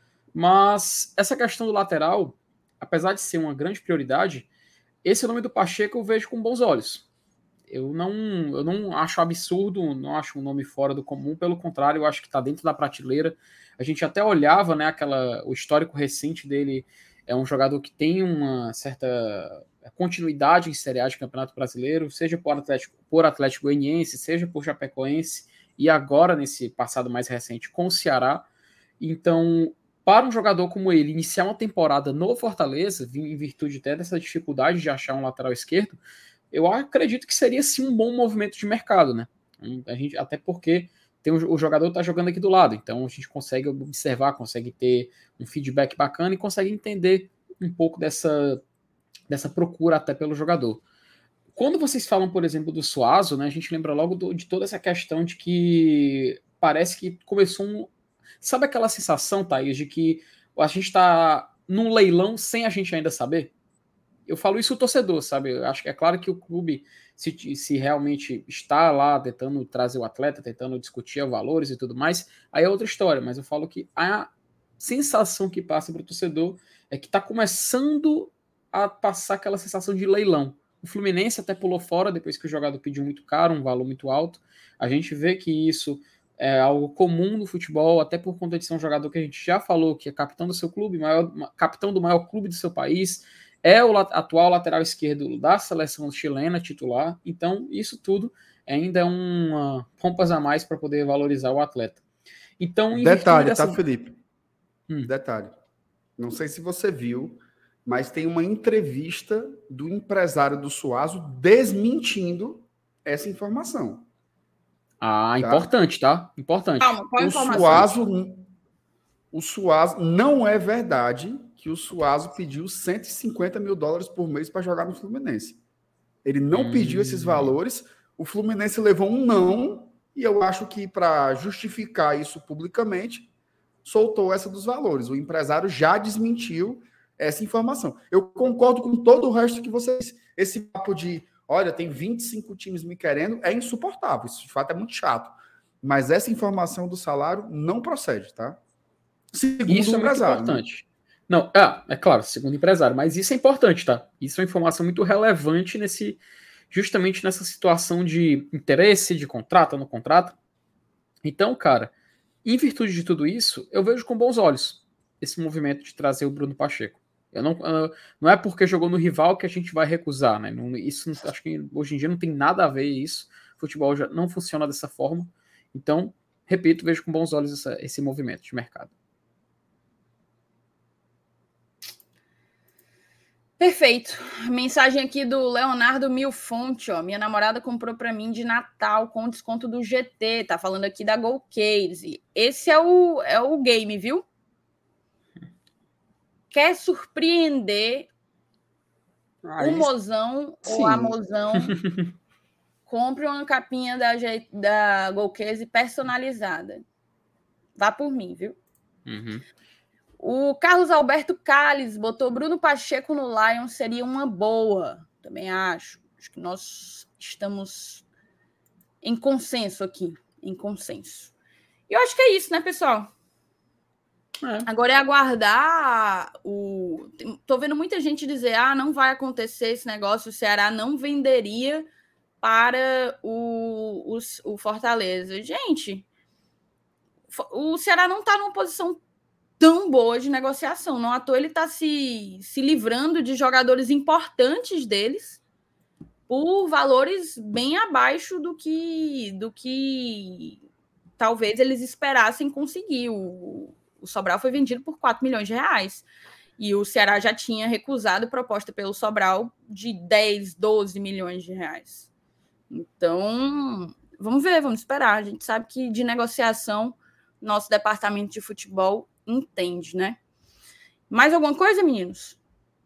Mas essa questão do lateral, apesar de ser uma grande prioridade, esse nome do Pacheco eu vejo com bons olhos. Eu não, eu não acho absurdo, não acho um nome fora do comum, pelo contrário, eu acho que está dentro da prateleira. A gente até olhava, né, aquela, o histórico recente dele, é um jogador que tem uma certa continuidade em Série A de Campeonato Brasileiro, seja por Atlético, por Atlético Goianiense, seja por Chapecoense, e agora nesse passado mais recente com o Ceará. Então, para um jogador como ele iniciar uma temporada no Fortaleza, em virtude até dessa dificuldade de achar um lateral esquerdo, eu acredito que seria sim um bom movimento de mercado, né? A gente, até porque tem um, o jogador está jogando aqui do lado, então a gente consegue observar, consegue ter um feedback bacana e consegue entender um pouco dessa, dessa procura até pelo jogador. Quando vocês falam, por exemplo, do Suazo, né, a gente lembra logo do, de toda essa questão de que parece que começou um... Sabe aquela sensação, Thaís, de que a gente está num leilão sem a gente ainda saber? Eu falo isso o torcedor, sabe? Eu acho que é claro que o clube, se, se realmente está lá tentando trazer o atleta, tentando discutir valores e tudo mais, aí é outra história. Mas eu falo que a sensação que passa para o torcedor é que está começando a passar aquela sensação de leilão. O Fluminense até pulou fora depois que o jogador pediu muito caro, um valor muito alto. A gente vê que isso é algo comum no futebol, até por conta de ser um jogador que a gente já falou que é capitão do seu clube, maior, capitão do maior clube do seu país, é o atual lateral esquerdo da seleção chilena titular, então isso tudo ainda é uma pompas a mais para poder valorizar o atleta. Então, detalhe, dessa... tá, Felipe? Hum. Detalhe. Não sei se você viu, mas tem uma entrevista do empresário do Suazo desmentindo essa informação. Ah, tá? Importante, tá? Importante. Calma, qual a o informação? Suazo, o Suazo, não é verdade que o Suazo pediu cento e cinquenta mil dólares por mês para jogar no Fluminense. Ele não hum. pediu esses valores, o Fluminense levou um não, e eu acho que para justificar isso publicamente, soltou essa dos valores. O empresário já desmentiu essa informação. Eu concordo com todo o resto que vocês... Esse papo de, olha, tem vinte e cinco times me querendo, é insuportável. Isso, de fato, é muito chato. Mas essa informação do salário não procede, tá? Segundo isso o empresário. É muito importante. Né? Não, é, é claro, segundo o empresário. Mas isso é importante, tá? Isso é uma informação muito relevante nesse... justamente nessa situação de interesse, de contrato ou não contrato. Então, cara... Em virtude de tudo isso, eu vejo com bons olhos esse movimento de trazer o Bruno Pacheco. Eu não, não é porque jogou no rival que a gente vai recusar, né? Não, isso acho que hoje em dia não tem nada a ver isso. O futebol já não funciona dessa forma. Então, repito, vejo com bons olhos essa, esse movimento de mercado. Perfeito. Mensagem aqui do Leonardo Milfonte, ó. Minha namorada comprou para mim de Natal com desconto do G T. Tá falando aqui da Golcase. Esse é o, é o game, viu? Quer surpreender ah, o mozão sim. ou a mozão? Compre uma capinha da, da Golcase personalizada. Vá por mim, viu? Uhum. O Carlos Alberto Calles botou Bruno Pacheco no Lions, seria uma boa. Também acho. Acho que nós estamos em consenso aqui. Em consenso. E eu acho que é isso, né, pessoal? É. Agora é aguardar o... Tô vendo muita gente dizer, ah, não vai acontecer esse negócio, o Ceará não venderia para o, o, o Fortaleza. Gente, o Ceará não está numa posição tão boa de negociação. Não à toa ele está se, se livrando de jogadores importantes deles por valores bem abaixo do que, do que talvez eles esperassem conseguir. O, o Sobral foi vendido por quatro milhões de reais. E o Ceará já tinha recusado proposta pelo Sobral de dez, doze milhões de reais. Então, vamos ver, vamos esperar. A gente sabe que de negociação, nosso departamento de futebol entende, né? Mais alguma coisa, meninos?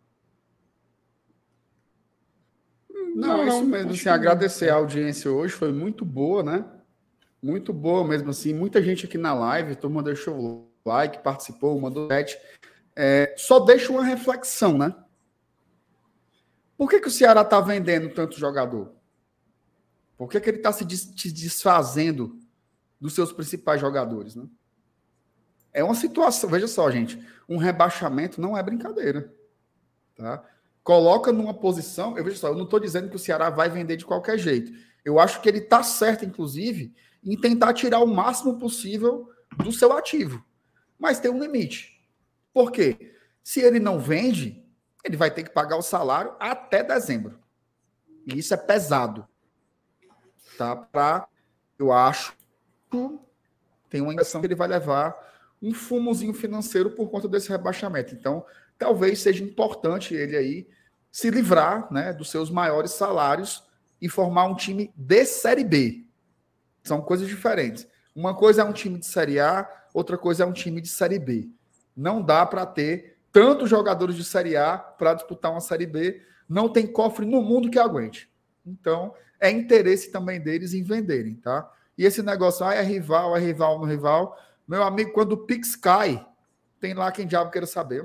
Não, não, é isso mesmo. Assim, agradecer a audiência hoje, foi muito boa, né? Muito boa mesmo, assim. Muita gente aqui na live, todo mundo deixou o like, participou, mandou chat. É, só deixa uma reflexão, né? Por que, que o Ceará está vendendo tanto jogador? Por que, que ele está se desfazendo dos seus principais jogadores, né? É uma situação, veja só, gente, um rebaixamento não é brincadeira, tá? Coloca numa posição, eu vejo só, eu não estou dizendo que o Ceará vai vender de qualquer jeito. Eu acho que ele está certo, inclusive, em tentar tirar o máximo possível do seu ativo. Mas tem um limite. Por quê? Se ele não vende, ele vai ter que pagar o salário até dezembro. E isso é pesado. Tá? Pra, eu acho que tem uma impressão que ele vai levar um fumozinho financeiro por conta desse rebaixamento. Então, talvez seja importante ele aí se livrar, né, dos seus maiores salários e formar um time de Série B. São coisas diferentes. Uma coisa é um time de Série A, outra coisa é um time de Série B. Não dá para ter tantos jogadores de Série A para disputar uma Série B. Não tem cofre no mundo que aguente. Então, é interesse também deles em venderem, tá? E esse negócio, ah, é rival, é rival, no rival... Meu amigo, quando o Pix cai, tem lá quem diabo queira saber.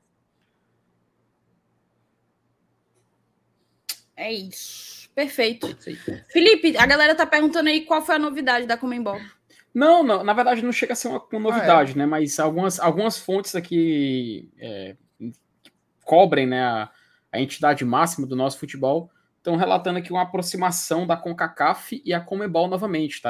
É isso. Perfeito. Felipe, a galera tá perguntando aí qual foi a novidade da Conmebol. Não, não, na verdade não chega a ser uma, uma novidade, ah, é. né? Mas algumas, algumas fontes aqui é, cobrem, né, a, a entidade máxima do nosso futebol estão relatando aqui uma aproximação da CONCACAF e a Conmebol novamente, tá?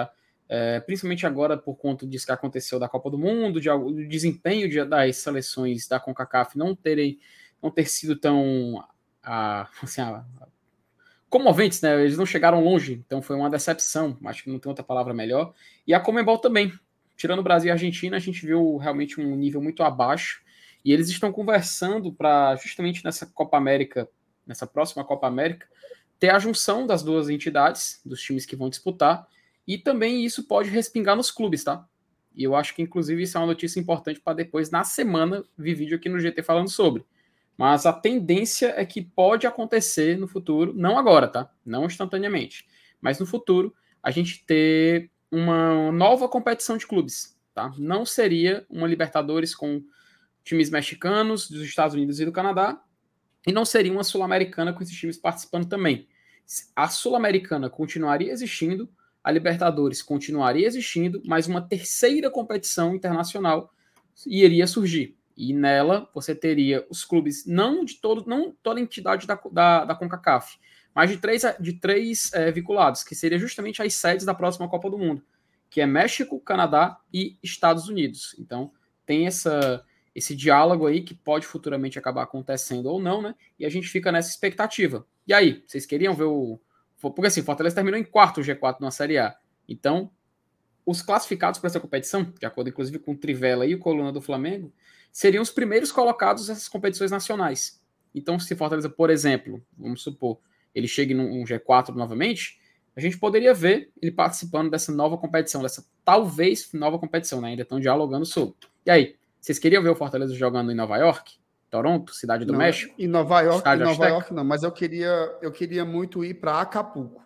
é, principalmente agora por conta disso que aconteceu da Copa do Mundo, de, do desempenho de, das seleções da CONCACAF não terem não ter sido tão a, assim, a, comoventes, né? Eles não chegaram longe, então foi uma decepção, acho que não tem outra palavra melhor. E a Conmebol também, tirando o Brasil e a Argentina, a gente viu realmente um nível muito abaixo, e eles estão conversando para, justamente nessa Copa América, nessa próxima Copa América, ter a junção das duas entidades, dos times que vão disputar, e também isso pode respingar nos clubes, tá? E eu acho que, inclusive, isso é uma notícia importante para depois, na semana, vir vídeo aqui no G T falando sobre. Mas a tendência é que pode acontecer no futuro, não agora, tá? Não instantaneamente, mas no futuro, a gente ter uma nova competição de clubes, tá? Não seria uma Libertadores com times mexicanos, dos Estados Unidos e do Canadá, e não seria uma Sul-Americana com esses times participando também. A Sul-Americana continuaria existindo, a Libertadores continuaria existindo, mas uma terceira competição internacional iria surgir. E nela você teria os clubes, não de todo, não toda a entidade da, da, da CONCACAF, mas de três, de três é, vinculados, que seria justamente as sedes da próxima Copa do Mundo, que é México, Canadá e Estados Unidos. Então tem essa, esse diálogo aí que pode futuramente acabar acontecendo ou não, né? E a gente fica nessa expectativa. E aí, vocês queriam ver o... Porque assim, Fortaleza terminou em quarto G quatro na Série A. Então, os classificados para essa competição, de acordo inclusive com o Trivela e o Coluna do Flamengo, seriam os primeiros colocados nessas competições nacionais. Então, se Fortaleza, por exemplo, vamos supor, ele chegue num G quatro novamente, a gente poderia ver ele participando dessa nova competição, dessa talvez nova competição, né? Ainda estão dialogando sobre. E aí, vocês queriam ver o Fortaleza jogando em Nova York? Toronto, Cidade do não, México? Em Nova York, em Nova Azteca? York não, mas eu queria, eu queria muito ir para Acapulco.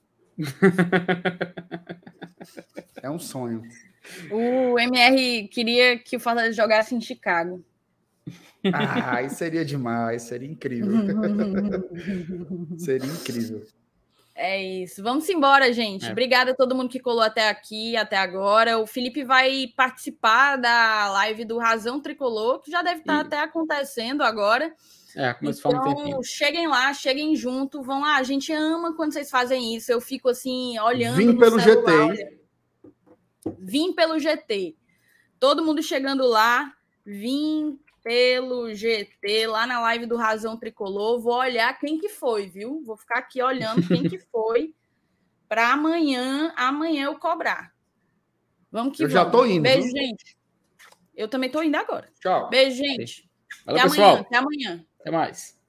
É um sonho. O M R queria que o Fortaleza jogasse em Chicago. Ah, isso seria demais, seria incrível. Seria incrível. É isso. Vamos embora, gente. É. Obrigada a todo mundo que colou até aqui, até agora. O Felipe vai participar da live do Razão Tricolor, que já deve estar e... até acontecendo agora. É, começou então, um tempinho. Cheguem lá, cheguem junto, vão lá. A gente ama quando vocês fazem isso. Eu fico assim, olhando Vim no pelo celular, G T. Olha. Vim pelo G T. Todo mundo chegando lá. Vim pelo G T, lá na live do Razão Tricolor. Vou olhar quem que foi, viu? Vou ficar aqui olhando quem que foi para amanhã, amanhã eu cobrar. Vamos que eu vamos. Já tô indo. Beijo, viu? gente. Eu também tô indo agora. Tchau. Tchau. Beijo, gente. Valeu, até pessoal. amanhã. Até amanhã. Até mais.